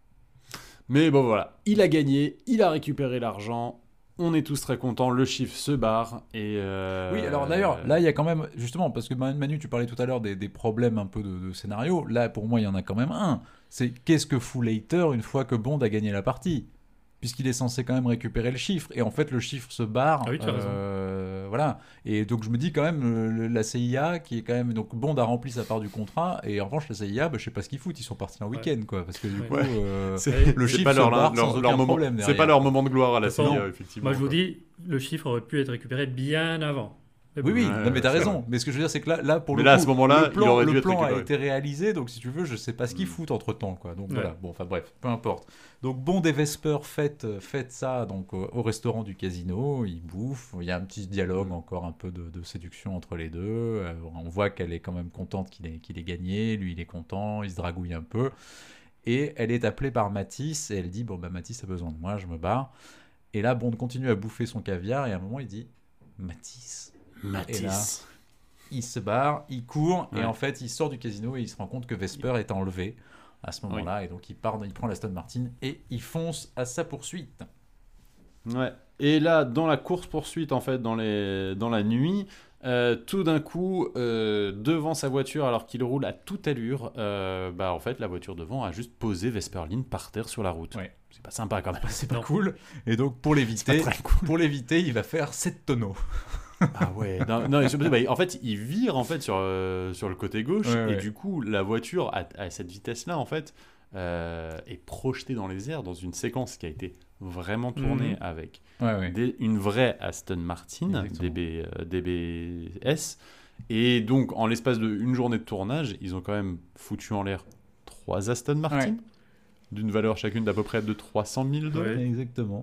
Mais bon, voilà, il a gagné, il a récupéré l'argent, on est tous très contents, le chiffre se barre, et... Oui, alors d'ailleurs, là, il y a quand même, justement, parce que Manu, tu parlais tout à l'heure des problèmes un peu de scénario. Là, pour moi, il y en a quand même un. C'est qu'est-ce que fout Leiter une fois que Bond a gagné la partie ? Puisqu'il est censé quand même récupérer le chiffre. Et en fait, le chiffre se barre. Ah oui, tu as raison. Voilà. Et donc, je me dis quand même, la CIA, qui est quand même. Donc, Bond a rempli sa part du contrat. Et en revanche, la CIA, bah, je sais pas ce qu'ils foutent. Ils sont partis en Ouais. week-end, quoi. Parce que du Ouais. coup, Ouais. c'est le c'est chiffre pas se leur, barre leur- sans leur aucun moment, problème c'est derrière. pas leur moment de gloire à la Attends, CIA, effectivement. Moi, je vous quoi. dis, le chiffre aurait pu être récupéré bien avant. Mais Oui, bon. oui, Ouais, non, mais t'as c'est raison. Mais ce que je veux dire, c'est que là pour Mais le là, à coup, ce moment-là, le plan, il aurait dû le être plan a récupéré. été réalisé, donc si tu veux, je sais pas ce qu'ils foutent entre temps, quoi. Donc Ouais. voilà, bon, enfin bref, peu importe. Donc Bond et Vesper fêtent ça donc au restaurant du casino, ils bouffent, il y a un petit dialogue encore un peu de séduction entre les deux. On voit qu'elle est quand même contente qu'il ait gagné, lui il est content, il se dragouille un peu. Et elle est appelée par Matisse et elle dit bon bah Matisse a besoin de moi, je me barre. Et là Bond continue à bouffer son caviar et à un moment il dit Matisse. Et là, il se barre, il court et Ouais. en fait il sort du casino et il se rend compte que Vesper est enlevé à ce moment-là et donc il prend l'Aston Martin et il fonce à sa poursuite. Ouais. Et là, dans la course-poursuite, en fait, dans la nuit, tout d'un coup, devant sa voiture, alors qu'il roule à toute allure, en fait, la voiture devant a juste posé Vesper Lynd par terre sur la route. Ouais. C'est pas sympa quand même. C'est pas Non. cool. Et donc pour C'est l'éviter, pas très cool. il va faire 7 tonneaux. Ah ouais. Non, et surtout, en fait, il vire en fait sur le côté gauche Ouais, et ouais. du coup, la voiture à cette vitesse-là, en fait, est projetée dans les airs dans une séquence qui a été vraiment tournée avec une vraie Aston Martin Exactement. DBS. Et donc, en l'espace d'une journée de tournage, ils ont quand même foutu en l'air 3 Aston Martin, Ouais. d'une valeur chacune d'à peu près de 300 000 $. Ouais. Exactement.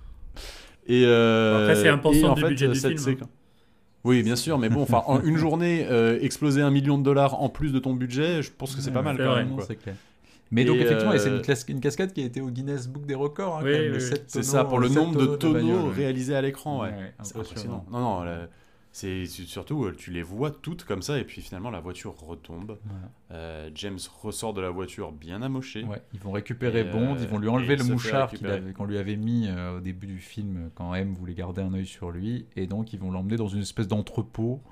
Et, Après, c'est 1% et en du fait, budget du cette film. séquence- Oui, bien sûr, mais bon, enfin, en une journée, exploser $1 million en plus de ton budget, je pense que c'est pas mal c'est quand vrai. même. Quoi. C'est clair. Mais donc Et, effectivement, et c'est une cascade qui a été au Guinness Book des records. Hein, Oui, quand même, oui, les oui. 7 C'est tonneaux, ça, pour le 7 nombre de tonneaux bagnole, ouais. réalisés à l'écran, ouais. Ouais, C'est impressionnant. impressionnant. Non, c'est surtout, tu les vois toutes comme ça, et puis finalement, la voiture retombe. Voilà. James ressort de la voiture bien amoché. Ouais, ils vont récupérer Et, Bond, ils vont lui et enlever il le se fait mouchard récupérer. qu'on lui avait mis au début du film quand M voulait garder un œil sur lui, et donc ils vont l'emmener dans une espèce d'entrepôt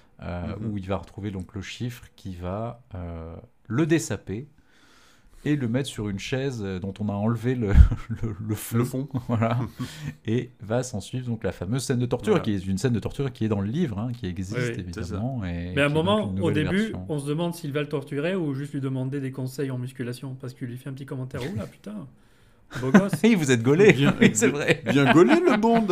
où il va retrouver donc le chiffre qui va le dessaper et le mettre sur une chaise dont on a enlevé le feu. Le fond. Voilà. Et va s'en suivre donc la fameuse scène de torture, Voilà. qui est une scène de torture qui est dans le livre, hein, qui existe Oui, oui, évidemment. Et Mais à un qui est donc moment, une au nouvelle début, version. on se demande s'il va le torturer ou juste lui demander des conseils en musculation. Parce qu'il lui fait un petit commentaire. Oh là, putain, beau gosse. Hey, vous êtes gaulé. Bien- Oui, c'est vrai. Bien gaulé le Bond.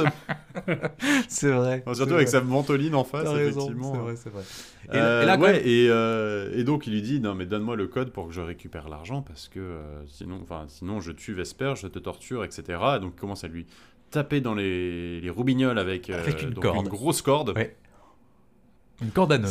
C'est vrai. Surtout C'est avec vrai. sa ventoline en face, T'as raison, effectivement. c'est vrai. Et là, quand ouais, même- et donc il lui dit non mais donne-moi le code pour que je récupère l'argent parce que sinon je tue Vesper, je te torture, etc. Et donc il commence à lui taper dans les roubignoles avec Avec une donc corde. une grosse corde. Ouais. Une cordaneuse.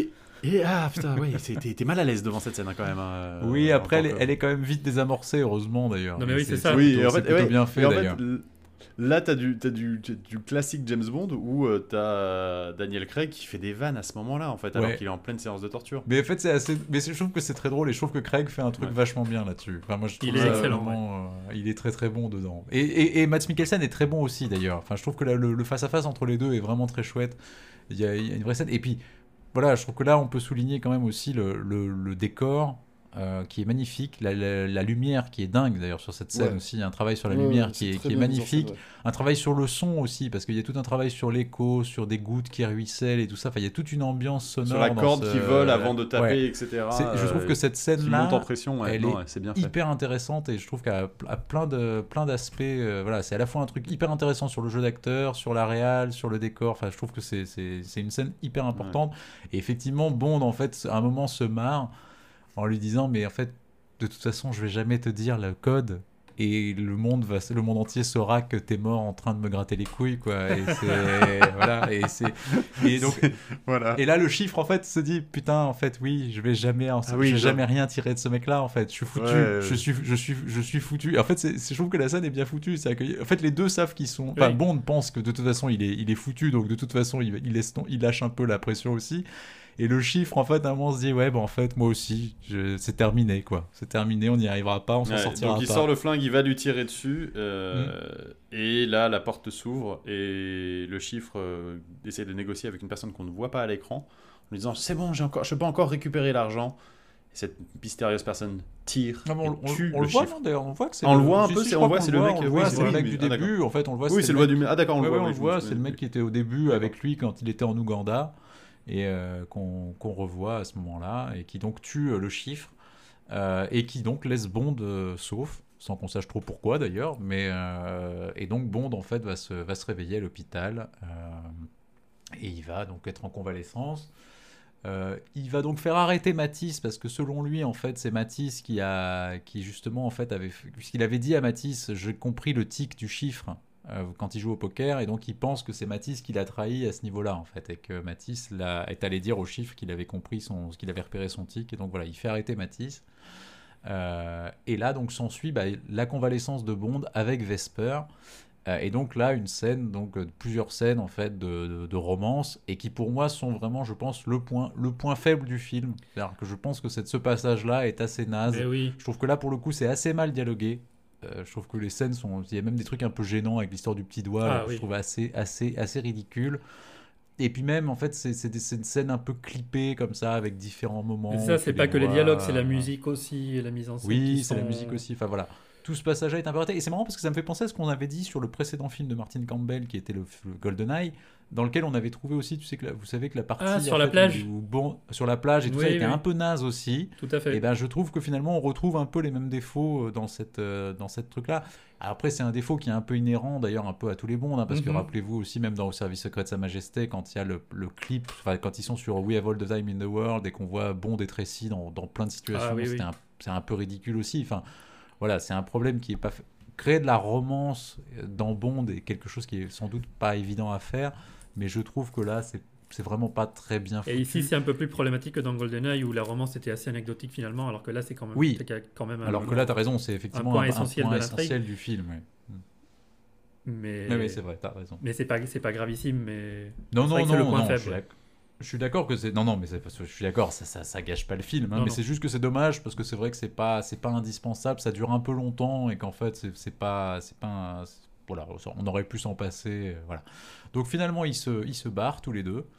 Ah putain, ouais, t'es mal à l'aise devant cette scène hein, quand même. Hein, Oui, en après, tant que- elle est quand même vite désamorcée, heureusement d'ailleurs. Non, mais oui, c'est ça. Oui, plutôt- et en c'est fait, plutôt ouais, bien fait et en fait, d'ailleurs. là, t'as du classique James Bond où t'as Daniel Craig qui fait des vannes à ce moment-là, en fait, alors Ouais. qu'il est en pleine séance de torture. Mais en fait, c'est assez. Mais je trouve que c'est très drôle et je trouve que Craig fait un truc Ouais. vachement bien là-dessus. Enfin, moi, je trouve Il est ça excellent, vraiment, il est très très bon dedans. Et Mads Mikkelsen est très bon aussi d'ailleurs. Enfin, je trouve que le face-à-face entre les deux est vraiment très chouette. Il y a une vraie scène. Et puis, voilà, je trouve que là, on peut souligner quand même aussi le décor. Qui est magnifique, la lumière qui est dingue d'ailleurs sur cette scène Ouais. aussi, il y a un travail sur la lumière qui est magnifique, un travail sur le son aussi, parce qu'il y a tout un travail sur l'écho, sur des gouttes qui ruissellent et tout ça, enfin il y a toute une ambiance sonore. Sur la dans corde ce- qui vole avant de taper, Ouais. etc. Je trouve que cette qui scène-là, monte en pression, ouais, elle non, est ouais, c'est bien fait. hyper intéressante et je trouve qu'à à plein d'aspects, voilà, c'est à la fois un truc hyper intéressant sur le jeu d'acteur, sur la réal, sur le décor, enfin je trouve que c'est une scène hyper importante et effectivement Bond en fait à un moment se marre en lui disant mais en fait de toute façon je vais jamais te dire le code et le monde entier saura que t'es mort en train de me gratter les couilles quoi et c'est voilà et donc Voilà. et là le chiffre en fait se dit putain en fait oui je vais jamais oui, je vais genre- jamais rien tirer de ce mec là en fait je suis foutu Ouais, je suis foutu et en fait je trouve que la scène est bien foutue en fait les deux savent qu'ils sont enfin Oui. Bond pense que de toute façon il est foutu donc de toute façon il lâche un peu la pression aussi et le chiffre en fait à un moment on se dit ouais bon en fait moi aussi c'est terminé quoi c'est terminé on n'y arrivera pas on s'en Ouais, sortira donc il pas sort le flingue, il va lui tirer dessus, et là la porte s'ouvre et le chiffre essaie de négocier avec une personne qu'on ne voit pas à l'écran en lui disant c'est bon, je peux encore récupérer l'argent. Et cette mystérieuse personne tire Non, mais et tue on le voit chiffre. non d'ailleurs on voit que c'est On le voit un si, peu, si, c'est- je on crois voit, qu'on c'est le le voit, mec- on le oui, voit, c'est c'est le lui, mec mais- du ah, d'accord. début en fait on le voit Oui, c'est le voix du. Ah d'accord, on Ouais, le ouais, voit. on oui, le je voit, me c'est le souviens. mec qui était au début avec lui quand il était en Ouganda et qu'on revoit à ce moment-là et qui donc tue le chiffre et qui donc laisse Bond sauf, sans qu'on sache trop pourquoi d'ailleurs, mais et donc Bond en fait va se réveiller à l'hôpital et il va donc être en convalescence. Il va donc faire arrêter Matisse parce que selon lui en fait c'est Matisse qui justement en fait puisqu'il avait dit à Matisse j'ai compris le tic du chiffre quand il joue au poker et donc il pense que c'est Matisse qui l'a trahi à ce niveau-là en fait et que Matisse est allé dire au chiffre qu'il avait compris qu'il avait repéré son tic et donc voilà il fait arrêter Matisse Et là, donc, s'ensuit la convalescence de Bond avec Vesper. Et donc là, une scène, plusieurs scènes en fait de romance, et qui pour moi sont vraiment, je pense, le point faible du film. C'est-à-dire que je pense que ce passage-là est assez naze. Eh oui. Je trouve que là, pour le coup, c'est assez mal dialogué. Je trouve que les scènes il y a même des trucs un peu gênants avec l'histoire du petit doigt, Ah là, que oui. je trouve assez ridicule. Et puis même, en fait, c'est une scène un peu clippée comme ça, avec différents moments. Et ça, où c'est tu pas les que les vois, dialogues, c'est la musique aussi et la mise en scène Oui, qui c'est la sont- musique aussi. Enfin voilà. Tout ce passage-là est interprété. Et c'est marrant parce que ça me fait penser à ce qu'on avait dit sur le précédent film de Martin Campbell, qui était le GoldenEye, dans lequel on avait trouvé aussi, vous savez que la partie Ah, sur en la fait, plage. sur la plage et tout ça Oui, était oui. un peu naze aussi. Tout à fait. Et ben je trouve que finalement on retrouve un peu les mêmes défauts dans cette truc-là. Après c'est un défaut qui est un peu inhérent d'ailleurs un peu à tous les Bonds, hein, parce que Mhm. rappelez-vous aussi même dans Au service secret de Sa Majesté, quand il y a le clip, enfin quand ils sont sur We Have All the Time in the World et qu'on voit Bond et Tracy dans plein de situations, Ah oui, oui. c'est un peu ridicule aussi. Enfin voilà, c'est un problème qui est pas créer de la romance dans Bond est quelque chose qui est sans doute pas évident à faire, mais je trouve que là c'est vraiment pas très bien foutu. Et ici, c'est un peu plus problématique que dans GoldenEye où la romance était assez anecdotique finalement, alors que là, c'est quand même, Oui. c'est quand même un Alors que moment- là, t'as raison, c'est effectivement point un essentiel point de l'intrigue. essentiel du film. Ouais. Mais, Mais oui, c'est vrai, t'as raison. mais c'est pas gravissime, mais Non, c'est non, vrai que c'est le non, point non, faible. je suis d'accord que c'est. Non, non, mais c'est parce que je suis d'accord, ça gâche pas le film. Hein, Non, mais non. c'est juste que c'est dommage parce que c'est vrai que c'est pas indispensable, ça dure un peu longtemps et qu'en fait, voilà, on aurait pu s'en passer. Voilà. Donc finalement, ils se barrent tous les deux.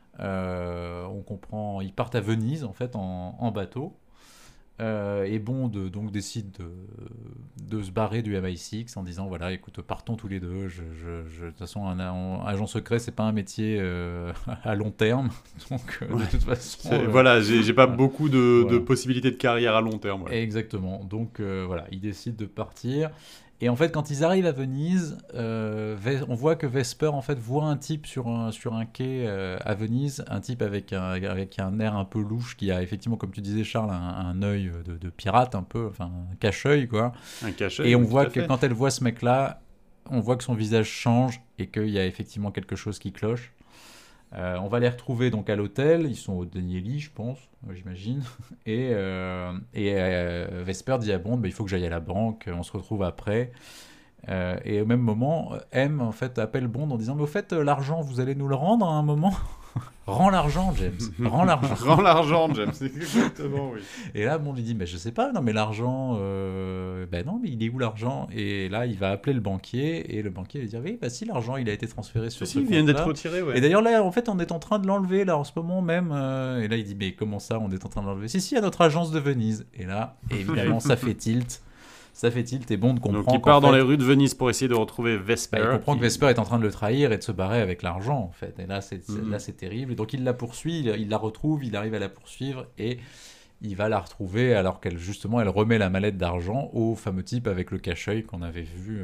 On comprend, ils partent à Venise en fait en bateau. Et Bond donc décide de se barrer du MI6 en disant voilà écoute partons tous les deux, de toute façon un agent secret c'est pas un métier à long terme donc de toute façon Voilà, j'ai pas voilà. beaucoup de Voilà. possibilités de carrière à long terme. Ouais. Exactement. Donc voilà, ils décident de partir. Et en fait, quand ils arrivent à Venise, on voit que Vesper en fait voit un type sur un quai à Venise, un type avec un air un peu louche qui a effectivement, comme tu disais Charles, un œil de pirate un peu, enfin un cache-œil quoi. Un cachet. Et on tout voit à que fait. quand elle voit ce mec-là, on voit que son visage change et qu'il y a effectivement quelque chose qui cloche. On va les retrouver donc à l'hôtel, ils sont au dernier lit, je pense, j'imagine. Et Vesper dit à Bond, il faut que j'aille à la banque, on se retrouve après. Et au même moment, M en fait appelle Bond en disant, mais au fait, l'argent, vous allez nous le rendre à un moment. Rends l'argent, James. Rends l'argent. Rends l'argent, James. Exactement, oui. Et là, Bond lui dit, je sais pas, non, mais l'argent, non, mais il est où l'argent? Et là, il va appeler le banquier, et le banquier va dire, oui, si, l'argent, il a été transféré sur ce Ceci vient d'être compte-là. retiré, ouais. Et d'ailleurs, là, en fait, on est en train de l'enlever, là, en ce moment même. Et là, il dit, mais comment ça, on est en train de l'enlever? Si, à notre agence de Venise. Et là, évidemment, ça fait tilt. Ça fait tilt, et Bond comprend Donc il qu'en part dans fait, les rues de Venise pour essayer de retrouver Vesper. il comprend qui- que Vesper est en train de le trahir et de se barrer avec l'argent, en fait. Et là, Mhm. là, c'est terrible. Et donc, il la poursuit, il la retrouve, il arrive à la poursuivre, et il va la retrouver alors qu'elle, justement, elle remet la mallette d'argent au fameux type avec le cache-œil qu'on avait vu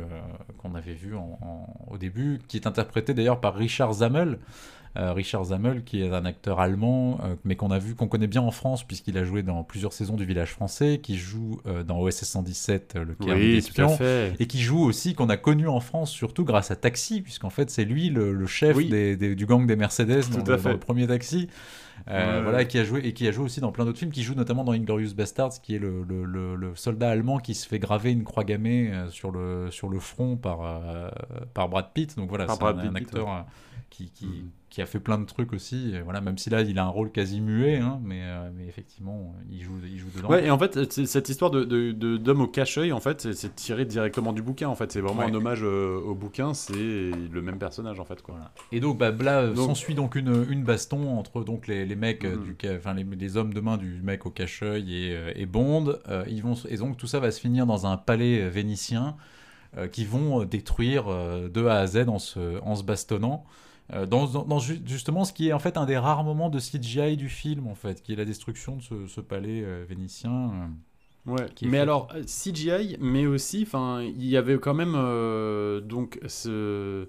au début, qui est interprété d'ailleurs par Richard Zammel. Richard Zammel, qui est un acteur allemand, mais qu'on connaît bien en France, puisqu'il a joué dans plusieurs saisons du Village Français, qui joue dans OSS 117, le Caire des Oui, tout à espions, fait. et qui joue aussi, qu'on a connu en France, surtout grâce à Taxi, puisqu'en fait, c'est lui le chef Oui. du gang des Mercedes Tout dans à fait. le premier Taxi. Ouais. Voilà, qui a joué aussi dans plein d'autres films, qui joue notamment dans Inglourious Basterds, qui est le soldat allemand qui se fait graver une croix gammée sur le front par Brad Pitt. Donc voilà, Par c'est Brad un Pitt, acteur Mhm. qui a fait plein de trucs aussi. Et voilà, même si là, il a un rôle quasi muet, hein, mais effectivement, il joue dedans. Ouais, et en fait, cette histoire d'homme au cache-œil, en fait, c'est tiré directement du bouquin. En fait, c'est vraiment Ouais. un hommage au bouquin. C'est le même personnage, en fait, quoi. Voilà. Et donc là Donc- s'ensuit donc une baston entre donc les mecs Mhm. les hommes de main du mec au cache-œil et Bond. Et donc tout ça va se finir dans un palais vénitien qui vont détruire de A à Z en se bastonnant. Justement ce qui est en fait un des rares moments de CGI du film en fait, qui est la destruction de ce palais vénitien. Ouais. Qui est Mais fait. alors, CGI, mais aussi, enfin, il y avait quand même donc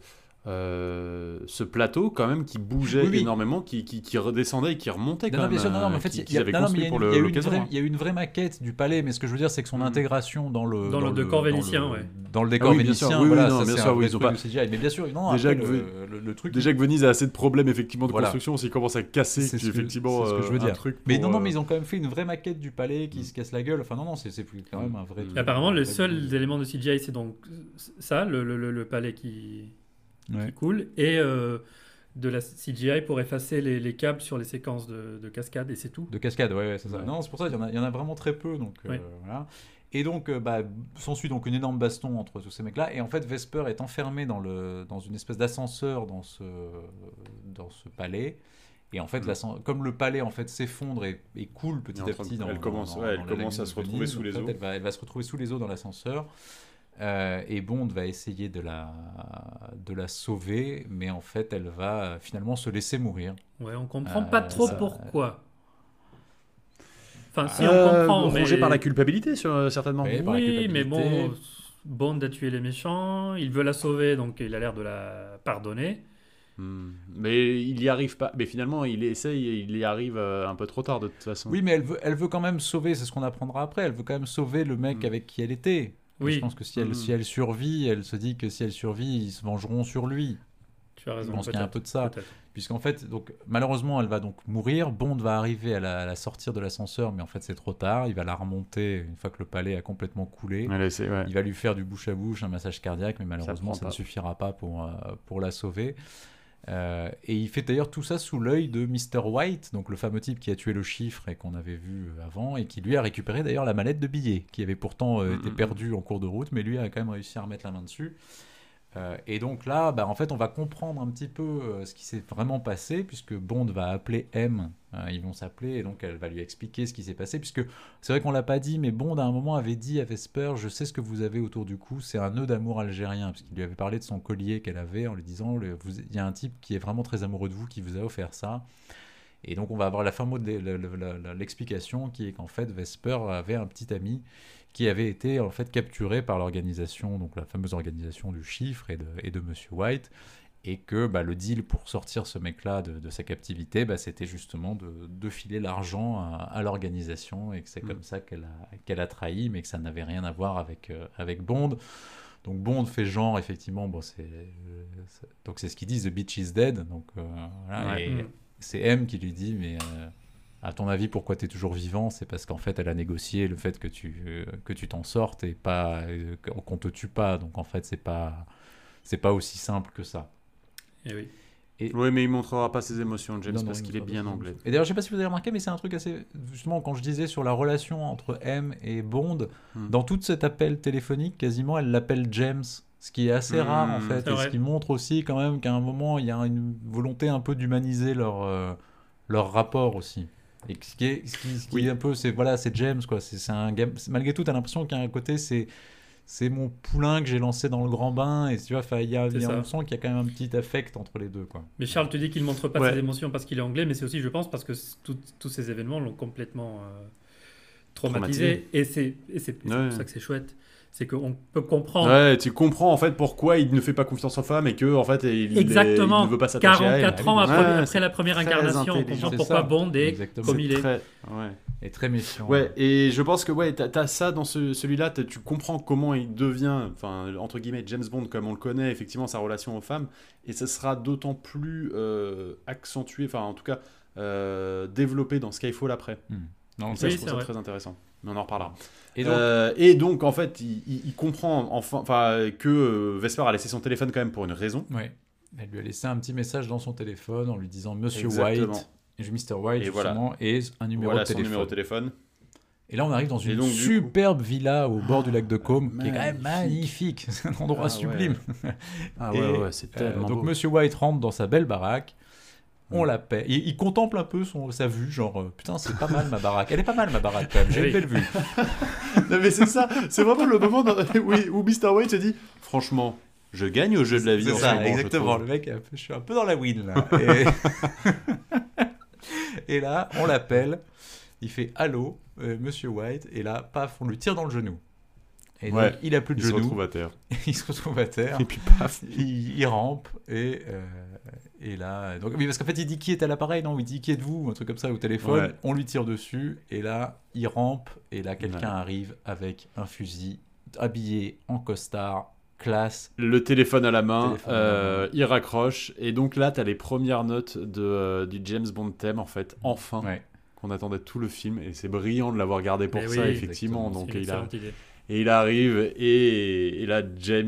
ce plateau quand même qui bougeait Oui. énormément, qui redescendait et qui remontait quand Non, même. bien sûr, non, mais en fait, qu'ils avaient construit pour il y a eu une l'occasion. vraie, hein. il y a eu une vraie maquette du palais, mais ce que je veux dire, c'est que son intégration dans le Dans le décor vénitien, ouais. dans le décor Ah oui, bien sûr. vénitien, Oui, voilà, non, ça bien c'est sûr, un oui, vrai ils ont truc pas- de CGI. Mais bien sûr, non, Déjà après, que le truc. Déjà que Venise a assez de problèmes effectivement de Voilà. construction, s'ils commencent à casser, C'est ce que- effectivement c'est ce que je veux un dire. truc. Mais pour, non, mais ils ont quand même fait une vraie maquette du palais qui se casse la gueule. Enfin, non, c'est quand même un vrai. Et truc. Et apparemment, Un les vrai seuls truc. éléments de CGI, c'est donc ça, le palais qui Ouais. coule, et de la CGI pour effacer les câbles sur les séquences de cascade, et c'est tout. De cascade, ouais, c'est ça. Ouais. Non, c'est pour ça, il y en a vraiment très peu. Donc, Ouais. voilà. Et donc, s'ensuit donc une énorme baston entre tous ces mecs-là. Et en fait, Vesper est enfermé dans une espèce d'ascenseur dans ce palais. Et en fait, comme le palais en fait s'effondre et coule petit Et à petit dans elle commence à lagune se de retrouver Venise, sous les en fait, eaux. Elle va se retrouver sous les eaux dans l'ascenseur. Et Bond va essayer de la sauver, mais en fait, elle va finalement se laisser mourir. Ouais, on comprend pas trop ça- pourquoi. Enfin, si, on comprend, mais... Rongé par la culpabilité, certainement. Ouais. par la Oui, mais culpabilité. bon, Bond a tué les méchants, il veut la sauver, donc il a l'air de la pardonner. Mais il y arrive pas. Mais finalement, il essaye et il y arrive un peu trop tard de toute façon. Oui, mais elle veut quand même sauver, c'est ce qu'on apprendra après, elle veut quand même sauver le mec avec qui elle était. Et Oui. je pense que si elle survit, elle se dit que si elle survit, ils se vengeront sur lui. Tu as raison, Je pense qu'il y a un peu de ça. peut-être. Puisqu'en fait, donc, malheureusement, elle va donc mourir. Bond va arriver à la sortir de l'ascenseur, mais en fait, c'est trop tard. Il va la remonter une fois que le palais a complètement coulé. Allez, ouais. Il va lui faire du bouche à bouche, un massage cardiaque, mais malheureusement, prend ça pas. ne suffira pas pour la sauver. Et il fait d'ailleurs tout ça sous l'œil de Mr. White, donc le fameux type qui a tué le chiffre et qu'on avait vu avant, et qui lui a récupéré d'ailleurs la mallette de billets, qui avait pourtant été perdue en cours de route, mais lui a quand même réussi à remettre la main dessus. Et donc là, en fait, on va comprendre un petit peu ce qui s'est vraiment passé, puisque Bond va appeler M, ils vont s'appeler, et donc elle va lui expliquer ce qui s'est passé, puisque c'est vrai qu'on l'a pas dit, mais Bond à un moment avait dit à Vesper, je sais ce que vous avez autour du cou, c'est un nœud d'amour algérien, parce qu'il lui avait parlé de son collier qu'elle avait, en lui disant, il y a un type qui est vraiment très amoureux de vous, qui vous a offert ça. Et donc on va avoir la fin mot de l'explication, qui est qu'en fait Vesper avait un petit ami qui avait été en fait capturé par l'organisation, donc la fameuse organisation du chiffre et de Monsieur White, et que le deal pour sortir ce mec-là de sa captivité, c'était justement de filer l'argent à l'organisation, et que c'est comme ça qu'elle a trahi, mais que ça n'avait rien à voir avec Bond. Donc Bond fait genre, effectivement, donc c'est ce qu'ils disent, the bitch is dead, donc voilà, Ouais. et c'est M qui lui dit, mais à ton avis, pourquoi tu es toujours vivant? C'est parce qu'en fait, elle a négocié le fait que tu t'en sortes et pas qu'on te tue pas. Donc en fait, c'est pas aussi simple que ça. Et oui. Oui, mais il montrera pas ses émotions, James, Non, parce il qu'il est montrera bien pas ses anglais. émotions. Et d'ailleurs, je sais pas si vous avez remarqué, mais c'est un truc assez... Justement, quand je disais sur la relation entre M et Bond, dans tout cet appel téléphonique, quasiment, elle l'appelle James. Ce qui est assez rare, en fait. C'est Et vrai. ce qui montre aussi, quand même, qu'à un moment, il y a une volonté un peu d'humaniser leur rapport aussi. Et ce qui est un peu... C'est James, quoi. C'est un gars... Malgré tout, t'as l'impression qu'il y a un côté... C'est mon poulain que j'ai lancé dans le grand bain, et tu vois, on sent qu'il y a quand même un petit affect entre les deux, quoi. Mais Charles te dit qu'il ne montre pas Ouais. ses émotions parce qu'il est anglais, mais c'est aussi, je pense, parce que tous ces événements l'ont complètement traumatisé. Et c'est Ouais. pour ça que c'est chouette. C'est qu'on peut comprendre. Ouais, tu comprends en fait pourquoi il ne fait pas confiance aux femmes et que en fait il Exactement. ne veut pas s'attacher à elle. 44 ans Ouais, après c'est la première très incarnation, on intelligent. comprend C'est pourquoi ça. Bond est Exactement. comme il est. Ouais. Et très méfiant. Ouais, et je pense que t'as ça dans celui-là, tu comprends comment il devient, enfin entre guillemets James Bond comme on le connaît, effectivement sa relation aux femmes, et ça sera d'autant plus accentué, enfin en tout cas développé dans Skyfall après. Non, Et ça, Oui, je trouve c'est ça vrai. très intéressant. Mais on en reparlera. Et donc, Donc en fait, il comprend enfin que Vesper a laissé son téléphone quand même pour une raison. ouais. Elle lui a laissé un petit message dans son téléphone en lui disant Monsieur Exactement. White, et Mr. White, Et voilà. justement, et un numéro Voilà de son téléphone. numéro de téléphone. Et là, on arrive dans Et une donc, du superbe villa au bord du lac de Caume, qui est quand même magnifique. magnifique. C'est un endroit Ah sublime. Ah Et, ouais, c'est tellement donc, beau. Monsieur White rentre dans sa belle baraque. On la paie. Il contemple un peu sa vue, genre putain, c'est pas mal ma baraque. Elle est pas mal ma baraque quand même. J'ai Oui. une belle vue. Non mais c'est ça, c'est vraiment le moment où Mr. White se dit franchement, je gagne au jeu de la vie C'est en ça, ce moment, je exactement. trouve. Le mec, je suis un peu dans la win là. Et là, on l'appelle. Il fait allô, Monsieur White. Et là, paf, on lui tire dans le genou. Et Ouais. donc, il a plus de Il se genoux. retrouve à terre. Il se retrouve à terre. Et puis paf. Il rampe et là donc oui parce qu'en fait il dit qui est à l'appareil non il dit qui êtes-vous un truc comme ça au téléphone Ouais. on lui tire dessus et là il rampe et là quelqu'un Ouais. arrive avec un fusil habillé en costard classe Le téléphone à la main, Téléphone à la main. il raccroche. Et donc là, t'as les premières notes du James Bond thème, en fait, enfin, ouais qu'on attendait tout le film. Et c'est brillant de l'avoir gardé pour Mais ça, oui, effectivement. exactement. Donc, C'est une il excellente idée. et il arrive, et là, James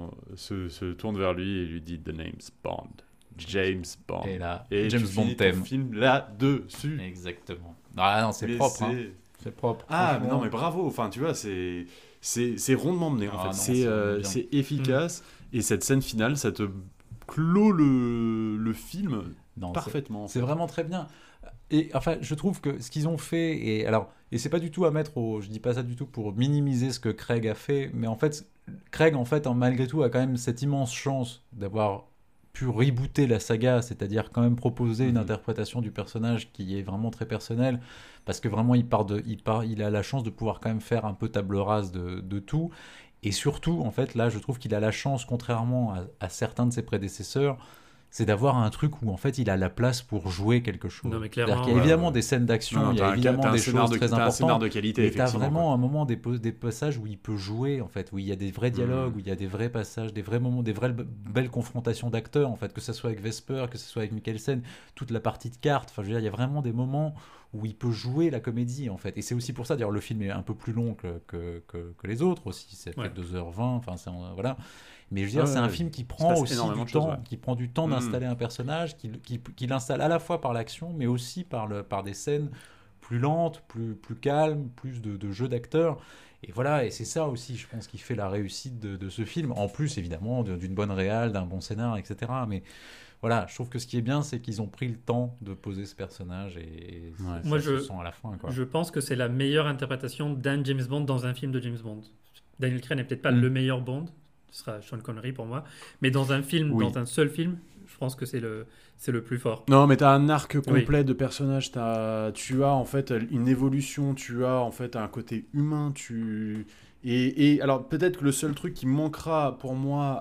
se tourne vers lui et lui dit The name's Bond. James Bond. et là Et James tu Bond finis ton thème film là-dessus. exactement ah non c'est Mais propre c'est- hein. C'est propre Ah, franchement. non, mais bravo. Enfin, tu vois, c'est rondement mené, en Ah, fait. non, C'est c'est vraiment bien. c'est efficace. Et cette scène finale, ça te clôt le film Non, parfaitement. en c'est fait. vraiment très bien. Et enfin, je trouve que ce qu'ils ont fait, et c'est pas du tout à mettre je dis pas ça du tout pour minimiser ce que Craig a fait, mais en fait, Craig, en fait, malgré tout, a quand même cette immense chance d'avoir pu rebooter la saga, c'est-à-dire quand même proposer une Mhm. interprétation du personnage qui est vraiment très personnelle, parce que vraiment, il a la chance de pouvoir quand même faire un peu table rase de tout. Et surtout, en fait, là, je trouve qu'il a la chance, contrairement à certains de ses prédécesseurs, c'est d'avoir un truc où en fait il a la place pour jouer quelque chose. Non, mais C'est-à-dire clairement, qu'il y a évidemment ouais. des scènes d'action, Non, il y t'as a un évidemment t'as un des scénar choses très t'as un scénar importantes. de qualité, Mais t'as effectivement. vraiment un moment des passages où il peut jouer en fait, où il y a des vrais dialogues, où il y a des vrais passages, des vrais moments, des vraies belles confrontations d'acteurs en fait, que ce soit avec Vesper, que ce soit avec Mikkelsen, toute la partie de cartes. Enfin, je veux dire, il y a vraiment des moments où il peut jouer la comédie en fait. Et c'est aussi pour ça, d'ailleurs, le film est un peu plus long que les autres aussi. C'est Ouais. fait 2h20. Enfin, voilà. Mais je veux dire, Ouais, c'est un ouais. film qui Il se prend passe aussi énormément du de choses, temps, ouais. qui prend du temps d'installer un personnage, qui l'installe à la fois par l'action, mais aussi par des scènes plus lentes, plus calmes, plus de jeux d'acteurs. Et voilà, et c'est ça aussi, je pense, qui fait la réussite de ce film. En plus, évidemment, d'une bonne réal, d'un bon scénar, etc. Mais voilà, je trouve que ce qui est bien, c'est qu'ils ont pris le temps de poser ce personnage et Ouais. ça Moi, se je- sent à la fin. Quoi. Je pense que c'est la meilleure interprétation d'un James Bond dans un film de James Bond. Daniel Craig n'est peut-être pas Mm. le meilleur Bond, ce sera Sean Connery pour moi, mais dans un film, Oui. dans un seul film, je pense que c'est le plus fort. Non, mais t'as un arc complet de personnage. Tu as en fait une évolution. Tu as en fait un côté humain. Et alors peut-être que le seul truc qui manquera pour moi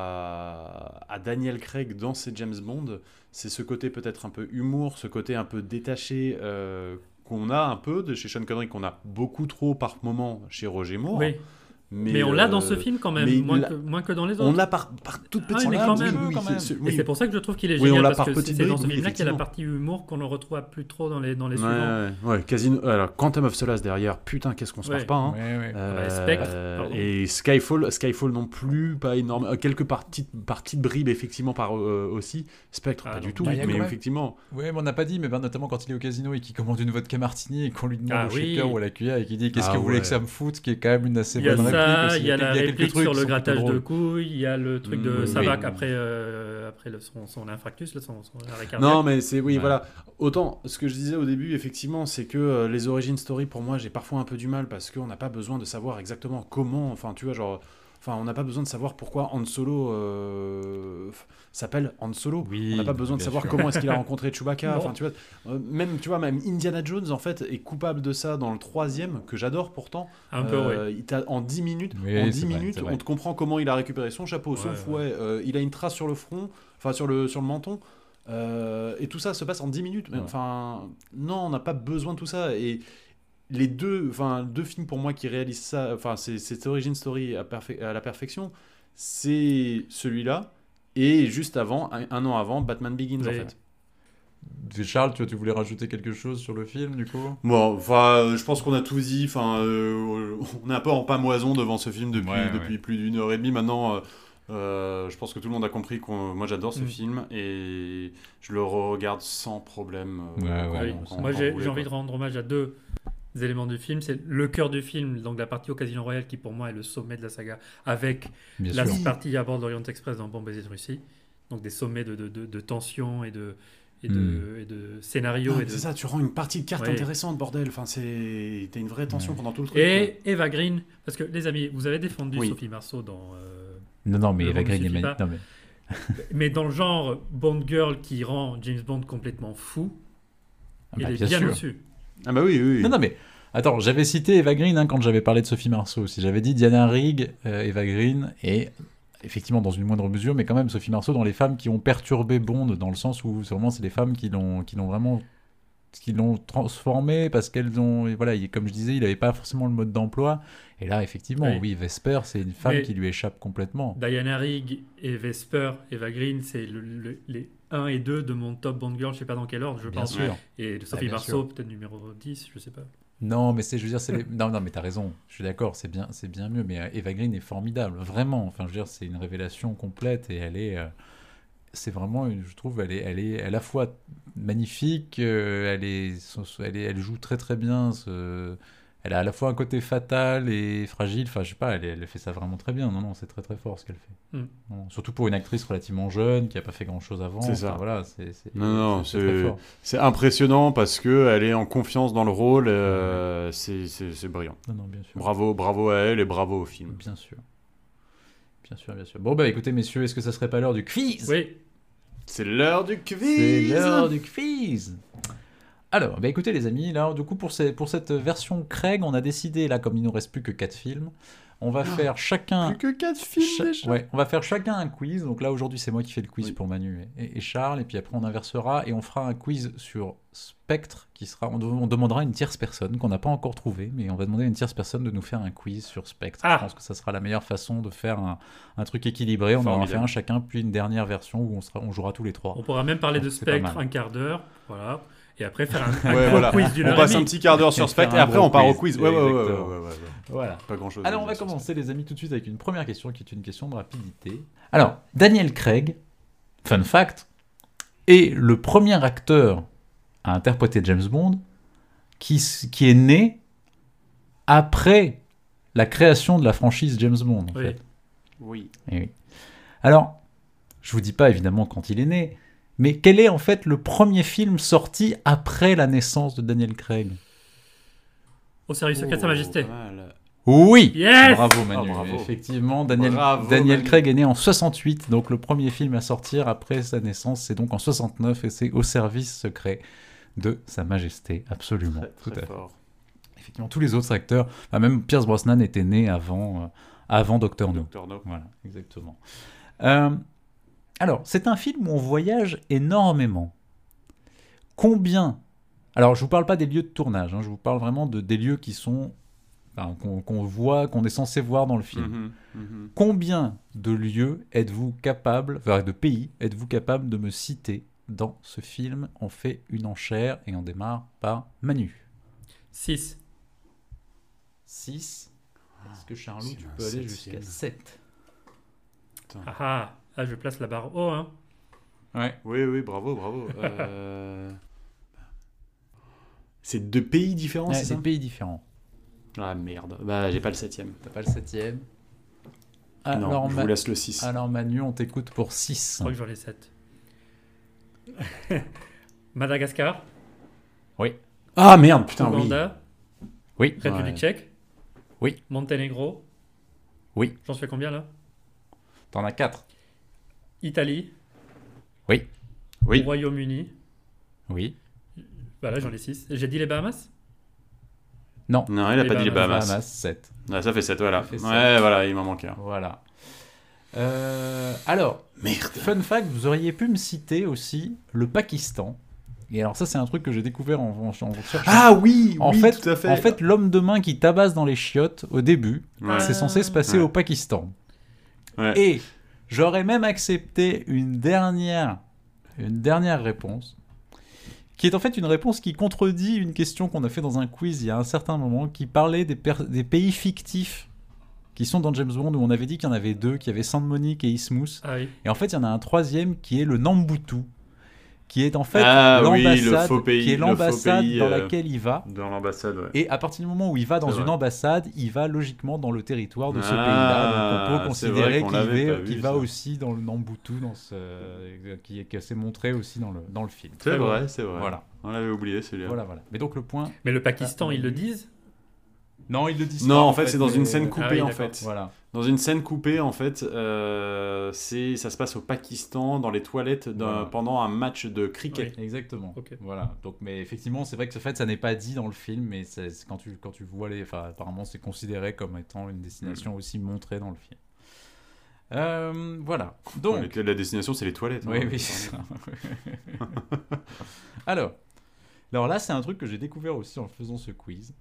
à Daniel Craig dans ses James Bond, c'est ce côté peut-être un peu humour, ce côté un peu détaché qu'on a un peu de chez Sean Connery, qu'on a beaucoup trop par moment chez Roger Moore. Oui, mais on l'a dans ce film quand même, mais moins que dans les autres. On l'a par toute Ah petite oui, mais on l'a, quand oui, même, oui, quand même. Et c'est pour ça que je trouve qu'il est Oui, on génial, l'a parce par que petites c'est dans brides, ce oui, film-là qu'il y a la effectivement. partie humour qu'on ne retrouve plus trop dans les suivants. Ouais, Casino. Alors, Quantum of Solace derrière, putain, qu'est-ce qu'on se marre Ouais. pas. Hein. Ouais. Ouais, Spectre, pardon. Et Skyfall non plus, pas énorme. Quelques petites bribes, effectivement, aussi. Spectre, Ah pas non. du tout, Bah, y a mais quand même- effectivement. Ouais, mais on n'a pas dit, mais notamment quand il est au casino et qu'il commande une vodka martini et qu'on lui demande Ah au oui. shaker ou à la cuillère et qu'il dit qu'est-ce Ah que vous voulez ouais. que ça me foute, ce qui est quand même une assez Il y a bonne réplique ça, aussi. il y a la quelques réplique trucs sur qui le sont plutôt grattage de drôles. couilles, il y a le truc de Oui, Savak oui. après son infarctus, là, son arrêt cardiaque. Non, mais c'est oui, Ouais. voilà. Autant ce que je disais au début, effectivement, c'est que les origin story, pour moi, j'ai parfois un peu du mal parce qu'on n'a pas besoin de savoir exactement comment. Enfin, tu vois, genre. Enfin, on n'a pas besoin de savoir pourquoi Han Solo s'appelle Han Solo. Oui, On n'a pas besoin de bien savoir sûr. comment est-ce qu'il a rencontré Chewbacca. Non. Enfin, tu vois, même Indiana Jones en fait est coupable de ça dans le 3e que j'adore pourtant. Un peu, oui. En 10 minutes, Oui, en c'est 10 vrai, minutes, c'est vrai. on te comprend comment il a récupéré son chapeau, son Ouais, fouet. Il a une trace sur le front, enfin sur le menton. Et tout ça se passe en 10 minutes. Mais, Ouais. enfin, non, on n'a pas besoin de tout ça. Et les deux films pour moi qui réalisent ça, enfin, c'est cette origin story à la perfection, c'est celui-là et juste avant, un an avant, Batman Begins en Oui. fait. Charles, tu voulais rajouter quelque chose sur le film du coup? Bon, enfin, je pense qu'on a tout dit. Enfin, on est un peu en pamoison devant ce film depuis Ouais. plus d'une heure et demie maintenant. Je pense que tout le monde a compris que moi j'adore ce film et je le regarde sans problème. Ouais, quand Moi, vous j'ai voulez, envie de quoi. rendre hommage à deux éléments du film. C'est le cœur du film, donc la partie au Casino Royale, qui pour moi est le sommet de la saga, avec Bien la sûr. partie à bord de l'Orient Express dans Bomb Baiser de Russie. Donc des sommets de tension et de scénario. Non, et mais de... c'est ça, tu rends une partie de cartes Ouais. intéressante, bordel. Enfin, t'as une vraie tension Ouais. pendant tout le truc. Et Eva Green, parce que les amis, vous avez défendu Oui. Sophie Marceau dans... Non, mais Le Eva monde ne Green est suffit magnifique. pas. Non, mais... Mais dans le genre Bond Girl qui rend James Bond complètement fou, Ah, il bah, est bien bien sûr. au-dessus. Ah bah oui. Non, mais Attends, j'avais cité Eva Green quand j'avais parlé de Sophie Marceau aussi. J'avais dit Diana Rigg, Eva Green, et effectivement dans une moindre mesure, mais quand même Sophie Marceau dans les femmes qui ont perturbé Bond, dans le sens où vraiment c'est les femmes qui l'ont vraiment qui l'ont transformé parce qu'elles ont et voilà, comme je disais, il n'avait pas forcément le mode d'emploi. Et là, effectivement, oui, Vesper, c'est une femme qui lui échappe complètement. Diana Rigg et Vesper, Eva Green, c'est les 1 et 2 de mon top Bond Girl, je sais pas dans quel ordre, je pense. Sûr. Et de Sophie Marceau, peut-être numéro 10, je sais pas. Non, mais je veux dire, non, mais t'as raison. Je suis d'accord, c'est bien mieux. Mais Eva Green est formidable, vraiment. Enfin, je veux dire, c'est une révélation complète et elle est, c'est vraiment, je trouve, elle est à la fois magnifique. Elle joue très très bien. Elle a à la fois un côté fatal et fragile. Enfin, je sais pas, elle fait ça vraiment très bien. Non, c'est très très fort ce qu'elle fait. Non, surtout pour une actrice relativement jeune qui a pas fait grand chose avant. C'est ça. Enfin, voilà, C'est très fort. C'est impressionnant parce que elle est en confiance dans le rôle. C'est brillant. Non, bien sûr. Bravo à elle et bravo au film. Bien sûr. Bon, bah écoutez, messieurs, est-ce que ça serait pas l'heure du quiz ? Oui. C'est l'heure du quiz. C'est l'heure du quiz. Alors, bah écoutez les amis, là, du coup, pour cette version Craig, on a décidé, là, comme il nous reste plus que 4 films, on va faire chacun... Plus que 4 films déjà. Ouais, on va faire chacun un quiz. Donc là, aujourd'hui, c'est moi qui fais le quiz pour Manu et Charles. Et puis après, on inversera et on fera un quiz sur Spectre qui sera... On demandera à une tierce personne qu'on n'a pas encore trouvée, mais on va demander à une tierce personne de nous faire un quiz sur Spectre. Je pense que ça sera la meilleure façon de faire un truc équilibré. On en fait un chacun, puis une dernière version où on jouera tous les trois. On pourra même parler de Spectre un quart d'heure. Voilà. Et après faire un quiz d'une heure. On passe un petit quart d'heure sur Spectre et après on part au quiz. Ouais. Voilà. Pas grand chose. Alors on va commencer les amis tout de suite avec une première question qui est une question de rapidité. Alors, Daniel Craig, fun fact, est le premier acteur à interpréter James Bond qui est né après la création de la franchise James Bond. En fait. Oui. Et oui. Alors, je vous dis pas évidemment quand il est né, mais quel est en fait le premier film sorti après la naissance de Daniel Craig ? Au service secret de Sa Majesté. Oui. Yes. Bravo Manu. Bravo. Effectivement, Daniel Manu. Craig est né en 68, donc le premier film à sortir après sa naissance, c'est donc en 69 et c'est Au service secret de Sa Majesté. Absolument. Très, très fort. Effectivement, tous les autres acteurs, même Pierce Brosnan était né avant Dr. No. Voilà, exactement. Alors, c'est un film où on voyage énormément. Combien ? Alors, je ne vous parle pas des lieux de tournage, je vous parle vraiment des lieux qui sont qu'on voit, qu'on est censé voir dans le film. Combien de lieux êtes-vous capable, de pays êtes-vous capable de me citer dans ce film ? On fait une enchère et on démarre par Manu. 6. 6. Est-ce que Charlot, tu peux aller jusqu'à 7 ? Ah, je place la barre haut. Hein. Ouais. Oui, bravo. C'est 2 pays différents, c'est ça ? Des pays différents. Ah merde, bah j'ai pas le 7ème. T'as pas le 7ème ? Non, je vous laisse le 6. Alors Manu, on t'écoute pour 6. Je crois que j'en ai 7. Madagascar. Oui. Ah merde, putain, Ouganda. Oui. République tchèque. Oui. Monténégro. Oui. J'en fais combien là ? T'en as 4. Italie. Oui. Royaume-Uni. Oui. Voilà, j'en ai 6. J'ai dit les Bahamas ? Non, il a pas dit les Bahamas. 7. Ah, ça fait 7, voilà. Ça fait 7. Ouais, voilà, il m'en manque un. Voilà. Alors, merde. Fun fact, vous auriez pu me citer aussi le Pakistan. Et alors ça, c'est un truc que j'ai découvert en cherchant. Ah oui, en oui, fait, tout à fait. En fait, l'homme de main qui tabasse dans les chiottes au début, Ouais. c'est censé se passer Ouais. au Pakistan. Ouais. Et j'aurais même accepté une dernière réponse, qui est en fait une réponse qui contredit une question qu'on a fait dans un quiz il y a un certain moment, qui parlait des pays fictifs qui sont dans James Bond, où on avait dit qu'il y en avait 2, qu'il y avait Saint Monique et Ismouth. Ah oui. Et en fait, il y en a un troisième qui est le Nambutu, qui est en fait oui, le l'ambassade, faux pays, qui est l'ambassade le faux pays, dans laquelle il va. Dans l'ambassade, ouais. Et à partir du moment où il va dans C'est une vrai. ambassade, il va logiquement dans le territoire de ce Ah, pays-là. Donc on peut c'est vrai considérer qu'on l'avait pas qu'il vu, va ça. aussi dans le Nambutu, qui s'est montré aussi dans le film. C'est vrai. Voilà. On l'avait oublié celui-là. Voilà. Mais donc le point. Mais le Pakistan, ils le disent ? Non, il le dit Non, pas, en fait, c'est dans une mais- scène coupée, Ah oui, en d'accord. fait. Voilà. Dans une scène coupée, en fait, ça se passe au Pakistan, dans les toilettes, Voilà. pendant un match de cricket. Exactement. Ok. Voilà. Donc, mais effectivement, c'est vrai que ce fait, ça n'est pas dit dans le film, mais c'est quand tu vois les, enfin, apparemment, c'est considéré comme étant une destination aussi montrée dans le film. Voilà. Donc, La destination, c'est les toilettes. oui, hein. oui. c'est ça. Alors là, c'est un truc que j'ai découvert aussi en faisant ce quiz.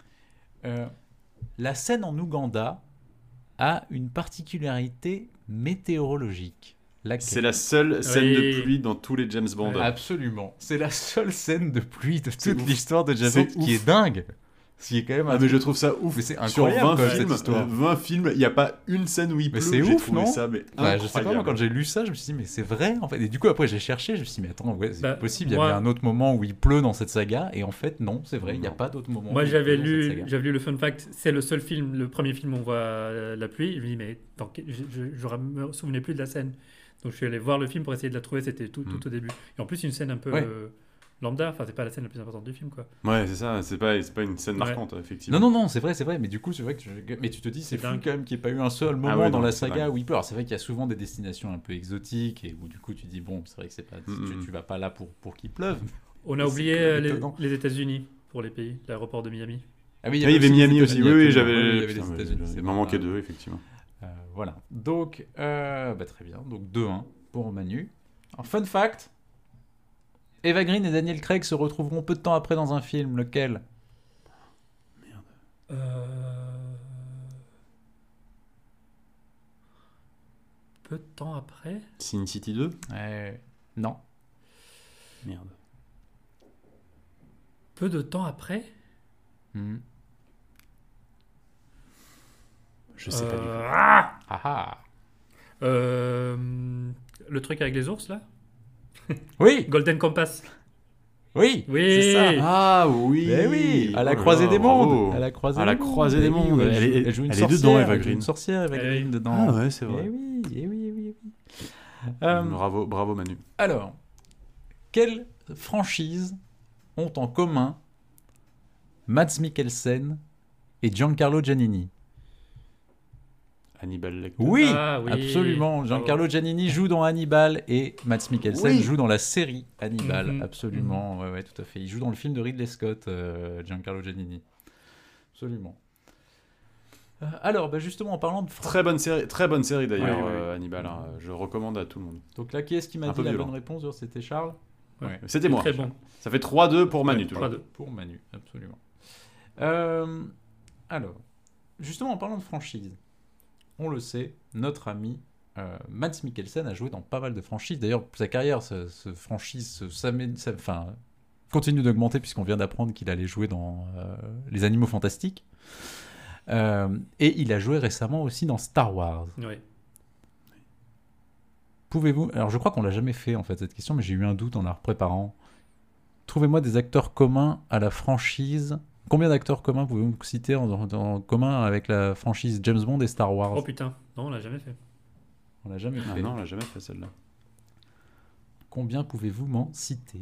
La scène en Ouganda a une particularité météorologique. Laquelle C'est la seule scène Oui. de pluie dans tous les James Bond. Ouais. Absolument. C'est la seule scène de pluie de C'est toute ouf. l'histoire de James C'est Bond qui ouf. est dingue. Ce qui est quand même un Ah, mais truc- je trouve ça ouf. Mais c'est Sur incroyable 20 quand même, cette films, histoire. 20 films, il n'y a pas une scène où il Mais pleut. c'est J'ai ouf, trouvé non ça, mais Bah, je sais pas, moi, incroyable. quand j'ai lu ça, je me suis dit, mais c'est vrai, en fait. Et du coup, après, j'ai cherché, je me suis dit, mais attends, ouais, c'est Bah, possible, il y moi- avait un autre moment où il pleut dans cette saga, et en fait, non, c'est vrai, il n'y a Non. pas d'autre moment. Moi, où il j'avais pleut dans cette lu, saga. j'avais lu le fun fact. C'est le seul film, le premier film où on voit la pluie. Je me dis, mais je me souvenais plus de la scène. Donc, je suis allé voir le film pour essayer de la trouver. C'était tout au début. Et en plus, une scène un peu Ouais. lambda. Enfin, c'est pas la scène la plus importante du film, quoi. Ouais, c'est ça, c'est pas une scène Ouais. marquante, effectivement. Non, c'est vrai, mais du coup, c'est vrai que mais tu te dis, c'est C'est fou dingue. quand même qu'il n'y ait pas eu un seul moment ouais, dans non, la c'est saga dingue. où il pleut. Alors, c'est vrai qu'il y a souvent des destinations un peu exotiques, et où du coup, tu dis, bon, c'est vrai que c'est pas, tu vas pas là pour qu'il pleuve. On a C'est oublié quand même les, étonnant. les États-Unis pour les pays, l'aéroport de Miami. Ah oui, Ah, il y avait Miami aussi, oui, oui, j'avais. il y avait Putain, les mais États-Unis. Il c'est m'en vrai. manquait deux, effectivement. Voilà. Donc, très bien. Donc 2-1 pour Manu. Alors, fun fact, Eva Green et Daniel Craig se retrouveront peu de temps après dans un film. Lequel? Peu de temps après. Sin City 2 Non. Merde. Peu de temps après. Hmm. Je sais pas du tout. Ah ah. Le truc avec les ours, là. Oui, Golden Compass. oui, Oui. c'est ça. Ah oui. Mais oui, à la Oh là croisée là, des bravo. mondes. À la croisée À la des mondes. croisée des Eh oui, mondes. ouais, Elle joue une est sorcière. dedans, Eva Elle joue Green. une sorcière, Eva Eh Green, oui. dedans. Ah ouais, c'est vrai. Eh oui, eh oui, eh oui, eh oui. Bravo Manu. Alors, franchises ont en commun Mads Mikkelsen et Giancarlo Giannini? Hannibal Lecter. Oui, Ah oui. absolument. Giancarlo Giannini joue dans Hannibal et Mads Mikkelsen Oui. joue dans la série Hannibal. Mhm. Absolument, ouais, tout à fait. Il joue dans le film de Ridley Scott, Giancarlo Giannini. Absolument. Alors, justement, en parlant de Très bonne série d'ailleurs, Ouais, ouais. Hannibal. hein. Je recommande à tout le monde. Donc là, qui est-ce qui m'a Un dit peu la violent. bonne réponse? C'était Charles? Ouais. C'était moi. Très bon. Ça fait 3-2 pour Manu, Ouais, toujours. 3-2. Pour Manu, absolument. Alors, justement, en parlant de franchise, on le sait, notre ami Mads Mikkelsen a joué dans pas mal de franchises. D'ailleurs, sa carrière, continue d'augmenter puisqu'on vient d'apprendre qu'il allait jouer dans Les Animaux Fantastiques. Et il a joué récemment aussi dans Star Wars. Oui. Pouvez-vous... Alors, je crois qu'on l'a jamais fait, en fait, cette question, mais j'ai eu un doute en la préparant. Trouvez-moi des acteurs communs à la franchise. Combien d'acteurs communs pouvez-vous citer en commun avec la franchise James Bond et Star Wars? Oh putain, non, on l'a jamais fait. On l'a jamais Ah fait. non, on l'a jamais fait celle-là. Combien pouvez-vous m'en citer?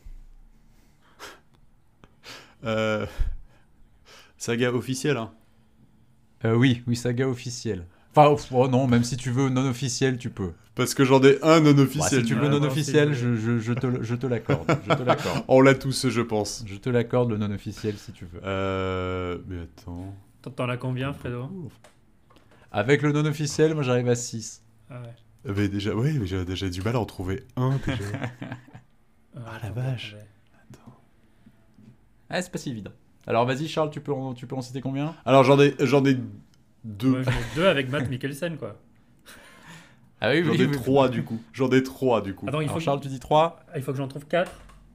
Saga officielle, hein. Oui, saga officielle. Enfin, oh non, même si tu veux non officiel, tu peux. Parce que j'en ai un non Bah, officiel. si tu veux Ouais, non moi officiel, aussi, je te l'accorde. Je te l'accorde. On l'a tous, je pense. Je te l'accorde le non officiel si tu veux. Mais attends. T'en as combien, Fredo? Avec le non officiel, moi j'arrive à 6. Ah ouais. Mais déjà, ouais, mais j'ai du mal à en trouver un déjà. Ah, la attends, vache. attendez. Ah, c'est pas si évident. Alors vas-y Charles, tu peux en citer combien? Alors j'en ai deux. Moi, j'en ai 2 avec Matt Mikkelsen, quoi. Ah oui, J'en ai 3 du coup. J'en ai 3 du coup. Attends, il faut, Alors Charles, tu dis 3? il faut que j'en trouve 4.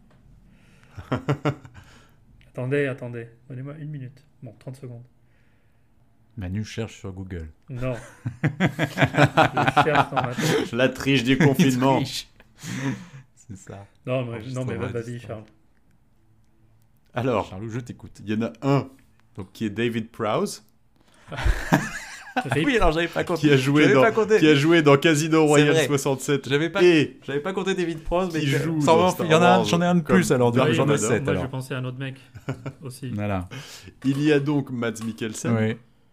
Attendez. Donnez-moi 1 minute. Bon, 30 secondes. Manu cherche sur Google. Non. Je cherche dans ma tête. La triche du confinement. C'est ça. Non, mais Enregistrement à vas-y, distance. Charles. Alors, Charles, je t'écoute. il y en a un donc, qui est David Prowse. Rip. Oui, alors j'avais pas compté. qui a joué J'avais dans, pas compté. qui a joué dans Casino Royale vrai. 67. J'avais pas, Et j'avais pas compté David Prost, mais qui joue sans dans voir, Star il y en a un, Wars j'en ai un de comme plus alors, Dark donc j'en ai Vador. 7 Moi, je alors. pensais à un autre mec aussi. Voilà. il y a donc Mads Mikkelsen. Oui.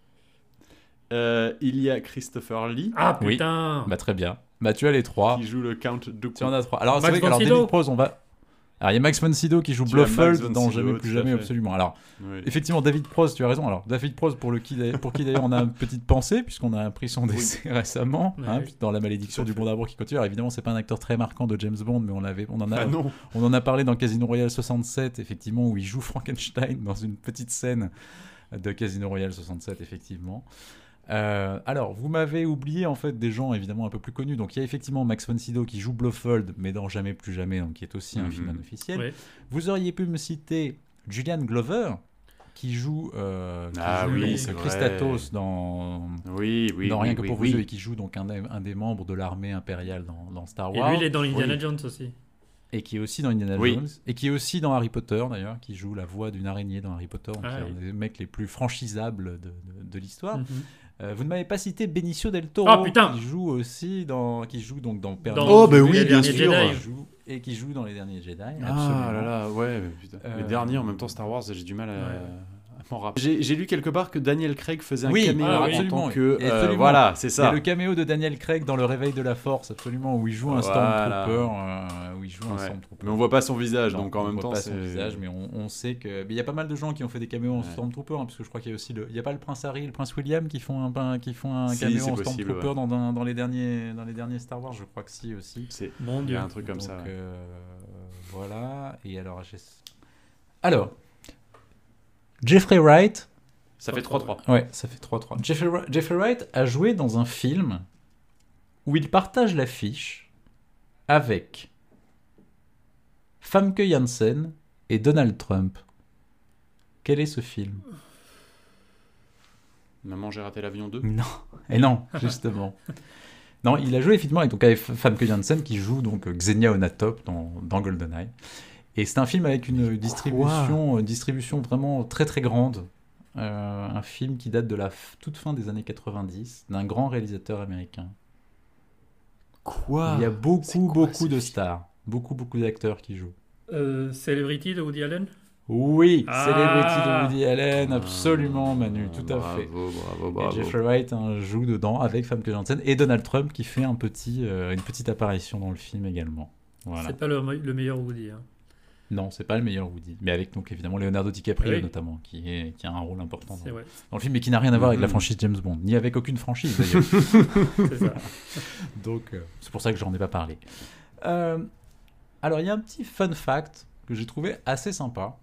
Il y a Christopher Lee Ah Oui. putain. Bah très bien. Bah tu as les 3. qui joue le Count Dooku. Tu en as 3. Alors c'est Max vrai que alors, von Sydow. David Prost, on va. Alors il y a Max von Sydow qui joue Tu as Max Blofeld von dans Sydow, Jamais plus tout à jamais, fait. absolument. Alors Oui. effectivement, David Prost, tu as raison. Alors David Prost pour qui d'ailleurs on a une petite pensée puisqu'on a appris son décès récemment, Ouais, hein, oui. dans La Malédiction Tout à du fait. Bon D'amour qui continue. Alors évidemment, c'est pas un acteur très marquant de James Bond, mais Ah non. on en a parlé dans Casino Royale 67, effectivement, où il joue Frankenstein dans une petite scène de Casino Royale 67, effectivement. Alors, vous m'avez oublié en fait des gens évidemment un peu plus connus. Donc, il y a effectivement Max von Sydow qui joue Blofeld, mais dans Jamais plus jamais, donc, qui est aussi un Mhm. film non officiel. Ouais. Vous auriez pu me citer Julian Glover qui joue, Ah oui, donc c'est Christatos dans Oui, oui. Rien oui, que oui, pour oui. vous yeux, et qui joue donc un des membres de l'armée impériale dans Star Et Wars. lui, il est dans Indiana Oui. Jones aussi. Et qui est aussi dans Indiana Oui. Jones, et qui est aussi dans Harry Potter d'ailleurs, qui joue la voix d'une araignée dans Harry Potter, donc Ah qui est oui. un des mecs les plus franchisables de l'histoire. Mhm. Vous ne m'avez pas cité Benicio del Toro, Ah, putain qui joue aussi qui joue donc dans Père Dans- Oh, bah Les oui, bien Derniers sûr. Jedi. qui joue dans Les Derniers Jedi. Ah absolument. là là, ouais, mais putain. Les derniers en même temps Star Wars, j'ai du mal à Ouais. m'en rappeler. J'ai lu quelque part que Daniel Craig faisait un Oui, caméo ah oui, en absolument. tant que Et absolument. voilà, c'est Il y a ça. le caméo de Daniel Craig dans Le Réveil de la Force, absolument, où il joue un Voilà. Stormtrooper. Où il joue un Ouais. Stormtrooper. Mais on voit pas son visage, Non, donc en on même voit temps pas c'est son visage, mais on sait que. Mais il y a pas mal de gens qui ont fait des caméos en Ouais. Stormtrooper, hein, parce que je crois qu'il y a aussi il y a pas le prince Harry et le prince William qui font un Si, caméo c'est en possible, Stormtrooper dans les derniers Star Wars, je crois que si aussi. c'est Mon il y dieu. a un truc comme ça. Donc, ouais. voilà. Et alors, Jeffrey Wright. Ça fait 3-3. Ouais, ça fait 3-3. Jeffrey Wright a joué dans un film où il partage l'affiche avec Famke Janssen et Donald Trump. Quel est ce film? Maman, j'ai raté l'avion 2. Non, et non, justement. Non, il a joué effectivement avec Famke Janssen qui joue donc Xenia Onatop dans GoldenEye. Et c'est un film avec une distribution vraiment très très grande. Un film qui date de la toute fin des années 90 d'un grand réalisateur américain. Quoi? Il y a c'est beaucoup quoi, beaucoup ce de film stars, beaucoup d'acteurs qui jouent. Celebrity de Woody Allen. Oui, Ah. Celebrity de Woody Allen, absolument Manu, tout à fait. Bravo, Et bravo. Jeffrey Wright joue dedans avec Famke Janssen et Donald Trump qui fait une petite apparition dans le film également. Voilà. C'est pas le meilleur Woody. Hein. Non, c'est pas le meilleur Woody, mais avec donc évidemment Leonardo DiCaprio Oui. notamment, qui a un rôle important C'est dans, ouais, dans le film, mais qui n'a rien à voir avec la Mhm. franchise James Bond, ni avec aucune franchise d'ailleurs. c'est ça. Donc c'est pour ça que j'en ai pas parlé. Alors il y a un petit fun fact que j'ai trouvé assez sympa.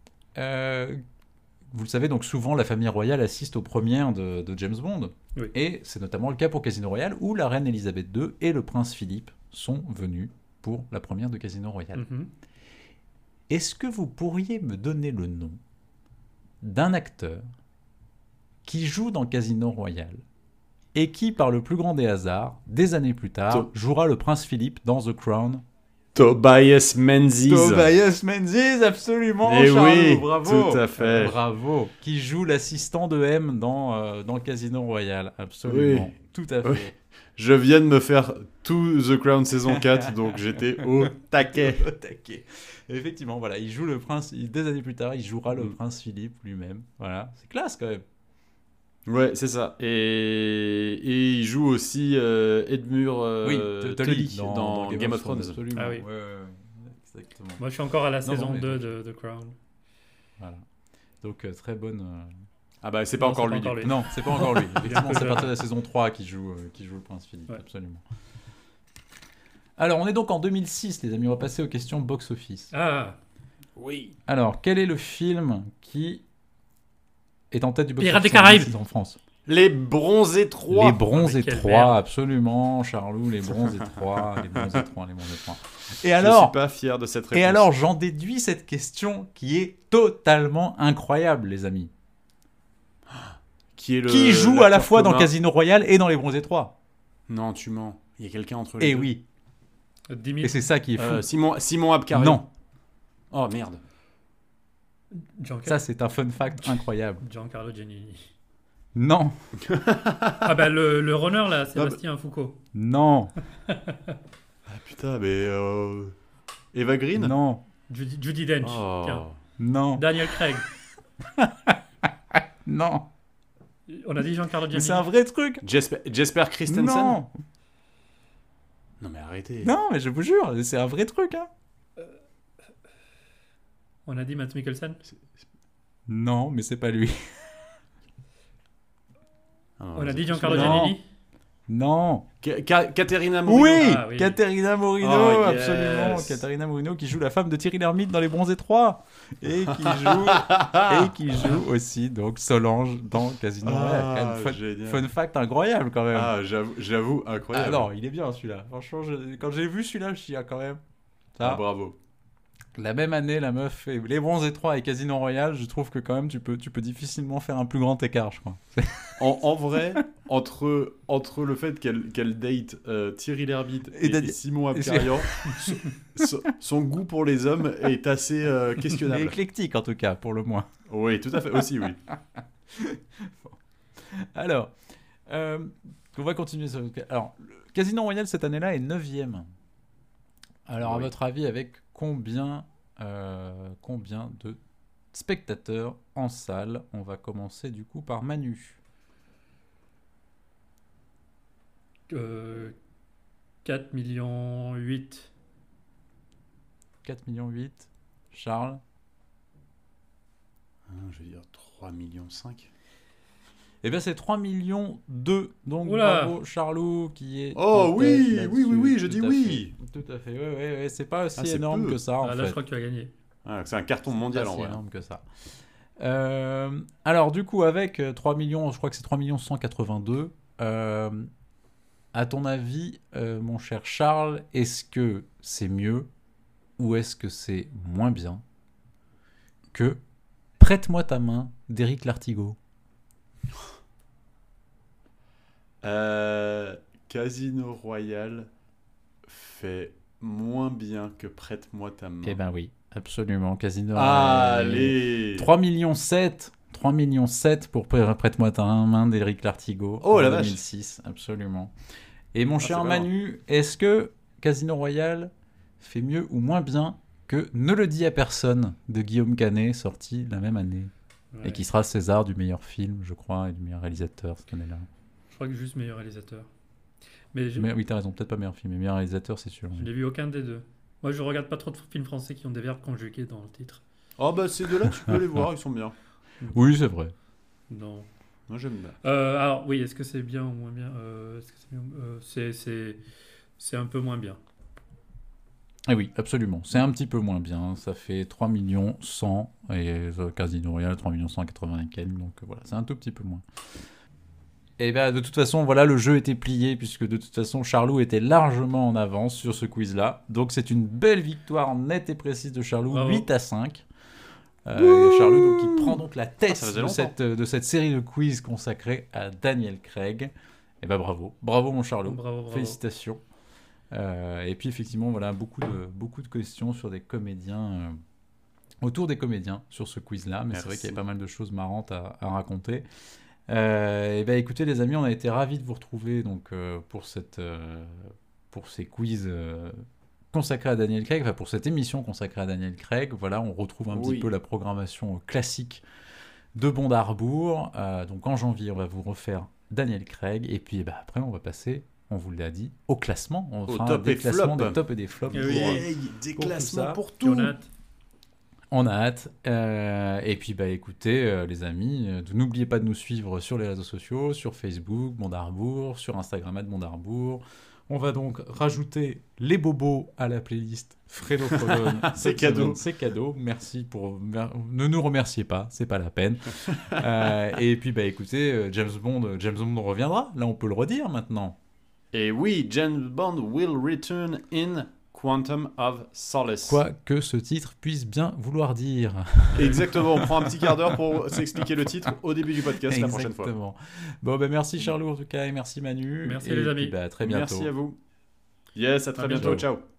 Vous le savez, donc souvent la famille royale assiste aux premières de James Bond. Oui. Et c'est notamment le cas pour Casino Royale, où la reine Elisabeth II et le prince Philippe sont venus pour la première de Casino Royale. Mhm. Est-ce que vous pourriez me donner le nom d'un acteur qui joue dans Casino Royale et qui, par le plus grand des hasards, des années plus tard, jouera le prince Philippe dans The Crown? Tobias Menzies. Tobias Menzies, absolument, Eh Charlot, oui, bravo. tout à fait. Bravo. Qui joue l'assistant de M dans Casino Royale, absolument. Oui. Tout à fait. Oui. Je viens de me faire tout The Crown saison 4, donc j'étais au taquet. Au taquet. Effectivement, voilà, il joue le prince, des années plus tard, il jouera le prince Philippe lui-même. Voilà, c'est classe quand même. Ouais, c'est ça. Et il joue aussi Edmure Tully dans Game of Thrones. Absolument. Ah oui. Ouais, exactement. Moi, je suis encore à la Non, saison mais- 2 de The Crown. Voilà. Donc très bonne. Ah bah c'est pas Non, encore c'est lui. pas encore lui. Non, c'est pas encore lui. Effectivement, c'est à jeune. partir de la saison 3 qui joue le prince Philippe, Ouais. absolument. Alors, on est donc en 2006, les amis. On va passer aux questions box-office. Ah, Oui. Alors, quel est le film qui est en tête du box-office Pirates des Caraïbes. en 2006 en France? Les Bronzés 3. Les Bronzés quelle 3, merde. absolument, Charlou, les Bronzés 3, les Bronzés 3, les Bronzés 3. Et Je alors, suis pas fier de cette réponse. et alors, j'en déduis cette question qui est totalement incroyable, les amis. Qui joue à la fois dans Casino Royale et dans les Bronzés 3? Non, tu mens. Il y a quelqu'un entre les Et deux. oui, 10 000. et c'est ça qui est fou. Simon Abkarian. Non, Oh merde. ça c'est un fun fact incroyable. Giancarlo Giannini. Non. Ah bah le runner là, Sébastien Foucault. Non. Ah putain, mais... Eva Green. Non. Judi Dench. Oh. Tiens. Non. Daniel Craig. Non. On a dit Giancarlo Mais Giannini. c'est un vrai truc. Jesper Christensen. Non. Non, mais arrêtez. Non, mais je vous jure, c'est un vrai truc. Hein. On a dit Matt Mikkelsen. Non, mais c'est pas lui. Ah, non, On a vous dit êtes Giancarlo tous- Non. Giannini. Non. Caterina Morino. Oui, Ah, oui. Caterina Morino, Oh, absolument. yes. Caterina Morino qui joue la femme de Thierry Lhermitte dans Les Bronzés 3 et qui joue aussi donc Solange dans Casino Royale. Quand même, Ah, génial. fun fact incroyable quand même. Ah, j'avoue, incroyable. Ah non, il est bien celui-là. Franchement, quand j'ai vu celui-là, je suis quand même. Ça, Ah, bravo. la même année, la meuf fait Les Bronzés 3 et Casino Royale. Je trouve que quand même, tu peux difficilement faire un plus grand écart, je crois. En vrai, entre le fait qu'elle date Thierry Lhermitte Et et Daniel- Simon Abkarian, son goût pour les hommes est assez Mais questionnable. éclectique en tout cas, pour le moins. Oui, tout à fait. Aussi, oui. Alors, on va continuer. Alors, le Casino Royale cette année-là est 9e. Alors, à Oui. votre avis, avec combien de spectateurs en salle? On va commencer du coup par Manu. 4 millions 8. 4 millions 8. Charles. Je vais dire 3,5 millions. Eh bien, c'est 3 millions 2. Donc, Oula. bravo Charlot qui est. Oh en oui, tête oui, là-dessus. oui, je Tout dis à oui. fait. Tout à fait. Ouais. C'est pas aussi Ah, c'est énorme peu. que ça en Ah, là, fait. je crois que tu as gagné. Ah, c'est un carton mondial Pas en si vrai. énorme que ça. Alors du coup avec 3 millions, je crois que c'est 3 millions 182. À ton avis, mon cher Charles, est-ce que c'est mieux ou est-ce que c'est moins bien que Prête-moi ta main d'Éric Lartigot? Casino Royale fait moins bien que Prête-moi ta main. Eh ben oui, absolument. Casino. Allez 3 millions 7. 3 millions 7 pour Prête-moi ta main d'Éric Lartigot Oh, en la vache. 2006, absolument. Et mon cher c'est pas Manu, est-ce que Casino Royale fait mieux ou moins bien que Ne le dis à personne de Guillaume Canet, sorti la même année, Ouais. et qui sera César du meilleur film, je crois, et du meilleur réalisateur cette année-là. Je crois que juste meilleur réalisateur. Mais je Mais oui, t'as raison, peut-être pas meilleur film, mais meilleur réalisateur, c'est sûr. n'ai vu aucun des deux. Moi, je regarde pas trop de films français qui ont des verbes conjugués dans le titre. Oh bah ces deux-là, tu peux les voir, ils sont bien. Oui, c'est vrai. Non. Moi j'aime bien. Alors, oui, est-ce que c'est bien ou moins bien Est-ce que c'est bien c'est un peu moins bien. Eh oui, absolument. C'est un petit peu moins bien. Ça fait 3 millions 100 et Casino Royale 3 millions 195. Donc voilà, c'est un tout petit peu moins. Et bien de toute façon, voilà, le jeu était plié puisque de toute façon, Charlot était largement en avance sur ce quiz-là. Donc c'est une belle victoire nette et précise de Charlot, Bravo. 8-5. Charlot donc, qui prend donc la tête ça faisait de cette série de quiz consacrée à Daniel Craig. Et ben bravo. Bravo mon Charlot. Bravo. Félicitations. Et puis effectivement, voilà, beaucoup de questions sur des comédiens, autour des comédiens sur ce quiz-là, mais c'est vrai Merci. qu'il y avait pas mal de choses marrantes à raconter. Et ben écoutez les amis, on a été ravis de vous retrouver donc pour ces quiz consacrés à Daniel Craig, enfin pour cette émission consacrée à Daniel Craig. Voilà, on retrouve un petit Oui. peu la programmation classique de Bond d'Arbour. Donc en janvier, on va vous refaire Daniel Craig, et puis ben, après on va passer, on vous l'a dit, au classement. On fera top des et classements flop. des tops et des flops. Eh pour, oui. Des pour tout classements ça. pour Et tout. on a hâte. On a hâte. Et puis, bah, écoutez, les amis, n'oubliez pas de nous suivre sur les réseaux sociaux, sur Facebook, Bond d'Arbour, sur Instagram, Bond d'Arbour. On va donc rajouter les bobos à la playlist Fredo Frodon. C'est cadeau. C'est cadeau. Merci pour. Ne nous remerciez pas, c'est pas la peine. Et puis, bah, écoutez, James Bond reviendra. Là, on peut le redire maintenant. Et oui, James Bond will return in Quantum of Solace. Quoi que ce titre puisse bien vouloir dire. Exactement, on prend un petit quart d'heure pour s'expliquer le titre au début du podcast la prochaine fois. Exactement. Bon, ben merci Charlot en tout cas et merci Manu. Merci, et les puis, amis. bah, à très bientôt. Merci à vous. Yes, à très À bientôt. bientôt. Ciao.